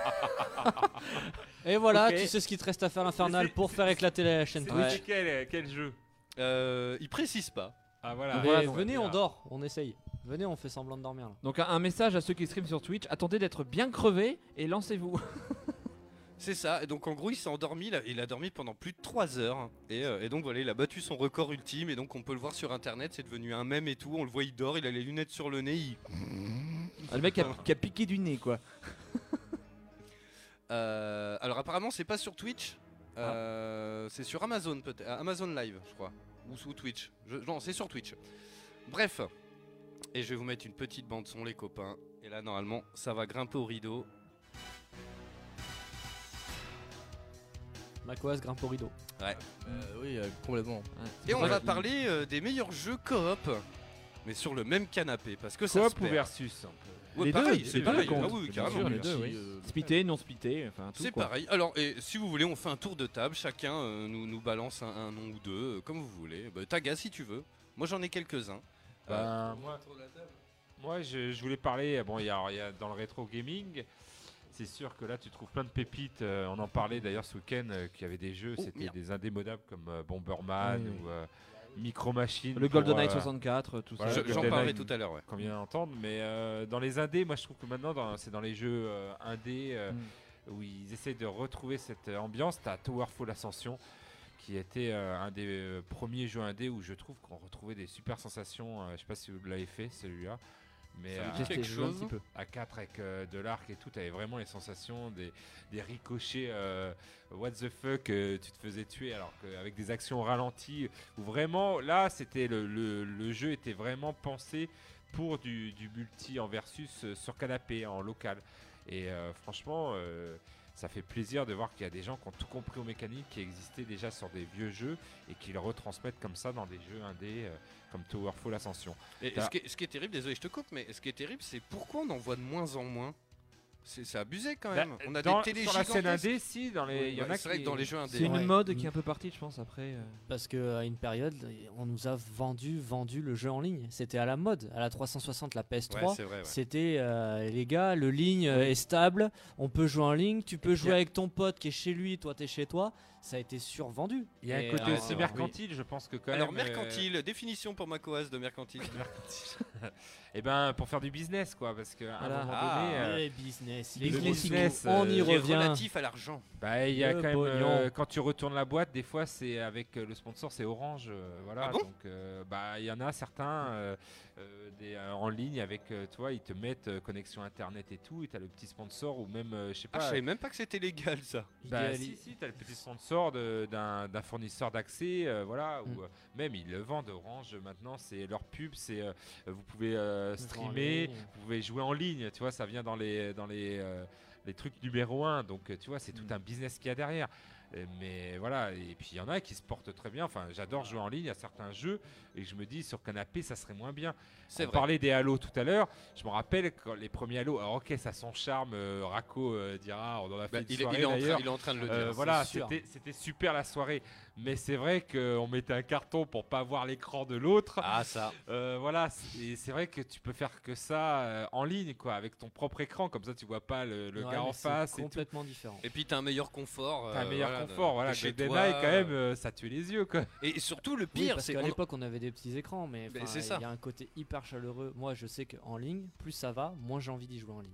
Et voilà, Ok. tu sais ce qu'il te reste à faire l'Infernal pour faire éclater la chaîne C'est Twitch. quel, quel jeu? Euh, il précise pas. Ah voilà. Mais voilà, donc, venez, on voilà. dort, on essaye. Venez, on fait semblant de dormir là. Donc un, un message à ceux qui streament sur Twitch, attendez d'être bien crevé et lancez-vous. C'est ça. Et donc en gros, il s'est endormi. Là, il a dormi pendant plus de trois heures. Et, euh, et donc voilà, il a battu son record ultime. Et donc on peut le voir sur internet. C'est devenu un mème et tout. On le voit, il dort. Il a les lunettes sur le nez. Il... Ah, le mec qui a, qui a piqué du nez quoi. Euh, alors apparemment c'est pas sur Twitch, euh, c'est sur Amazon peut-être, Amazon Live je crois, ou sous Twitch. Je- non c'est sur Twitch. Bref, et je vais vous mettre une petite bande son les copains. Et là normalement ça va grimper au rideau. Macoas grimpe au rideau. Ouais. Euh, oui, euh, complètement. Et on va parler euh, des meilleurs jeux coop, mais sur le même canapé parce que ça Coop se ou perd. versus un peu. Ouais, Les deux, pareil, les c'est deux pareil. comptent. Ah oui, Bien carrément. sûr, les deux, Si, oui. euh, Splitté, non splitté, enfin tout C'est quoi. pareil. Alors, et si vous voulez, on fait un tour de table. Chacun euh, nous, nous balance un, un nom ou deux, euh, comme vous voulez. Bah, Taga, si tu veux. Moi, j'en ai quelques-uns. Euh, Ben, moi, moi je, je voulais parler, bon, il y a, il y a dans le rétro gaming, c'est sûr que là tu trouves plein de pépites. euh, on en parlait d'ailleurs ce week-end, euh, qu'il y avait des jeux, Oh, c'était merde. des indémodables comme euh, Bomberman Oui, oui. ou euh, Micro Machine. Le pour, GoldenEye euh, soixante-quatre, tout voilà, ça. je- J'en GoldenEye, parlerai tout à l'heure, ouais. qu'on vient d'entendre, mais euh, dans les indés, moi je trouve que maintenant dans- c'est dans les jeux euh, indés euh, Mm. où ils essayent de retrouver cette euh, ambiance. T'as Towerfall Ascension qui était euh, un des euh, premiers jeux indés où je trouve qu'on retrouvait des super sensations. euh, je sais pas si vous l'avez fait celui-là, mais Ça me euh, dit Testé, quelque je joue un chose. petit peu. à quatre avec euh, de l'arc et tout, t'avais vraiment les sensations des, des ricochets euh, what the fuck, euh, tu te faisais tuer alors qu'avec des actions ralenties où vraiment là c'était le, le, le jeu était vraiment pensé pour du, du multi en versus euh, sur canapé en local et euh, franchement euh, ça fait plaisir de voir qu'il y a des gens qui ont tout compris aux mécaniques qui existaient déjà sur des vieux jeux et qui le retransmettent comme ça dans des jeux indés euh, comme Towerfall Ascension. Et T'as- ce qui, est, ce qui est terrible, désolé, je te coupe, mais ce qui est terrible, c'est pourquoi on en voit de moins en moins. C'est c'est abusé quand même. Bah, on a dans- des télé sur la scène gigantesques. indé, si, dans les, il y en Ouais, a c'est vrai qui- que dans les jeux indés. C'est une Ouais. mode qui est un peu partie, je pense, après. euh. Parce qu'à une période, on nous a vendu, vendu le jeu en ligne. C'était à la mode. À la trois cent soixante, la P S trois, Ouais, c'est vrai, ouais. c'était euh, les gars, le ligne euh, est stable. On peut jouer en ligne. Tu peux jouer bien- avec ton pote qui est chez lui, toi t'es chez toi. Ça a été survendu. Il y a Et, un côté euh, aussi mercantile, je pense que quand Alors, même. euh, mercantile, définition pour Macoas de mercantile. Et ben pour faire du business quoi, parce qu'à Voilà. un moment Ah, donné, euh, les business, le les gros business, signaux, on y euh, Qui est revient. relatif à l'argent. bah il y a Le quand même euh, pognon. quand tu retournes la boîte, des fois c'est avec euh, le sponsor, c'est Orange, euh, voilà. Ah bon donc euh, bah il y en a certains euh, euh, des, euh, en ligne avec euh, toi, ils te mettent euh, connexion internet et tout, et t'as le petit sponsor ou même euh, je sais Ah, pas. je savais même pas que c'était légal ça. Bah, Idéali- si, si, t'as le petit sponsor de- d'un d'un fournisseur d'accès, euh, voilà, Mm. ou euh, même ils le vendent Orange maintenant, c'est leur pub, c'est euh, vous pouvez euh, Jouer en streamer, ligne. vous pouvez jouer en ligne, tu vois, ça vient dans les dans les euh, les trucs numéro un, donc euh, tu vois, c'est tout Mm. un business qu'il y a derrière. Euh, Mais voilà, et puis il y en a qui se portent très bien. Enfin, j'adore jouer en ligne à certains jeux et je me dis sur canapé ça serait moins bien. C'est On vrai. parlait des Halo tout à l'heure. Je me rappelle quand les premiers Halo. Alors ok, ça a son charme. euh, Racco euh, dira, on en a fait Bah, une il, est, soirée il est en train, d'ailleurs. il est en train de le dire. Euh, c'est voilà, sûr. c'était c'était super la soirée. Mais c'est vrai qu'on mettait un carton pour pas voir l'écran de l'autre. Ah ça. Euh, voilà, c'est- et c'est vrai que tu peux faire que ça euh, en ligne, quoi, avec ton propre écran. Comme ça, tu vois pas le, le Ouais, gars mais en c'est face. et tout. complètement différent. Et puis t'as un meilleur confort. T'as un euh, meilleur voilà, confort, de- voilà. de chez GoldenEye, toi. quand même, euh, ça tue les yeux, quoi. Et surtout le Oui, pire, parce c'est qu'à qu'on- l'époque on avait des petits écrans, mais Mais enfin, c'est ça. il y a un côté hyper chaleureux. Moi je sais qu'en ligne, plus ça va, moins j'ai envie d'y jouer en ligne.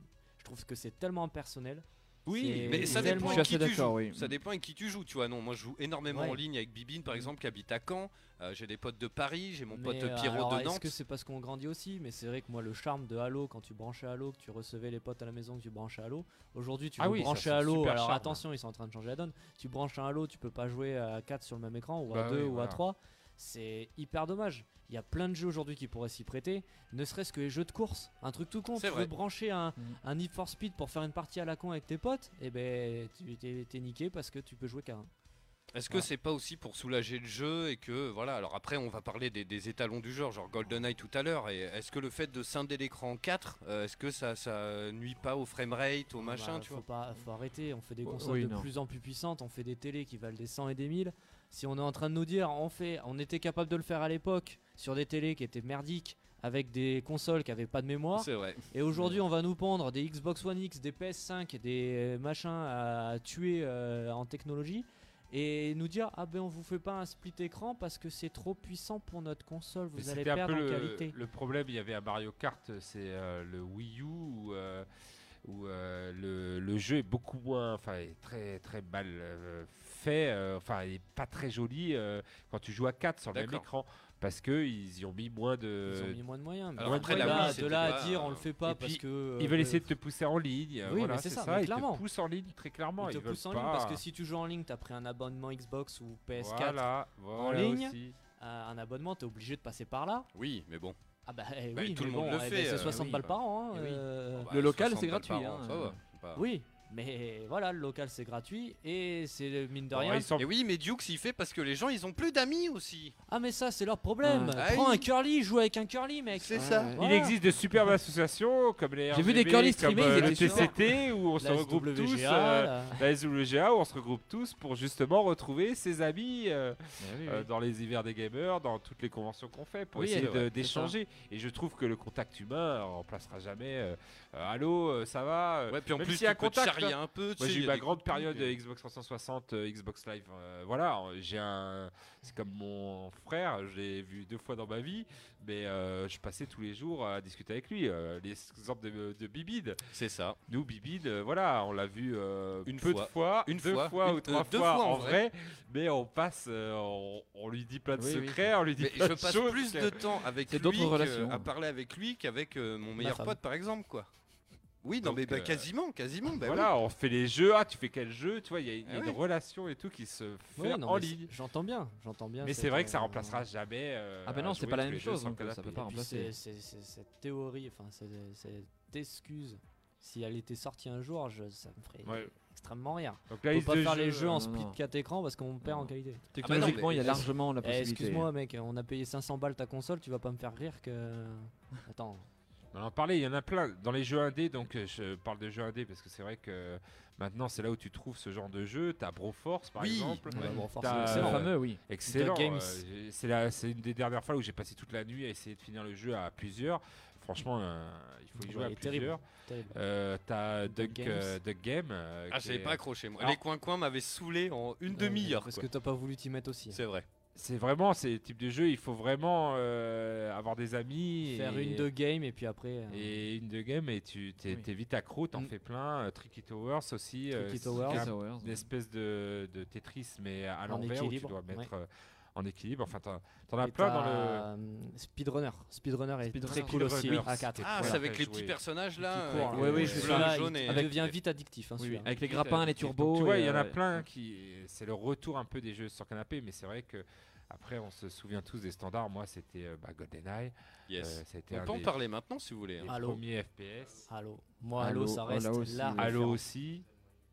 Je trouve que c'est tellement impersonnel. Oui, C'est mais ça tellement- dépend Je avec suis qui assez tu d'accord, joues. oui. Ça dépend avec qui tu joues, tu vois. Non, moi je joue énormément Ouais. en ligne avec Bibine par exemple qui habite à Caen. Euh, j'ai des potes de Paris, j'ai mon pote Mais, euh, Pierrot alors, de est-ce Nantes. que c'est parce qu'on grandit aussi? Mais c'est vrai que moi, le charme de Halo, quand tu branchais Halo, que tu recevais les potes à la maison, que tu branchais Halo. Aujourd'hui, tu Ah veux oui, ça, brancher c'est Halo. super Alors charme. attention, ils sont en train de changer la donne. Tu branches un Halo, tu peux pas jouer à quatre sur le même écran, ou à Bah deux, oui, ou voilà. à trois. C'est hyper dommage. Il y a plein de jeux aujourd'hui qui pourraient s'y prêter, ne serait-ce que les jeux de course. Un truc tout con, C'est tu vrai. veux brancher un, Mhm. un Need for Speed pour faire une partie à la con avec tes potes, et ben tu t'es t'es niqué parce que tu peux jouer qu'à un. Est-ce que Voilà. c'est pas aussi pour soulager le jeu et que voilà, alors après on va parler des, des étalons du genre, genre GoldenEye tout à l'heure, et est-ce que le fait de scinder l'écran en quatre, euh, est-ce que ça, ça nuit pas au framerate, au machin, Bah, tu faut vois pas, faut arrêter, on fait des Oh, consoles oui, de non. plus en plus puissantes, on fait des télés qui valent des cent et des mille. Si on est en train de nous dire, on fait, on était capable de le faire à l'époque sur des télés qui étaient merdiques, avec des consoles qui avaient pas de mémoire. C'est vrai. Et aujourd'hui, on va nous pondre des Xbox One X, des P S cinq, des machins à tuer euh, en technologie. Et nous dire, ah ben on vous fait pas un split écran parce que c'est trop puissant pour notre console, Mais vous allez c'était un perdre peu en le, qualité. le problème, il y avait à Mario Kart, c'est euh, le Wii U où, euh, où, euh, le, le jeu est beaucoup moins, enfin est très très mal euh, fait, euh, enfin il est pas très joli euh, quand tu joues à quatre sur le même D'accord. écran parce que ils y ont mis moins de. Ils ont mis moins de moyens. Mais Alors après, après, de la là, Wii, de c'était là à pas- dire, on le fait pas Et parce puis, que. euh, Ils veulent euh, essayer de te pousser en ligne, Oui, voilà, mais c'est c'est ça, ça, mais ils clairement. te poussent en ligne très clairement. Ils te ils veulent poussent en ligne parce pas. que si tu joues en ligne, t'as pris un abonnement Xbox ou P S quatre Voilà, en voilà ligne, aussi. euh, un abonnement, t'es obligé de passer par là. Oui, mais bon. Ah bah eh Bah, oui, tout mais le monde bon, le eh fait, ben, c'est euh, soixante oui, balles bah. par an. hein, Eh oui. euh, Bon, bah, Le local, soixante c'est balles gratuit, par an, hein, ça euh. va, c'est pas- Oui, mais voilà, le local c'est gratuit et c'est mine de Bon, rien. ils sont- Et oui, mais Duke s'y fait parce que les gens ils ont plus d'amis aussi. Ah mais ça c'est leur problème. Ah Prends oui. un curly, joue avec un curly mec. C'est Ouais. ça. Il Voilà. existe de superbes associations comme les J'ai vu des R G B, curly comme streamer, euh, ils le étaient T C super. T où on se La regroupe S W tous. G A, euh, la- La S W G A où on se regroupe tous pour justement retrouver ses amis euh, Eh oui, euh, oui. dans les hivers des gamers, dans toutes les conventions qu'on fait pour Oui, essayer c'est de- vrai, c'est d'échanger. Et je trouve que le contact humain remplacera jamais. euh, euh, Allô, euh, ça va euh, Ouais, puis en Même plus s'il y a tu peux te contact, charrier hein. un peu. tu Moi sais, j'ai il eu y a ma des grande coups de période pub, et- Xbox trois cent soixante, euh, Xbox Live. euh, voilà, j'ai un, c'est comme mon frère, je l'ai vu deux fois dans ma vie, mais euh, je passais tous les jours à discuter avec lui. Euh, les exemples de, de Bibide. C'est ça. Nous Bibide, euh, voilà, on l'a vu euh, Une peu fois. de fois, Une deux fois. fois, Une- ou euh, trois deux fois, fois en en vrai, mais on passe, euh, on, on lui dit plein de Oui, oui. secrets, on lui dit Mais plein je de passe choses plus que- de temps avec C'est lui d'autres que- relations. à parler avec lui qu'avec euh, mon meilleur femme. pote par exemple quoi. Oui, non Donc, mais bah, euh, quasiment, quasiment. Bah, voilà, on fait les jeux. Ah, tu fais quel jeu? Tu vois, il y a, il y a Ah une ouais. relation et tout qui se fait Ouais, non, en mais ligne. c'est- J'entends bien, j'entends bien. Mais cette, c'est vrai que ça euh, remplacera jamais. euh, Ah ben non, à c'est jouer pas la tous même les jeux chose, sur donc, euh, ça canapé. peut pas Et puis remplacer. c'est- c'est- c'est- cette théorie, enfin cette, cette excuse, si elle était sortie un jour, je, ça me ferait Ouais. extrêmement rire. Donc la Faut liste pas de faire les jeux, jeux en non, split non. quatre écrans parce qu'on perd Non. en qualité. Technologiquement, mais il y a est-ce- largement la Eh, possibilité. excuse-moi mec, on a payé cinq cents balles ta console, tu vas pas me faire rire que. Attends. On en parlait, il y en a plein dans les jeux indés. Donc euh, je parle de jeux indés parce que c'est vrai que maintenant c'est là où tu trouves ce genre de jeu. T'as Broforce par Oui. exemple. Ouais, bon, forcément, T'as, C'est le euh, fameux, oui. Excellent. The Games. euh, j'ai- c'est la- c'est une des dernières fois où j'ai passé toute la nuit à essayer de finir le jeu à plusieurs. Franchement, euh, il faut y Ouais, jouer à il est terrible. plusieurs. Terrible. Euh, T'as The Duck Games. euh, Duck Game. euh, Ah, qui j'avais est- pas accroché moi. Alors- Les coins-coins m'avaient saoulé en une Ouais, demi-heure. Parce quoi. que t'as pas voulu t'y mettre aussi. C'est vrai. C'est vraiment ces types de jeux. Il faut vraiment euh, avoir des amis. Faire et- une de game et puis après. euh, Et une de game et tu t'es, Oui. t'es vite accro, t'en Mm. fais plein. Euh, Tricky Towers aussi. euh, Tricky c'est Towers. un- Towers. Une espèce de, de Tetris mais à En l'envers où tu équilibre, dois mettre ouais. euh, en équilibre. Enfin, t'en, t'en as et plein t'as, dans le. euh, Speedrunner. Speedrunner est Speedrunner. très cool aussi Speedrunner, à quatre. c'était Ah, Ouais, c'est avec après les jouer. petits personnages là. Qui courent, avec là. le Oui, oui, bleu, je suis là, jaune il, et- il devient vite addictif. Hein, Oui, oui. celui-là. Avec les Et grappins, t'as- les donc, turbos. Tu vois, et, il y en a euh, plein qui. C'est le retour un peu des jeux sur canapé, mais c'est vrai que. Après, on se souvient tous des standards. Moi, c'était euh, bah, GoldenEye. Yes. Euh, ça a été On un peut en des, parler maintenant si vous voulez. hein. des Halo. premiers F P S. Halo. Moi, Halo, Halo, ça oh, reste là aussi, la oui. Halo référence. aussi.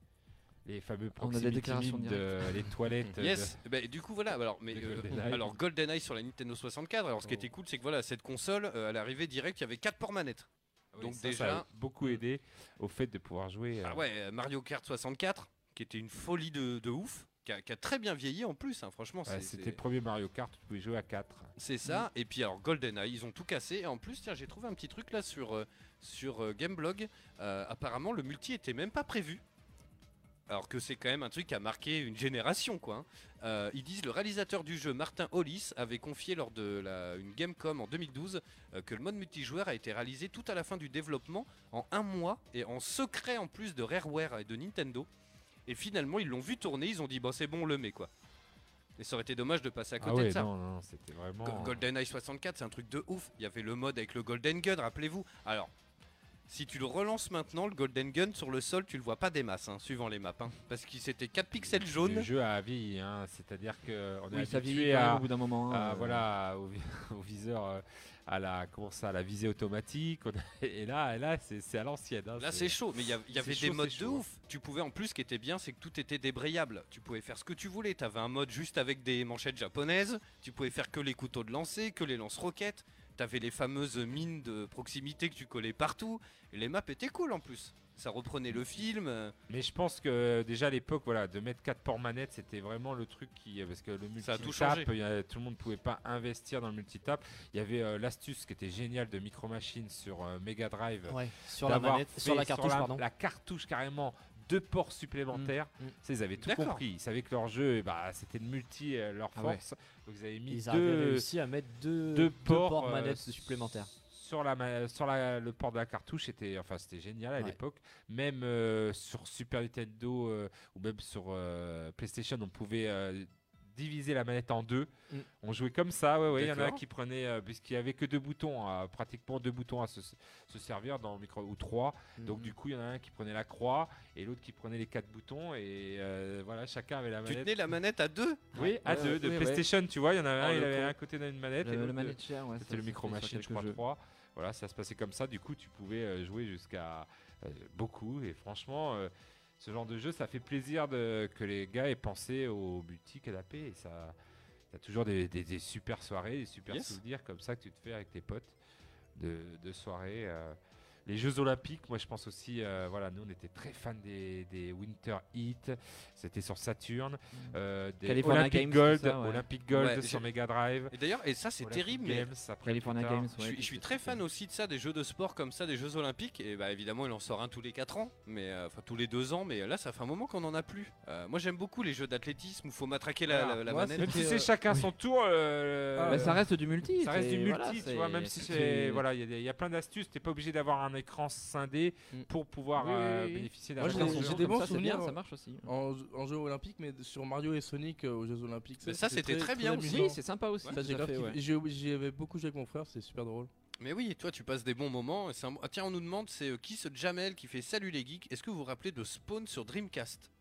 Les fameux On a des proximity déclarations mines de les toilettes. de- Yes, bah, du coup voilà, alors, mais, de euh, GoldenEye. alors GoldenEye sur la Nintendo soixante-quatre, alors ce qui Oh. était cool c'est que voilà, cette console, euh, à l'arrivée direct, il y avait quatre ports manettes. Oui, Donc ça, déjà- ça a beaucoup aidé au fait de pouvoir jouer. euh, Ah ouais, euh, Mario Kart soixante-quatre, qui était une folie de, de ouf, qui a, qui a très bien vieilli en plus, hein, franchement. ouais, c'est- c'était c'est- le premier Mario Kart, tu pouvais jouer à quatre. C'est ça, et puis alors GoldenEye, ils ont tout cassé, et en plus, tiens, j'ai trouvé un petit truc là sur, euh, sur euh, Gameblog, Euh, apparemment le multi était même pas prévu. alors que c'est quand même un truc qui a marqué une génération, quoi. Hein. Euh, ils disent le réalisateur du jeu Martin Hollis avait confié lors de la, une Gamecom en deux mille douze euh, que le mode multijoueur a été réalisé tout à la fin du développement en un mois et en secret en plus de Rareware et de Nintendo. Et finalement ils l'ont vu tourner, ils ont dit bon c'est bon on le met quoi. Et ça aurait été dommage de passer à côté ah ouais, de ça. Non, non, c'était vraiment. Go- GoldenEye soixante-quatre, c'est un truc de ouf. Il y avait le mode avec le Golden Gun, rappelez-vous. Alors, si tu le relances maintenant, le Golden Gun sur le sol, tu le vois pas des masses, hein, suivant les maps. Hein, parce qu'il c'était quatre pixels jaunes. Le jeu a vieilli, hein, c'est-à-dire qu'on Oui, est ça vieillit habitué quand même à, au bout d'un moment, hein, à, euh. voilà, au, vi- au viseur, euh, à la, comment ça, à la visée automatique. On a- et là, et là c'est c'est à l'ancienne. hein, Là c'est chaud, mais il y, a- il y c'est avait chaud, des modes c'est de chaud, hein. ouf. Tu pouvais en plus, ce qui était bien, c'est que tout était débrayable. Tu pouvais faire ce que tu voulais. Tu avais un mode juste avec des manchettes japonaises. Tu pouvais faire que les couteaux de lancer, que les lance-roquettes. Tu avais les fameuses mines de proximité que tu collais partout. Et les maps étaient cool en plus. Ça reprenait le film. euh, Mais je pense que déjà à l'époque, voilà, de mettre quatre ports manettes, c'était vraiment le truc qui, parce que le Ça a tout changé. multitap, il y a- tout le monde ne pouvait pas investir dans le multitap. Il y avait euh, l'astuce qui était géniale de Micro Machines sur euh, Mega Drive, Ouais, sur la d'avoir manette- fait sur la cartouche, pardon. la cartouche carrément deux ports supplémentaires. Mm, mm. Ça, ils avaient tout D'accord. compris. Ils savaient que leur jeu, eh bah, c'était le multi, euh, leur Ah ouais. force. Donc ils avaient mis Ils avaient deux, réussi à mettre deux, deux deux ports, ports euh, manettes s- supplémentaires. sur la ma- sur la- le port de la cartouche. C'était enfin c'était génial à Ouais. l'époque. Même euh, sur Super Nintendo euh, ou même sur euh, PlayStation, on pouvait euh, diviser la manette en deux. Mm. On jouait comme ça. Ouais, ouais. Il y en a D'accord. qui prenaient euh, puisqu'il y avait que deux boutons, euh, pratiquement deux boutons à se, se servir dans le micro ou trois. Donc Mhm. du coup, il y en a un qui prenait la croix et l'autre qui prenait les quatre boutons et euh, voilà, chacun avait la Tu manette. tenais la manette à deux. Oui, à Ouais, deux ouais, de oui, PlayStation, tu vois, il y en avait Oh, un, il le avait con. un côté d'une manette Le- et le l'autre de- manette share, ouais, c'était ça, le ça Micro fait sur Machine, je quelques crois, jeux. trois. Voilà, ça se passait comme ça. Du coup, tu pouvais euh, jouer jusqu'à euh, beaucoup. Et franchement, euh, ce genre de jeu, ça fait plaisir de, que les gars aient pensé au multi-canapé. Et ça, t'as toujours des, des- des super soirées, des super Yes. souvenirs comme ça que tu te fais avec tes potes de, de soirées. euh. Les Jeux Olympiques, moi je pense aussi, euh, voilà, nous on était très fans des, des Winter Heat, c'était sur Saturn, euh, des California Olympic Games, Gold, tout ça, ouais. Olympic Gold Ouais, sur j'ai- Mega Drive. Et d'ailleurs, et ça c'est Olympic terrible, mais Games, après, California plus tard. Games, je ouais, suis, je suis c'était- très fan aussi de ça, des jeux de sport comme ça, des jeux olympiques. Et bah évidemment, il en sort un tous les quatre ans, mais euh, enfin tous les deux ans. Mais là, ça fait un moment qu'on en a plus. Euh, moi, j'aime beaucoup les jeux d'athlétisme où faut matraquer la, Voilà. la- la Moi, manette. Même si C'était, c'est euh, chacun oui. son tour, euh, Ah, Bah, euh, ça reste du multi. ça reste c'est- du multi, voilà, tu c'est- vois, même si c'est- c'est voilà, il y, a des- il y a plein d'astuces. T'es pas obligé d'avoir un écran scindé Mm. pour pouvoir Oui, euh, oui, oui. bénéficier d'un Moi, jeu. j'ai- Chacun son j'ai tour, des comme bons ça, c'est bien, souvenirs, ça marche aussi. En, en jeu olympique, mais sur Mario et Sonic euh, aux Jeux Olympiques. Mais ça, c'était très bien aussi. amusant. Oui, c'est sympa aussi. Ça, tout j'ai à grave fait, kiffé. ouais. J'ai- J'y avais beaucoup joué avec mon frère, c'est super drôle. Mais oui, toi, tu passes des bons moments. et c'est un- Ah, tiens, on nous demande, c'est euh, qui ce Jamel qui fait Salut les geeks. Est-ce que vous vous rappelez de Spawn sur Dreamcast?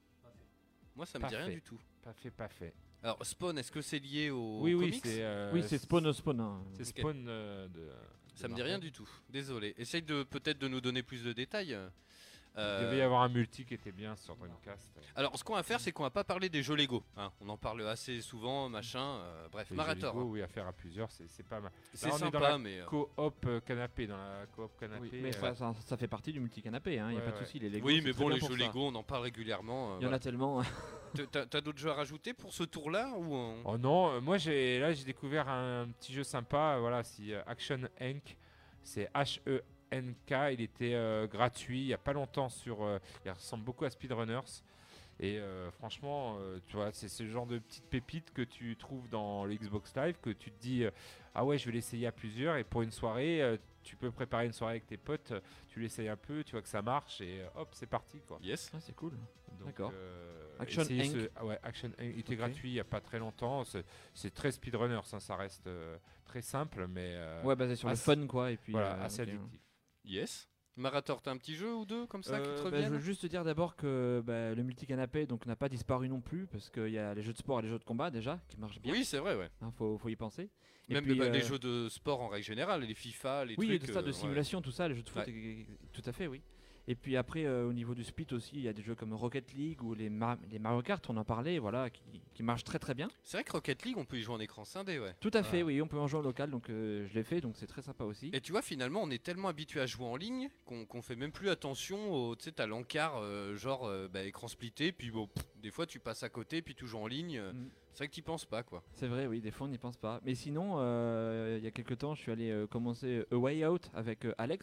Moi, ça me Pas dit rien fait. du tout. Pas fait, pas fait. Alors, Spawn, est-ce que c'est lié au Oui, oui, comics? c'est. euh, Oui, c'est Spawn Spawn. hein. C'est Ok. Spawn euh, de. Ça de me dit rien Marvel. du tout. Désolé. Essaye de peut-être de nous donner plus de détails. Euh, Il devait y avoir un multi qui était bien sur Dreamcast. Alors, ce qu'on va faire, c'est qu'on va pas parler des jeux Lego. hein. On en parle assez souvent, machin. euh, bref, Les Marator. jeux Lego, hein. oui, à faire à plusieurs, c'est c'est pas mal. C'est Là, on est sympa, dans la mais, euh, coop euh, canapé, dans la coop canapé. Oui, mais euh, ça, ça, ça fait partie du multi-canapé, hein, il n'y a Ouais, pas de ouais. souci. Les Lego, Oui, c'est mais très bon, bien les pour jeux ça. Lego, on en parle régulièrement. euh, Il y en voilà. a tellement. T'as- T'as t'as d'autres jeux à rajouter pour ce tour-là ou on- Oh non, euh, moi j'ai là j'ai découvert un petit jeu sympa, euh, voilà, si euh, Action Inc, c'est H E N K, il était euh, gratuit il y a pas longtemps sur, euh, il ressemble beaucoup à Speedrunners et euh, franchement, euh, tu vois, c'est ce genre de petites pépites que tu trouves dans le Xbox Live que tu te dis euh, ah ouais je vais l'essayer à plusieurs et pour une soirée, euh, tu peux préparer une soirée avec tes potes, euh, tu l'essayes un peu, tu vois que ça marche et euh, hop c'est parti quoi. Yes. Ah, c'est cool. Donc, D'accord. euh, Action essayez Inc. ce- ah ouais, Action Inc. Il était Ok. gratuit il n'y a pas très longtemps. C'est, c'est très speedrunners, hein, ça reste euh, très simple, mais. euh, Ouais, basé sur le assez- fun, quoi, et puis, Voilà, euh, assez ok. addictif. Yes. Marator, t'as un petit jeu ou deux comme ça qui te Euh, bah, reviennent? je veux juste te dire d'abord que bah, le multi-canapé donc, n'a pas disparu non plus parce qu'il y a les jeux de sport et les jeux de combat déjà qui marchent bien. Oui, c'est vrai, ouais. Hein, faut, faut y penser. Et Même puis, le- bah, les euh, jeux de sport en règle générale, les FIFA, les oui, trucs. et tout ça, de euh, simulation, tout ça, les jeux de foot, Ouais. et- tout à fait, oui. Et puis après, euh, au niveau du split aussi, il y a des jeux comme Rocket League ou les, Mar- les Mario Kart, on en parlait, voilà, qui, qui marchent très très bien. C'est vrai que Rocket League, on peut y jouer en écran scindé, ouais. Tout à fait, oui, on peut en jouer en local, donc euh, je l'ai fait, donc c'est très sympa aussi. Et tu vois, finalement, on est tellement habitué à jouer en ligne qu'on qu'on fait même plus attention au. Tu sais, t'as l'encart, euh, genre euh, bah, écran splitté, puis bon, pff, des fois tu passes à côté, puis tu joues en ligne. euh, Mm. C'est vrai que t'y penses pas, quoi. C'est vrai, oui, des fois on n'y pense pas. Mais sinon, euh, il y a quelques temps, je suis allé euh, commencer A Way Out avec euh, Alex, donc,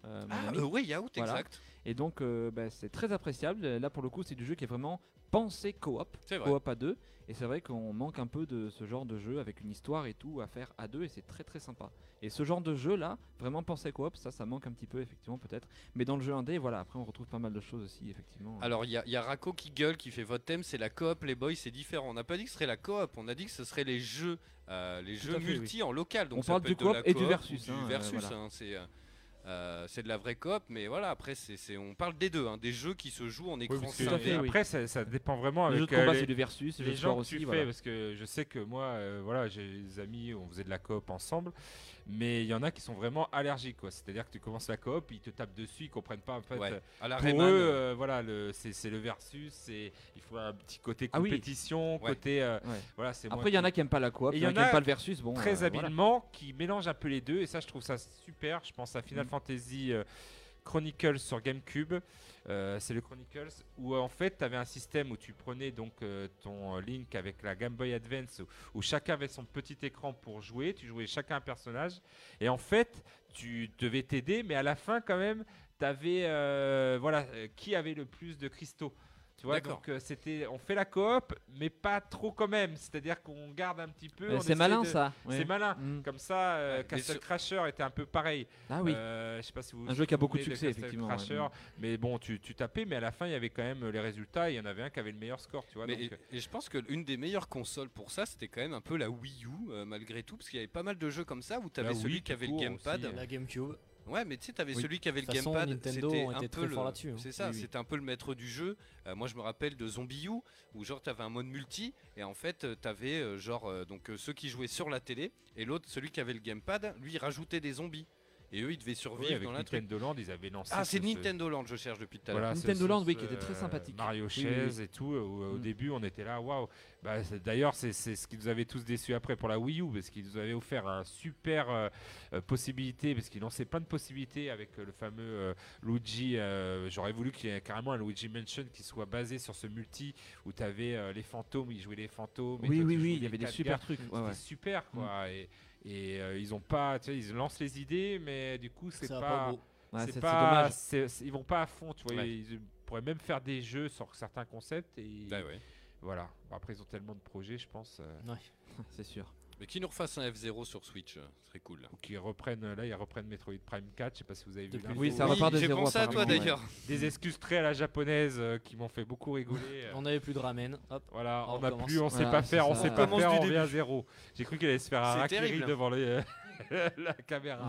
euh, mon Ah, ami. euh, Way Out, Voilà. exact. Et donc euh, bah, c'est très appréciable. Là pour le coup c'est du jeu qui est vraiment pensé coop, C'est vrai. coop à deux. Et c'est vrai qu'on manque un peu de ce genre de jeu avec une histoire et tout à faire à deux et c'est très très sympa. Et ce genre de jeu là, vraiment pensé coop, ça ça manque un petit peu effectivement peut-être. Mais dans le jeu indé, voilà, après on retrouve pas mal de choses aussi effectivement. Alors il y, a- il y a Rako qui gueule, qui fait votre thème, c'est la coop, les boys, c'est différent. On n'a pas dit que ce serait la coop, on a dit que ce serait les jeux, euh, les Tout jeux à fait, multi en local. Donc On ça parle peut du être de coop la et du coop versus, ou hein, du euh, versus, voilà. hein, c'est euh, euh, c'est de la vraie coop, mais voilà. Après, c'est, c'est- on parle des deux, hein, des jeux qui se jouent en Oui, écran parce que scindé. après, ça, ça dépend vraiment Les avec jeux de combat, euh, les, c'est du versus, les jeux les de gens sport que aussi, tu fais, voilà. parce que je sais que moi, euh, voilà, j'ai des amis, on faisait de la coop ensemble, mais il y en a qui sont vraiment allergiques, quoi. C'est-à-dire que tu commences la coop, ils te tapent dessus, ils comprennent pas en fait. Ouais. euh, À la pour Rayman, eux, euh. euh, voilà, le, c'est, c'est le versus, c'est, il faut un petit côté Ah oui. compétition, Ouais. côté, euh, Ouais. voilà, c'est moi Après il y en qui- a qui aiment pas la coop, Et il y en a qui aiment pas le versus, bon. très euh, voilà. habilement, qui mélangent un peu les deux, et ça je trouve ça super. Je pense à Final Mm. Fantasy euh, Chronicles sur GameCube. Euh, c'est le Chronicles où euh, en fait tu avais un système où tu prenais donc euh, ton euh, Link avec la Game Boy Advance où, où chacun avait son petit écran pour jouer, tu jouais chacun un personnage et en fait tu devais t'aider, mais à la fin quand même tu avais voilà euh, qui avait le plus de cristaux. Tu vois, D'accord. donc euh, c'était, on fait la coop, mais pas trop quand même. C'est-à-dire qu'on garde un petit peu. Euh, on c'est essaie malin, de- ça, ouais. C'est malin. Mm. Comme ça, euh, Ouais, mais Castle sur- Crasher était un peu pareil. Ah oui. Euh, je sais pas si vous Un jeu qui a vous beaucoup de souvenez succès, Castle effectivement, ouais. Crasher, Mm. mais bon, tu, tu tapais, mais à la fin, il y avait quand même les résultats. Et il y en avait un qui avait le meilleur score, tu vois. Mais- donc, et, et je pense que l'une des meilleures consoles pour ça, c'était quand même un peu la Wii U, euh, malgré tout, parce qu'il y avait pas mal de jeux comme ça où tu avais La celui Wii qui avait tout le court gamepad. aussi, hein. La GameCube. Ouais, mais tu sais, t'avais Oui. celui qui avait De le toute façon, gamepad. Nintendo c'était ont un été peu très le- forts là-dessus, hein. C'est ça, Oui, oui. c'était un peu le maître du jeu. Euh, moi, je me rappelle de Zombie U, où genre t'avais un mode multi, et en fait, euh, t'avais euh, genre euh, donc euh, ceux qui jouaient sur la télé, et l'autre, celui qui avait le gamepad, lui, il rajoutait des zombies. Et eux, ils devaient oui, survivre avec dans la truc. Nintendo Land, ils avaient lancé. Ah, c'est ce- ce- Nintendo Land, je cherche depuis tout à l'heure. Voilà, ce- Nintendo ce- Land, oui, ce, qui était très euh, sympathique. Mario Oui, oui, Chaise oui. et tout. Où, euh, au Mm. début, on était là, waouh. Bah, c'est- d'ailleurs, c'est c'est ce qui nous avait tous déçus après pour la Wii U, parce qu'ils nous avaient offert un super euh, euh, possibilité, parce qu'ils lançaient plein de possibilités avec euh, le fameux euh, Luigi. euh, J'aurais voulu qu'il y ait carrément un Luigi Mansion qui soit basé sur ce multi où tu avais les fantômes, ils jouaient les fantômes. et Oui, toi, oui, tu oui, jouais il y les avait des quatre super gars. trucs. ouais, C'était ouais. super, quoi. Et, et euh, ils ont pas, tu sais, ils lancent les idées, mais du coup, c'est Ça va pas. pas au bout. Ouais, c'est c'est- c'est pas, dommage. c'est- c'est- ils vont pas à fond, tu vois. Ouais. Ils pourraient même faire des jeux sur certains concepts et Bah ouais. voilà. Bon, après, ils ont tellement de projets, je pense, euh, Ouais. C'est sûr. Mais qui nous refasse un F zéro sur Switch, euh, ce serait cool. ou qu'ils reprennent. Là, ils reprennent Metroid Prime quatre. Je sais pas si vous avez vu. Depuis l'info. Oui, ça Oui, repart de j'ai zéro. pensé à toi apparemment, ouais. d'ailleurs. Des excuses très à la japonaise euh, qui m'ont fait beaucoup rigoler. euh. On avait plus de ramen. Hop. Voilà, On on n'a recommence. plus, on sait Voilà, pas c'est faire, on ça. sait On pas commence faire, du on début. revient à zéro. J'ai cru qu'il allait se faire un C'est raquiri terrible. devant les- la caméra.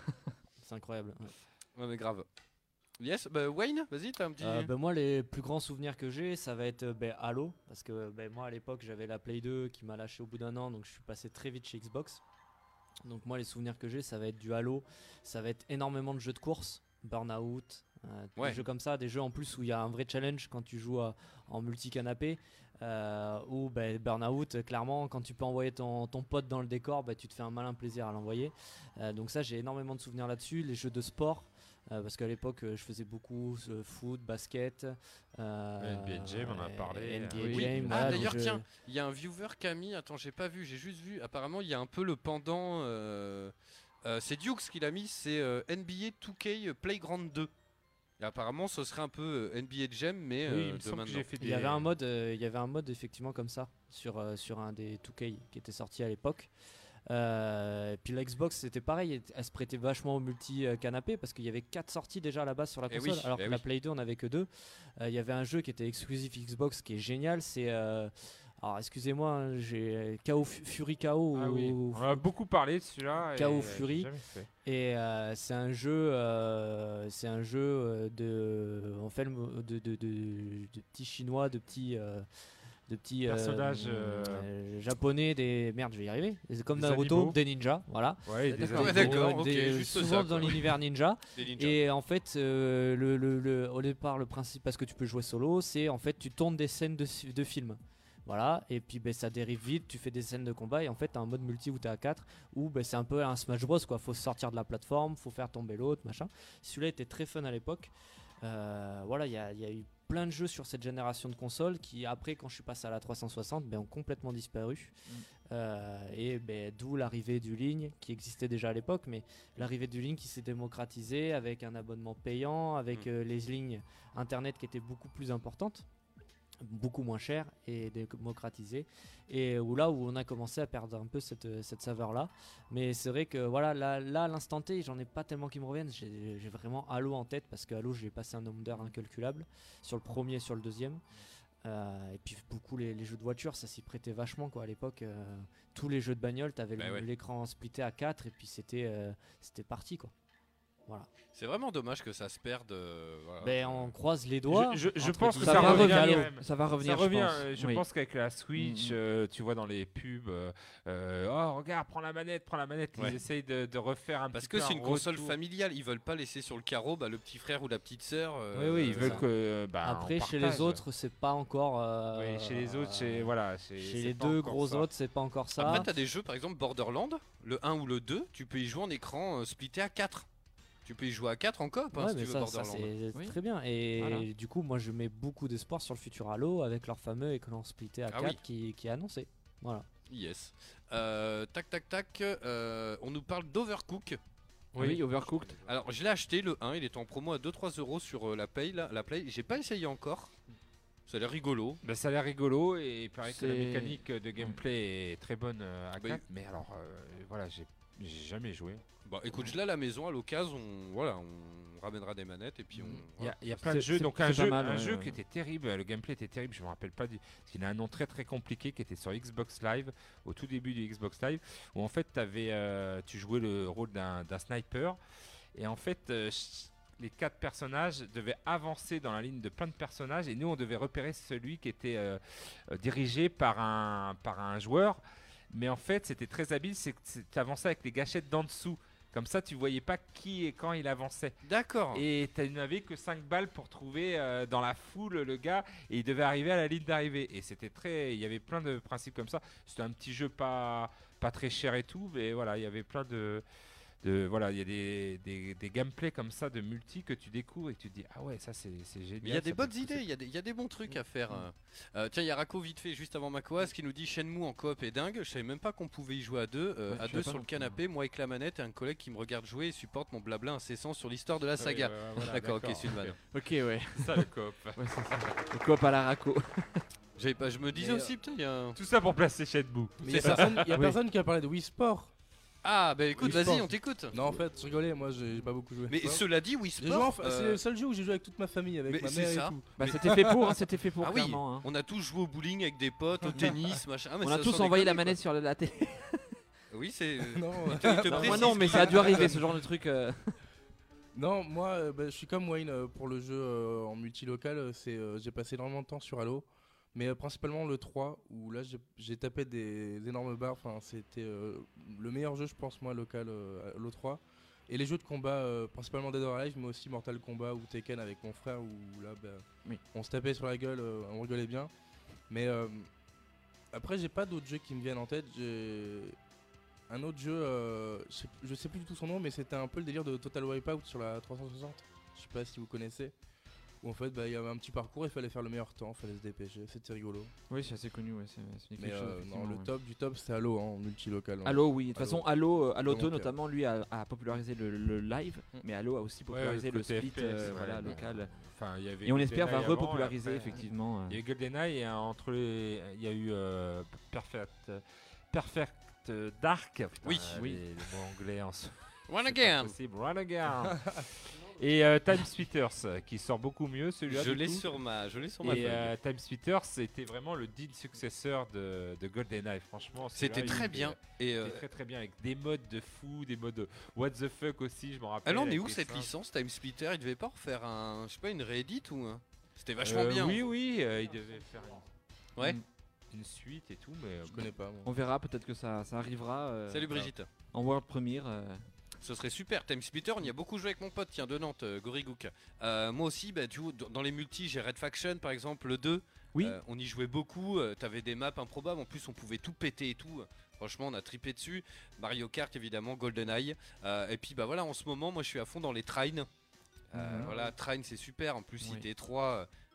C'est incroyable. ouais. Ouais, mais grave. Yes, bah Wayne, vas-y, t'as un petit. Euh, bah, moi, les plus grands souvenirs que j'ai, ça va être euh, bah, Halo. Parce que bah, moi, à l'époque, j'avais la Play deux qui m'a lâché au bout d'un an. Donc, je suis passé très vite chez Xbox. Donc, moi, les souvenirs que j'ai, ça va être du Halo. Ça va être énormément de jeux de course. Burnout. euh, Ouais. Des jeux comme ça. Des jeux en plus où il y a un vrai challenge quand tu joues à- en multi-canapé. Euh, ou bah, Burnout, euh, clairement, quand tu peux envoyer ton, ton pote dans le décor, bah, tu te fais un malin plaisir à l'envoyer. Euh, donc, ça, j'ai énormément de souvenirs là-dessus. Les jeux de sport. Euh, parce qu'à l'époque, euh, je faisais beaucoup euh, foot, basket. Euh, N B A Jam, on en a parlé. N B A Oui. Jam, Ah voilà, d'ailleurs donc je- tiens, il y a un viewer qui a mis, attends j'ai pas vu, j'ai juste vu, apparemment il y a un peu le pendant, euh, euh, c'est Dukes qui l'a mis, c'est euh, N B A deux K Playground deux. Et apparemment ce serait un peu euh, N B A Jam mais Oui, euh, il me de semble que maintenant. j'ai fait Il y avait des- un mode, euh, il y avait un mode effectivement comme ça sur euh, sur un des deux K qui était sorti à l'époque. Euh, et puis la Xbox c'était pareil, elle- elle se prêtait vachement au multi euh, canapé parce qu'il y avait quatre sorties déjà à la base sur la Eh console, oui, alors eh que la oui. Play deux on avait que deux. Euh, Il y avait un jeu qui était exclusif Xbox qui est génial, c'est euh, alors excusez-moi, hein, j'ai K O Fu- Fury K O Ah oui, ou on a beaucoup parlé de celui-là. et, K O euh, Fury. j'ai jamais fait. Et euh, c'est un jeu, euh, c'est un jeu euh, de, en fait, de, de, de, de petits chinois, de petits, euh, de petits euh, Personnages, euh, euh, japonais, des merde, je vais y arriver. C'est comme des Naruto, animaux. des ninjas, voilà. Ouais, des D'accord, animaux. ouais, d'accord, ok, Des- juste souvent ça, dans quoi. l'univers ninja. Des ninjas. Et en fait, euh, le, le, le- au départ, le principe, parce que tu peux jouer solo, c'est en fait tu tournes des scènes de, fi- de films. Voilà, et puis ben, ça dérive vite, tu fais des scènes de combat et en fait t'as un mode multi où t'es à quatre où ben, c'est un peu un Smash Bros quoi, faut sortir de la plateforme, faut faire tomber l'autre, machin. Celui-là était très fun à l'époque. Euh, voilà, il y, a- il y a eu plein de jeux sur cette génération de consoles qui, après, quand je suis passé à la trois cent soixante, ben, ont complètement disparu. Mm. Euh, et ben, d'où l'arrivée du Ligne, qui existait déjà à l'époque, mais l'arrivée du Ligne qui s'est démocratisée avec un abonnement payant, avec mm. euh, les lignes internet qui étaient beaucoup plus importantes, beaucoup moins chères et démocratisées, et où là où on a commencé à perdre un peu cette, cette saveur là. Mais c'est vrai que voilà, là, là à l'instant T, j'en ai pas tellement qui me reviennent. J'ai, j'ai vraiment Halo en tête parce que Halo, j'ai passé un nombre d'heures incalculable sur le premier et sur le deuxième. Euh, et puis beaucoup les, les jeux de voiture, ça s'y prêtait vachement quoi à l'époque. Euh, tous les jeux de bagnole, t'avais bah le, ouais. l'écran splitté à quatre et puis c'était, euh, c'était parti quoi. Voilà. C'est vraiment dommage que ça se perde. Euh, voilà. Ben, on croise les doigts. Je, je, je pense que ça, ça, va revient. revenir, ça va revenir. Ça revient. Je pense, je oui. pense qu'avec la Switch, mmh. euh, tu vois dans les pubs, euh, euh, oh regarde, prends la manette, prends la manette. Ouais. Ils essayent de, de refaire un Parce petit que peu c'est une retour. console familiale. Ils veulent pas laisser sur le carreau bah, le petit frère ou la petite sœur. Euh, oui, oui, ils veulent ça. que. Bah, Après, chez les autres, c'est pas encore. Euh, oui, chez les autres, c'est voilà. C'est, chez c'est les deux gros ça. autres, c'est pas encore ça. Après, t'as des jeux, par exemple Borderlands, le un ou le deux, tu peux y jouer en écran euh, splitté à quatre. Tu peux y jouer à quatre en coop hein, ouais, si mais tu ça, veux ça Borderlands. c'est oui. très bien. Et voilà. du coup, moi je mets beaucoup d'espoir sur le futur Halo avec leur fameux écran splitté à ah quatre oui. qui, qui est annoncé. Voilà. Yes. Euh, tac tac tac. Euh, on nous parle d'Overcook. Oui, oui, Overcooked. Alors je l'ai acheté le un, il est en promo à deux trois euros sur euh, la Play. La, la Play. J'ai pas essayé encore. Ça a l'air rigolo. Bah, ça a l'air rigolo et il paraît c'est... que la mécanique de gameplay est très bonne euh, à bah, quatre. Mais alors, euh, voilà, j'ai, j'ai jamais joué. Bah écoute, je l'ai à la maison à l'occasion, on, voilà, on ramènera des manettes et puis on. Il y a, y a plein de jeux, donc un jeu, mal, un ouais, jeu ouais. qui était terrible, le gameplay était terrible, je me rappelle pas, du, parce qu'il a un nom très très compliqué qui était sur Xbox Live, au tout début du Xbox Live, où en fait euh, tu jouais le rôle d'un, d'un sniper, et en fait euh, les quatre personnages devaient avancer dans la ligne de plein de personnages, et nous on devait repérer celui qui était euh, dirigé par un, par un joueur, mais en fait c'était très habile, c'est que tu avançais avec les gâchettes d'en dessous. Comme ça, tu voyais pas qui et quand il avançait. D'accord. Et tu n'avais que cinq balles pour trouver euh, dans la foule le gars et il devait arriver à la ligne d'arrivée. Et c'était très, il y avait plein de principes comme ça. C'était un petit jeu pas pas très cher et tout, mais voilà, il y avait plein de de voilà, il y a des, des, des gameplays comme ça de multi que tu découvres et que tu te dis ah ouais, ça c'est, c'est génial. Il y a des bonnes idées, il y a des, il y a des bons trucs à faire. Mmh. Euh, tiens, il y a Rako vite fait juste avant Makoas qui nous dit Shenmue en coop est dingue. Je savais même pas qu'on pouvait y jouer à deux, euh, ouais, à deux sur le canapé, moi avec la manette et un collègue qui me regarde jouer et supporte mon blabla incessant sur l'histoire de la saga. Ouais, ouais, voilà, d'accord, d'accord, ok, Sudman. Ok, ouais. Ça le coop. Ouais, c'est ça. Le coop à la Rako. J'avais pas, je me disais mais aussi, euh... putain, il y a un... tout ça pour placer Shenmue. Il y a personne, y a oui. personne qui a parlé de Wii Sport. Ah bah écoute, Wii vas-y, Sport. on t'écoute. Non, en fait, je rigolais, moi j'ai, j'ai pas beaucoup joué. Mais Sport. Cela dit, Wii Sport, euh... c'est le seul jeu où j'ai joué avec toute ma famille, avec mais ma c'est mère ça. et tout. Bah c'était fait pour, hein, c'était fait pour ah clairement. Oui, hein. On a tous joué au bowling avec des potes, au tennis, machin. Ah, mais on ça, a tous envoyé la manette quoi. Sur la télé. Oui, c'est. non, il te, il te non moi non, mais ça a dû arriver ce genre de truc. Euh... Non, moi, euh, bah, je suis comme Wayne euh, pour le jeu euh, en multilocal. Euh, c'est, euh, j'ai passé énormément de temps sur Halo. Mais euh, principalement le trois, où là j'ai, j'ai tapé des, des énormes barres. Enfin, c'était euh, le meilleur jeu, je pense, moi, local, euh, Halo trois. Et les jeux de combat, euh, principalement Dead or Alive, mais aussi Mortal Kombat ou Tekken avec mon frère, où là, bah, oui. on se tapait sur la gueule, euh, on rigolait bien. Mais euh, après, j'ai pas d'autres jeux qui me viennent en tête. J'ai un autre jeu, euh, je, sais, je sais plus du tout son nom, mais c'était un peu le délire de Total Wipeout sur la trois cent soixante. Je sais pas si vous connaissez. Où en fait bah, y avait un petit parcours, il fallait faire le meilleur temps, il fallait se dépêcher, c'était rigolo. Oui, c'est assez connu, ouais, c'est, c'est mais chose, euh, non, le ouais. top du top c'est Halo hein, en multilocal. Hein. Halo, oui, de toute façon Halo, euh, Halo deux Donc, notamment, lui a, a popularisé le, le live, mm. mais Halo a aussi popularisé ouais, le, le split F P S, euh, ouais, voilà, ouais. local. Enfin, y avait et on espère va avant, repopulariser après, effectivement. Euh. Il y a eu GoldenEye et euh, entre les, il y a eu euh, Perfect, Perfect Dark. Putain, oui, euh, oui. Les, les mots anglais en. Run again. Run again. Et euh, Time Splitters euh, qui sort beaucoup mieux celui-là. Je l'ai coup. sur ma, je l'ai sur ma. Et euh, Time Splitters c'était vraiment le digne successeur de, de GoldenEye. Franchement, c'était très bien. Était, et euh... c'était très très bien avec des modes de fou, des modes de what the fuck aussi. Je m'en rappelle. Alors on est où cette licence Time Splitter? Il devait pas refaire un, je sais pas, une réédite ou un... C'était vachement euh, bien. Oui oui, euh, il devait faire une... ouais. une, une suite et tout, mais je connais pas. Moi. On verra, peut-être que ça, ça arrivera. Euh, Salut Brigitte. Euh, en World Premiere. Euh... Ce serait super. Time Splitter, on y a beaucoup joué avec mon pote, tiens, de Nantes, euh, Gorigouk. Euh, moi aussi, bah, tu vois, dans les multis, j'ai Red Faction par exemple, le deux. Oui. Euh, on y jouait beaucoup. Euh, T'avais des maps improbables. En plus, on pouvait tout péter et tout. Franchement, on a tripé dessus. Mario Kart, évidemment, GoldenEye. Euh, et puis, bah voilà, en ce moment, moi, je suis à fond dans les trains. Euh, mmh. Voilà, train, c'est super. En plus, oui. il était étroit.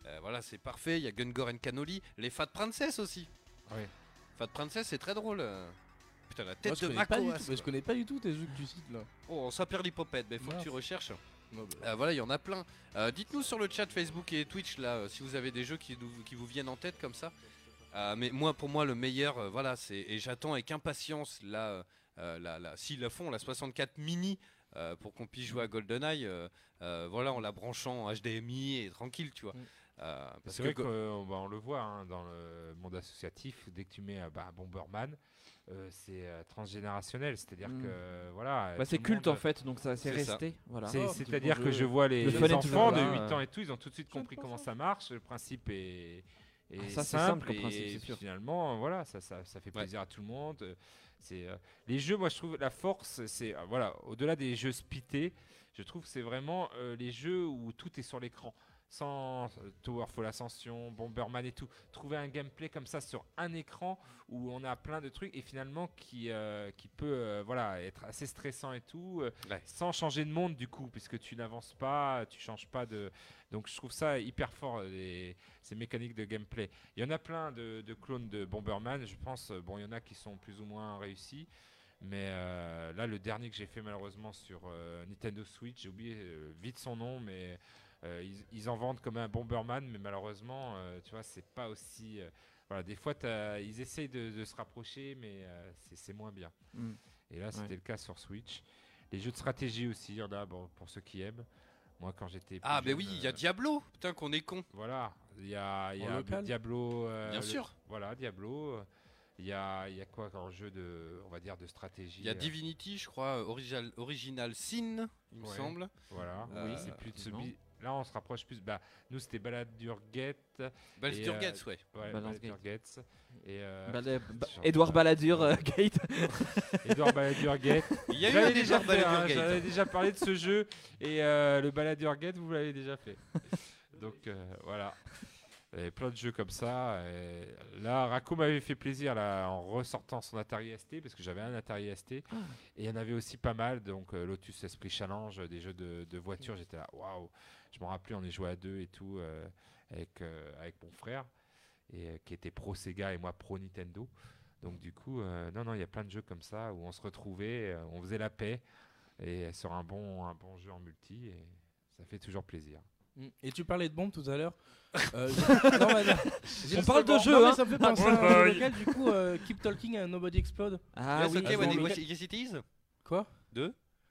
Euh, voilà, c'est parfait. Il y a Gungor and Cannoli, les Fat Princess aussi. Ouais. Fat Princess, c'est très drôle. euh. Putain, la tête Moi, je de connais pas du Makoas. tout, mais je connais pas du tout tes jeux que tu cites là. Oh, ça perd l'hypopète, mais faut que Mince. tu recherches. Non, bah, Euh, voilà, il y en a plein. Euh, Dites-nous sur le chat Facebook et Twitch là, euh, si vous avez des jeux qui, nous- qui vous viennent en tête comme ça. Euh, mais moi, pour moi, le meilleur, euh, voilà, c'est et j'attends avec impatience là, euh, la, la, s'ils la font, la soixante-quatre mini euh, pour qu'on puisse jouer à GoldenEye. Euh, euh, voilà, en la branchant en H D M I et tranquille, tu vois. Mm. Euh, parce C'est vrai que qu'on bah, on le voit hein, dans le monde associatif, dès que tu mets euh, bah, Bomberman, euh, c'est euh, transgénérationnel, c'est-à-dire Mm. que euh, voilà. Bah, tout c'est le culte monde- en fait, donc ça c'est C'est ça. resté. Voilà. C'est- Oh, C'est-à-dire petit que bon je jeu. vois les, Le les fun est enfants toujours de là, huit euh. ans et tout, ils ont tout de suite compris comment ça marche, le principe est, est Ah, ça, c'est simple, simple comme et principe, c'est puis sûr. finalement voilà, ça, ça, ça fait plaisir à tout le monde. euh, C'est, euh, les jeux, moi je trouve la force, c'est euh, voilà, au-delà des jeux spités, je trouve que c'est vraiment euh, les jeux où tout est sur l'écran. Sans euh, Towerfall Ascension, Bomberman et tout, trouver un gameplay comme ça sur un écran où on a plein de trucs et finalement qui, euh, qui peut euh, voilà, être assez stressant et tout, euh, Ouais. sans changer de monde du coup, puisque tu n'avances pas, tu changes pas de. Donc je trouve ça hyper fort, les, ces mécaniques de gameplay. Il y en a plein de, de clones de Bomberman, je pense, euh, bon, il y en a qui sont plus ou moins réussis. Mais euh, là, le dernier que j'ai fait malheureusement sur euh, Nintendo Switch, j'ai oublié euh, vite son nom, mais euh, ils, ils en vendent comme un Bomberman, mais malheureusement, euh, tu vois, c'est pas aussi. euh, voilà, des fois, t'as- ils essayent de, de se rapprocher, mais euh, c'est c'est moins bien. Mm. Et là, c'était Ouais. le cas sur Switch. Les jeux de stratégie aussi, il y en a bon, pour ceux qui aiment. Moi, quand j'étais. ah, plus mais jeune, oui, il y a euh, Diablo. Putain, qu'on est con. Voilà, il y a, il y En a local Diablo. euh, Bien le- sûr. Voilà, Diablo. euh, Il y a, il y a quoi en jeu de, on va dire, de stratégie. Il y a euh, Divinity, je crois, Original, Original Sin, il me Ouais. semble. Voilà. Euh, Oui, c'est plus de ce non. bi- Là, on se rapproche plus. Bah, nous, c'était Baldur's Gate. Baldur's et, euh, Gate, ouais. Ouais, Baldur's Baldur's Gate. Et euh, Bala- ba- genre, Edouard euh, Balladur euh, Gate. Edouard Baldur's Gate. Il y a eu J'avais un déjà déjà fait, Baldur's hein, Gate. j'avais déjà parlé de ce jeu et euh, le Baldur's Gate, vous l'avez déjà fait. Donc euh, voilà. Et plein de jeux comme ça. Et là, Racco m'avait fait plaisir là, en ressortant son Atari S T parce que j'avais un Atari S T et il y en avait aussi pas mal. Donc euh, Lotus Esprit Challenge, des jeux de, de voiture. J'étais là, waouh! Je m'en rappelais, on y jouait à deux et tout euh, avec, euh, avec mon frère et euh, qui était pro Sega et moi pro Nintendo. Donc du coup, euh, non, non, il y a plein de jeux comme ça où on se retrouvait, euh, on faisait la paix et sur un bon, un bon jeu en multi et ça fait toujours plaisir. Mm. Et tu parlais de bombes tout à l'heure. Euh, j'ai- non, mais non. J'ai On le parle de slogan. jeu, Non, mais hein. ça me fait penser à un jeu local. Du coup, euh, Keep Talking and Nobody Explode. Ah Yes, oui. ok, ah, when bon, it- mais- yes it is. Quoi Deux.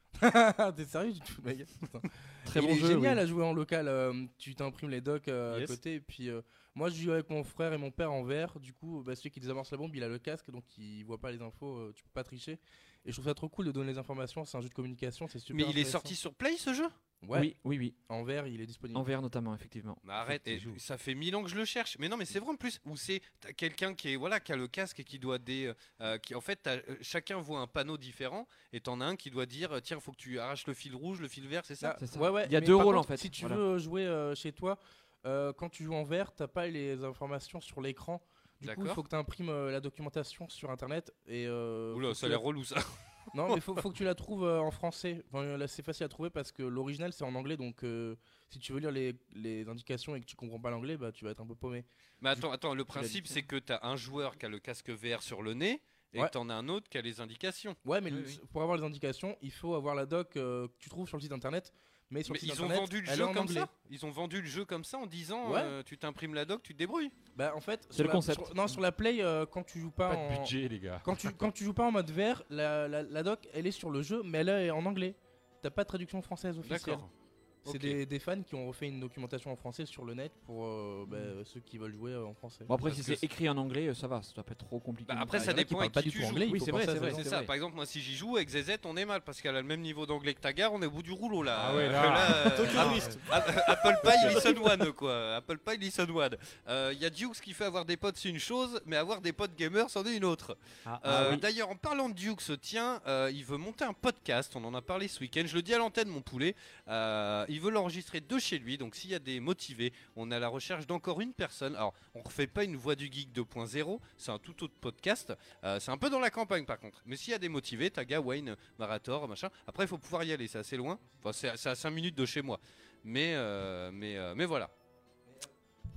T'es sérieux du tout, mec. Putain. Très Il bon est jeu. génial oui. à jouer en local. euh, tu t'imprimes les docs euh, Yes. à côté. Et puis, euh, moi, je joue avec mon frère et mon père en V R. Du coup, bah, celui qui désamorce la bombe, il a le casque. Donc, il voit pas les infos. euh, tu peux pas tricher. Et je trouve ça trop cool de donner les informations. C'est un jeu de communication. C'est super. Mais il est intéressant. sorti sur Play ce jeu. Ouais. Oui, oui, oui. En V R, il est disponible. En V R notamment, effectivement. Mais arrête, Faut que et tu joues. ça fait mille ans que je le cherche. Mais non, mais c'est vrai en plus. Où c'est t'as quelqu'un qui est voilà qui a le casque et qui doit des, euh, qui en fait t'as- euh, chacun voit un panneau différent et t'en as un qui doit dire tiens faut que tu arraches le fil rouge, le fil vert, c'est ça. Ah, C'est ça. ouais, ouais, Il y a mais deux par rôles, contre, en fait, Si tu voilà. veux jouer euh, chez toi, euh, quand tu joues en V R, t'as pas les informations sur l'écran. Du coup, il D'accord. faut que tu imprimes la documentation sur internet. Et, euh, Oula, faut ça que a tu l'air la- relou ça. Non, mais faut, faut que tu la trouves euh, en français. Enfin, là, c'est facile à trouver parce que l'original c'est en anglais. Donc, euh, si tu veux lire les, les indications et que tu comprends pas l'anglais, bah, tu vas être un peu paumé. Mais attends, attends, le l'as principe dit. c'est que t'as un joueur qui a le casque V R sur le nez et Ouais. que t'en as un autre qui a les indications. Ouais, mais Oui, le- oui. pour avoir les indications, il faut avoir la doc euh, que tu trouves sur le site internet. Mais sur Mais le site ils ont internet, vendu le elle est jeu en comme anglais. ça. Ils ont vendu le jeu comme ça en disant Ouais. euh, tu t'imprimes la doc, tu te débrouilles. Bah, en fait, C'est sur le la- concept. sur- non, sur la Play, euh, quand tu joues pas, Pas en. de budget, les gars. Quand tu, quand tu joues pas en mode V R, la, la, la doc elle est sur le jeu, mais elle est en anglais. T'as pas de traduction française officielle. D'accord. C'est Ok. des, des fans qui ont refait une documentation en français sur le net pour euh, bah, ceux qui veulent jouer euh, en français. Bon, après, Parce si que c'est écrit en anglais, euh, ça va, ça doit pas être trop compliqué. Bah, après, Ah, ça il y en a qui dépend parlent avec pas qui du tu tout joues. anglais, il Oui, faut c'est penser vrai, à c'est ça. vrai. C'est c'est ça, vrai. par exemple, moi si j'y joue avec Z Z, on est mal parce qu'elle a le même niveau d'anglais que ta gare, on est au bout du rouleau là. Ah ouais, Euh, là. euh, ah, ah, Apple Pie, Listen One quoi. Apple Pie, Listen One. Il y a Dukes qui fait avoir des potes, c'est une chose, mais avoir des potes gamers, c'en est une autre. Ah, Euh, ah oui. D'ailleurs, en parlant de Dukes, tiens, euh, il veut monter un podcast, on en a parlé ce week-end, je le dis à l'antenne, mon poulet. Euh, il veut l'enregistrer de chez lui, donc s'il y a des motivés, on est à la recherche d'encore une personne. Alors, on refait pas une Voix du Geek deux point zéro, c'est un tout autre podcast. Euh, c'est un peu dans la campagne par contre. Mais s'il y a des motivés, Taga, Wayne, Marator, machin. Après, il faut pouvoir y aller, c'est assez loin. Enfin, c'est c'est à cinq minutes de chez moi. Mais, euh, mais, euh, mais voilà.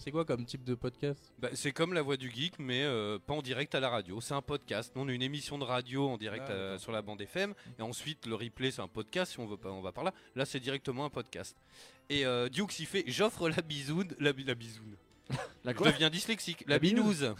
C'est quoi comme type de podcast? Bah, c'est comme La Voix du Geek, mais euh, pas en direct à la radio. C'est un podcast. Nous, on a une émission de radio en direct Ah, euh, sur la bande F M. Et ensuite, le replay, c'est un podcast. Si on veut pas, on va par là. Là, c'est directement un podcast. Et euh, Dukes, il fait j'offre la bisoune. La, bi- la bisoune. La Je quoi deviens dyslexique. La, La binouse. binouse.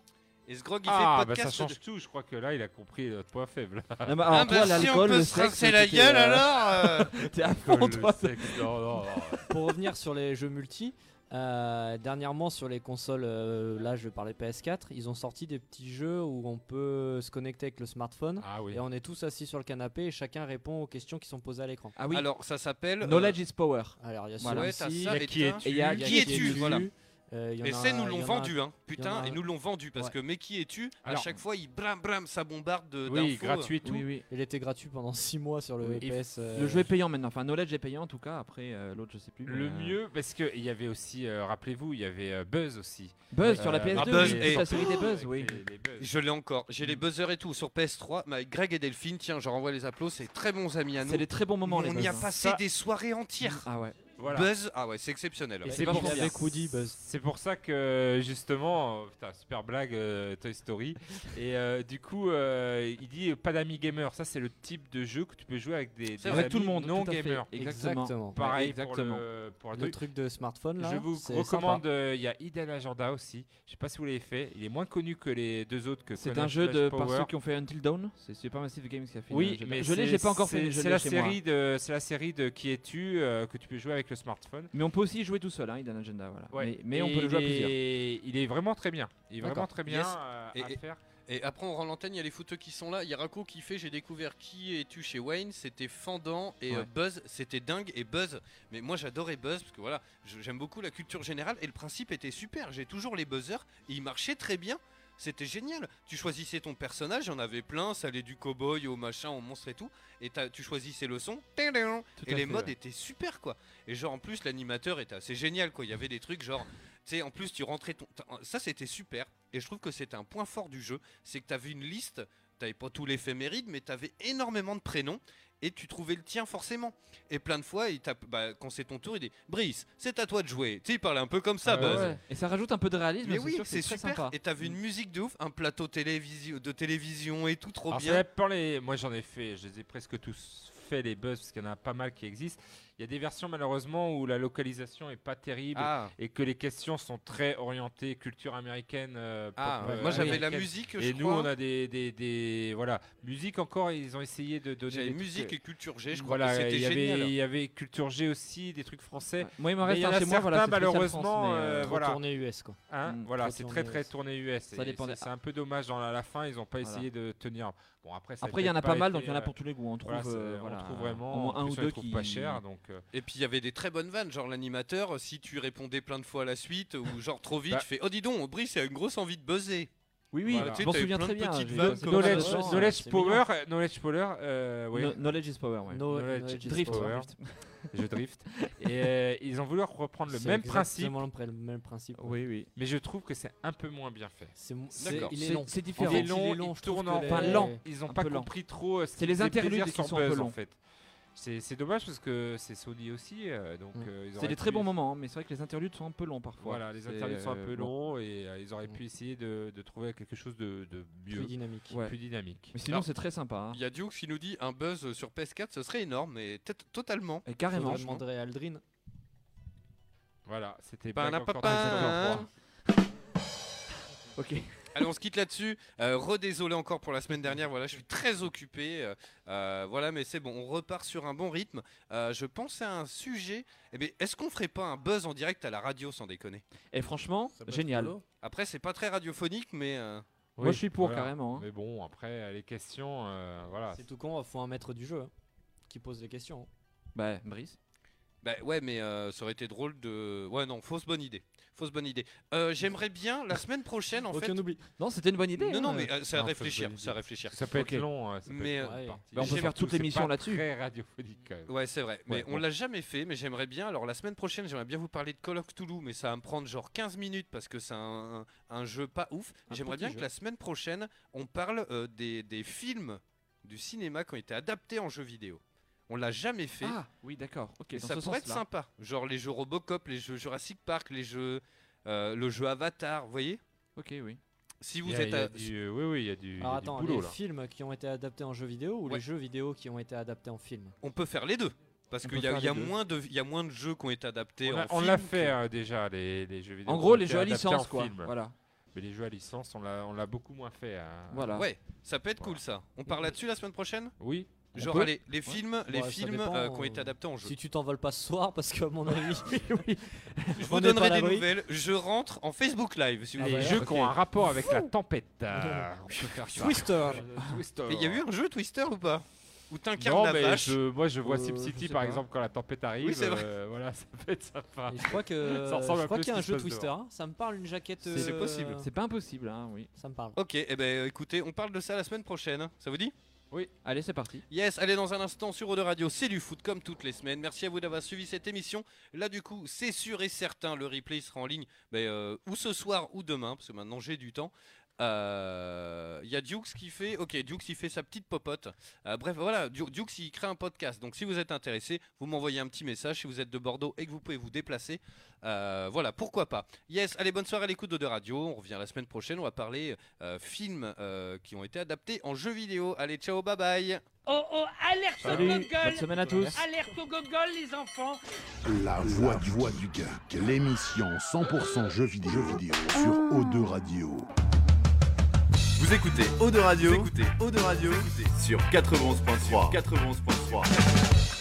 Et ce grog, il Ah, fait bah podcast. ça change de- tout. Je crois que là, il a compris notre point faible. Ah, bah, alors, Ah, toi, bah, si on l'alcool, peut le se sexe. rincer la t'étais, gueule, euh, alors. euh, T'es à fond, Le toi. sexe, non, non, non. Pour revenir sur les jeux multi, euh, dernièrement sur les consoles, euh, là je parlais P S quatre, ils ont sorti des petits jeux où on peut se connecter avec le smartphone Ah oui. et on est tous assis sur le canapé et chacun répond aux questions qui sont posées à l'écran. Ah oui. Alors, ça s'appelle. euh, Knowledge is power. Alors il y a Voilà. Ouais, t'as celui-ci, ça. Il y a et qui t'as- es-tu Et il y a- il y a Qui qui es-tu es-tu, Voilà. euh, il y en Et a c'est un- nous il y l'ont en a vendu, un- hein. Putain, a et un- nous l'ont vendu parce Ouais. que mais qui es-tu? À Alors- chaque fois, il bram bram, ça bombarde de Oui, d'infos. gratuit et tout. Oui, oui. Il était gratuit pendant six mois sur le Oui. P S. euh, Le jeu est payant maintenant. Enfin, Knowledge est payant en tout cas. Après, euh, l'autre, je sais plus. Le mais, euh, mieux, parce qu'il y avait aussi, euh, rappelez-vous, il y avait euh, Buzz aussi. Buzz Euh, sur la P S deux. ah, Buzz, oui, et- toute la série des Buzz, Avec oui. les- les Buzz. Je l'ai encore. J'ai les buzzers et tout sur P S trois. Mais avec Greg et Delphine, tiens, je renvoie les applaudissements. C'est très bons amis à nous. C'est des très bons moments, les On Buzz. y a hein. passé Ça- des soirées entières. Ah ouais. Voilà. Buzz, ah ouais, c'est exceptionnel. Et c'est c'est vachement pour, bien. avec Woody, Buzz. c'est pour ça que justement, euh, putain, super blague euh, Toy Story. Et euh, du coup, euh, il dit euh, pas d'amis gamers. Ça, c'est le type de jeu que tu peux jouer avec des, des Avec tout le amis monde, non tout à fait. gamers. Exactement. Exactement. Pareil Ouais, pour exactement. le, pour le Le truc. truc de smartphone là. Je vous c'est recommande, sympa. euh, il y a Hidden Agenda aussi. Je sais pas si vous l'avez fait. Il est moins connu que les deux autres que C'est Conan un jeu Slash de Power. par ceux qui ont fait Until Dawn. C'est Supermassive Games qui a fait. Oui, un jeu de- mais je l'ai, c'est- j'ai pas encore fait. c'est- Mais je C'est l'ai la chez moi. série de, c'est la série de Qui es-tu euh, que tu peux jouer avec le smartphone. Mais on peut aussi jouer tout seul, hein, Hidden Agenda, voilà. Ouais. Mais, mais Et on peut le jouer à il plusieurs. est- Il est vraiment très bien. Il est vraiment D'accord. très bien Yes. euh, Et- à et- faire. Et après, on rend l'antenne, il y a les fouteux qui sont là. Il y a Rako qui fait j'ai découvert Qui es-tu chez Wayne. C'était fendant. Et Ouais. euh, Buzz, c'était dingue. Et Buzz, mais moi j'adorais Buzz parce que voilà, je- j'aime beaucoup la culture générale. Et le principe était super. J'ai toujours les buzzers. Et ils marchaient très bien. C'était génial. Tu choisissais ton personnage, il y en avait plein, ça allait du cowboy au machin, au monstre et tout. Et t'as- tu choisissais le son. Tout Et à les fait, modes ouais. étaient super quoi. Et genre en plus l'animateur était assez génial quoi. Il y avait des trucs genre, tu sais, en plus tu rentrais ton. Ça c'était super. Et je trouve que c'était un point fort du jeu. C'est que t'avais une liste, t'avais pas tout l'éphéméride, mais t'avais énormément de prénoms. Et tu trouvais le tien forcément. Et plein de fois, il tape, bah, quand c'est ton tour, il dit Brice, c'est à toi de jouer. Tu sais, il parlait un peu comme ça, Ah ouais, Buzz. ouais. Et ça rajoute un peu de réalisme. Mais c'est oui, sûr que c'est très super. sympa. Et t'avais une musique de ouf, un plateau télévision, de télévision et tout, trop Alors, bien. ça dépend les... Moi j'en ai fait, je les ai presque tous fait les buzz parce qu'il y en a pas mal qui existent. Il y a des versions malheureusement où la localisation est pas terrible Ah. et que les questions sont très orientées culture américaine. euh, Ah, pop, ouais. euh, Moi, j'avais la américaine. musique, je Et nous crois. on a des, des, des voilà musique encore. Ils ont essayé de donner J'avais des trucs, musique euh, et culture G, je crois Voilà, que c'était il y avait génial. il y avait culture G aussi, des trucs français. Moi, il m'en Mais reste y en un a chez moi, voilà, certains, c'est spécial malheureusement, France, mais, euh, euh, Trop voilà. tourné U S quoi. Hein, Mm, voilà, trop c'est tourné très très U S. tourné U S. Ça et dépendait. c'est- C'est un peu dommage dans la, la fin, ils ont pas Voilà. essayé de tenir. Bon après, ça a Après, il y en a peut-être pas mal, été, donc il y en a euh, pour tous les goûts. On trouve, voilà, c'est- euh, on voilà, trouve au vraiment moins un en ou plus, on deux les trouve qui pas cher, donc. euh, Et puis il y avait des très bonnes vannes, genre l'animateur, si tu répondais plein de fois à la suite, ou genre trop vite, Bah. tu fais Oh dis donc, Brice a une grosse envie de buzzer. Oui, oui, Voilà. je m'en Tu sais, souviens t'avais très plein de bien. petites j'ai vannes passé comme pas mal Knowledge, de temps, knowledge c'est Power, mignon. euh, Knowledge Power, euh, ouais. No- Knowledge is power, ouais. No- Knowledge knowledge is Drift. Power. Drift. Je drift. Et euh, ils ont voulu reprendre le C'est même principe, exactement le pr- le même principe. Oui, oui. mais je trouve que c'est un peu moins bien fait. C'est mo- D'accord. c'est- il est C'est- long. c'est En différent. fait, Il est long, il est long, il je trouve tourne que en les- Enfin, lent. Ils ont Un pas peu lent. compris trop. euh, ce C'est qui les faisait interludes plaisir qui sur sont un peu Buzz, longs. en fait. C'est c'est dommage parce que c'est Sony aussi, euh, donc Mm. euh, ils C'est auraient des très pu- bons moments, hein, mais c'est vrai que les interludes sont un peu longs parfois. Voilà, les C'est, interludes sont un euh, peu bon. longs et euh, ils auraient pu essayer de, de trouver quelque chose de, de mieux, Plus dynamique. Ouais. plus dynamique. Mais sinon, Alors, c'est très sympa. hein. Il y a Duke qui nous dit un buzz sur P S quatre, ce serait énorme, mais peut-être totalement. Et carrément. Je demanderai à Aldrin. Voilà, c'était Pas blague un encore papa. très très Ok. Allez, on se quitte là-dessus. Euh, redésolé encore pour la semaine dernière. Voilà, je suis très occupé. euh, euh, voilà, mais c'est bon. On repart sur un bon rythme. Euh, je pensais à un sujet. Eh bien, est-ce qu'on ferait pas un buzz en direct à la radio, sans déconner? Et franchement, Ça peut être génial. rigolo. Après, c'est pas très radiophonique, mais euh, Moi, je suis pour, carrément, hein. Mais bon, après, les questions, euh, voilà. C'est tout con, faut un maître du jeu hein, qui pose les questions. Bah, Brice. bah ouais, mais euh, ça aurait été drôle de. Ouais, non, fausse bonne idée. Fausse bonne idée. Euh, J'aimerais bien la semaine prochaine, en Ok, fait. on oublie. Non, c'était une bonne idée. Non, hein. non, mais euh, c'est à Non, faut réfléchir. bonne C'est à idée. réfléchir. Ça peut Ok. être long. euh, ça peut Mais, être euh, une ouais. partie. Bah, on peut Surtout, faire toute c'est l'émission pas là-dessus. Très radiophonique quand même. Ouais, c'est vrai. Mais Ouais, on bon. l'a jamais fait, mais j'aimerais bien. Alors la semaine prochaine, j'aimerais bien vous parler de Call of Cthulhu, mais ça va me prendre genre quinze minutes parce que c'est un, un- un jeu pas ouf. Un J'aimerais petit bien jeu. que la semaine prochaine, on parle euh, des, des films du cinéma qui ont été adaptés en jeux vidéo. On l'a jamais fait. Ah, oui, d'accord. Ok, et dans ça ce pourrait être sens-là. sympa. Genre les jeux Robocop, les jeux Jurassic Park, les jeux euh, le jeu Avatar, vous voyez? Ok, oui. Si vous Il y a- êtes il y a à- du- euh, oui, oui, il y a du, il y a Alors du attends, boulot les là. films qui ont été adaptés en jeux vidéo ou Ouais. les jeux vidéo qui ont été adaptés en film? On peut faire les deux. Parce On qu'il peut y a, faire il y a les deux. moins de, il y a moins de jeux qui ont été adaptés On en a- on film l'a que- fait euh, déjà, les, les jeux vidéo. En qui gros, ont les été jeux à adaptés licence, en quoi. film. Voilà. Mais les jeux à licence, on l'a, on l'a beaucoup moins fait. hein. Voilà. Ouais, ça peut être cool ça. On parle là-dessus la semaine prochaine? Oui. On Genre peut. allez, les films, les Ouais, ça films dépend, euh, qui ont euh, été adaptés en jeu. Si tu t'envoles pas ce soir, parce qu'à mon avis, oui. Je On vous est donnerai pas à des l'abri. nouvelles. Je rentre en Facebook Live si vous Ah Les voulez. ouais, jeux ok. qui ont un rapport avec la tempête. euh, on peut faire ça. Twister. Twister. Et il y a eu un jeu Twister ou pas? Où t'incarnes Non, la mais vache. je- moi je vois Euh, SimCity je sais par pas. exemple quand la tempête arrive. Oui, c'est vrai. euh, voilà, ça peut être sympa. Et je crois que Ça ressemble je un crois peu qu'il y a à un ce qui jeu se passe Twister. hein. Ça me parle une jaquette. C'est euh, possible. C'est pas impossible, hein, oui. Ça me parle. Ok, et ben écoutez, on parle de ça la semaine prochaine. Ça vous dit? Allez, c'est parti. Yes, allez dans un instant sur Eau de Radio, c'est du foot comme toutes les semaines. Merci à vous d'avoir suivi cette émission. Là du coup, c'est sûr et certain, le replay sera en ligne mais, euh, ou ce soir ou demain, parce que maintenant j'ai du temps. Il euh, y a Dukes qui fait, ok, Dukes il fait sa petite popote. Euh, bref, voilà, Du- Dukes il crée un podcast. Donc si vous êtes intéressé, vous m'envoyez un petit message si vous êtes de Bordeaux et que vous pouvez vous déplacer. Euh, voilà, pourquoi pas. Yes, allez, bonne soirée à l'écoute de Radio. On revient la semaine prochaine. On va parler euh, films euh, qui ont été adaptés en jeux vidéo. Allez, ciao, bye bye. Oh oh, alerte au Salut, gogol. bonne semaine à tous. Alerte au gogol, les enfants. La voix du, voix du geek, l'émission cent pour cent jeux vidéo, jeux vidéo sur O deux Radio. Vous écoutez Eau de Radio, vous écoutez Eau de Radio sur quatre-vingt-onze point trois. quatre-vingt-onze point trois.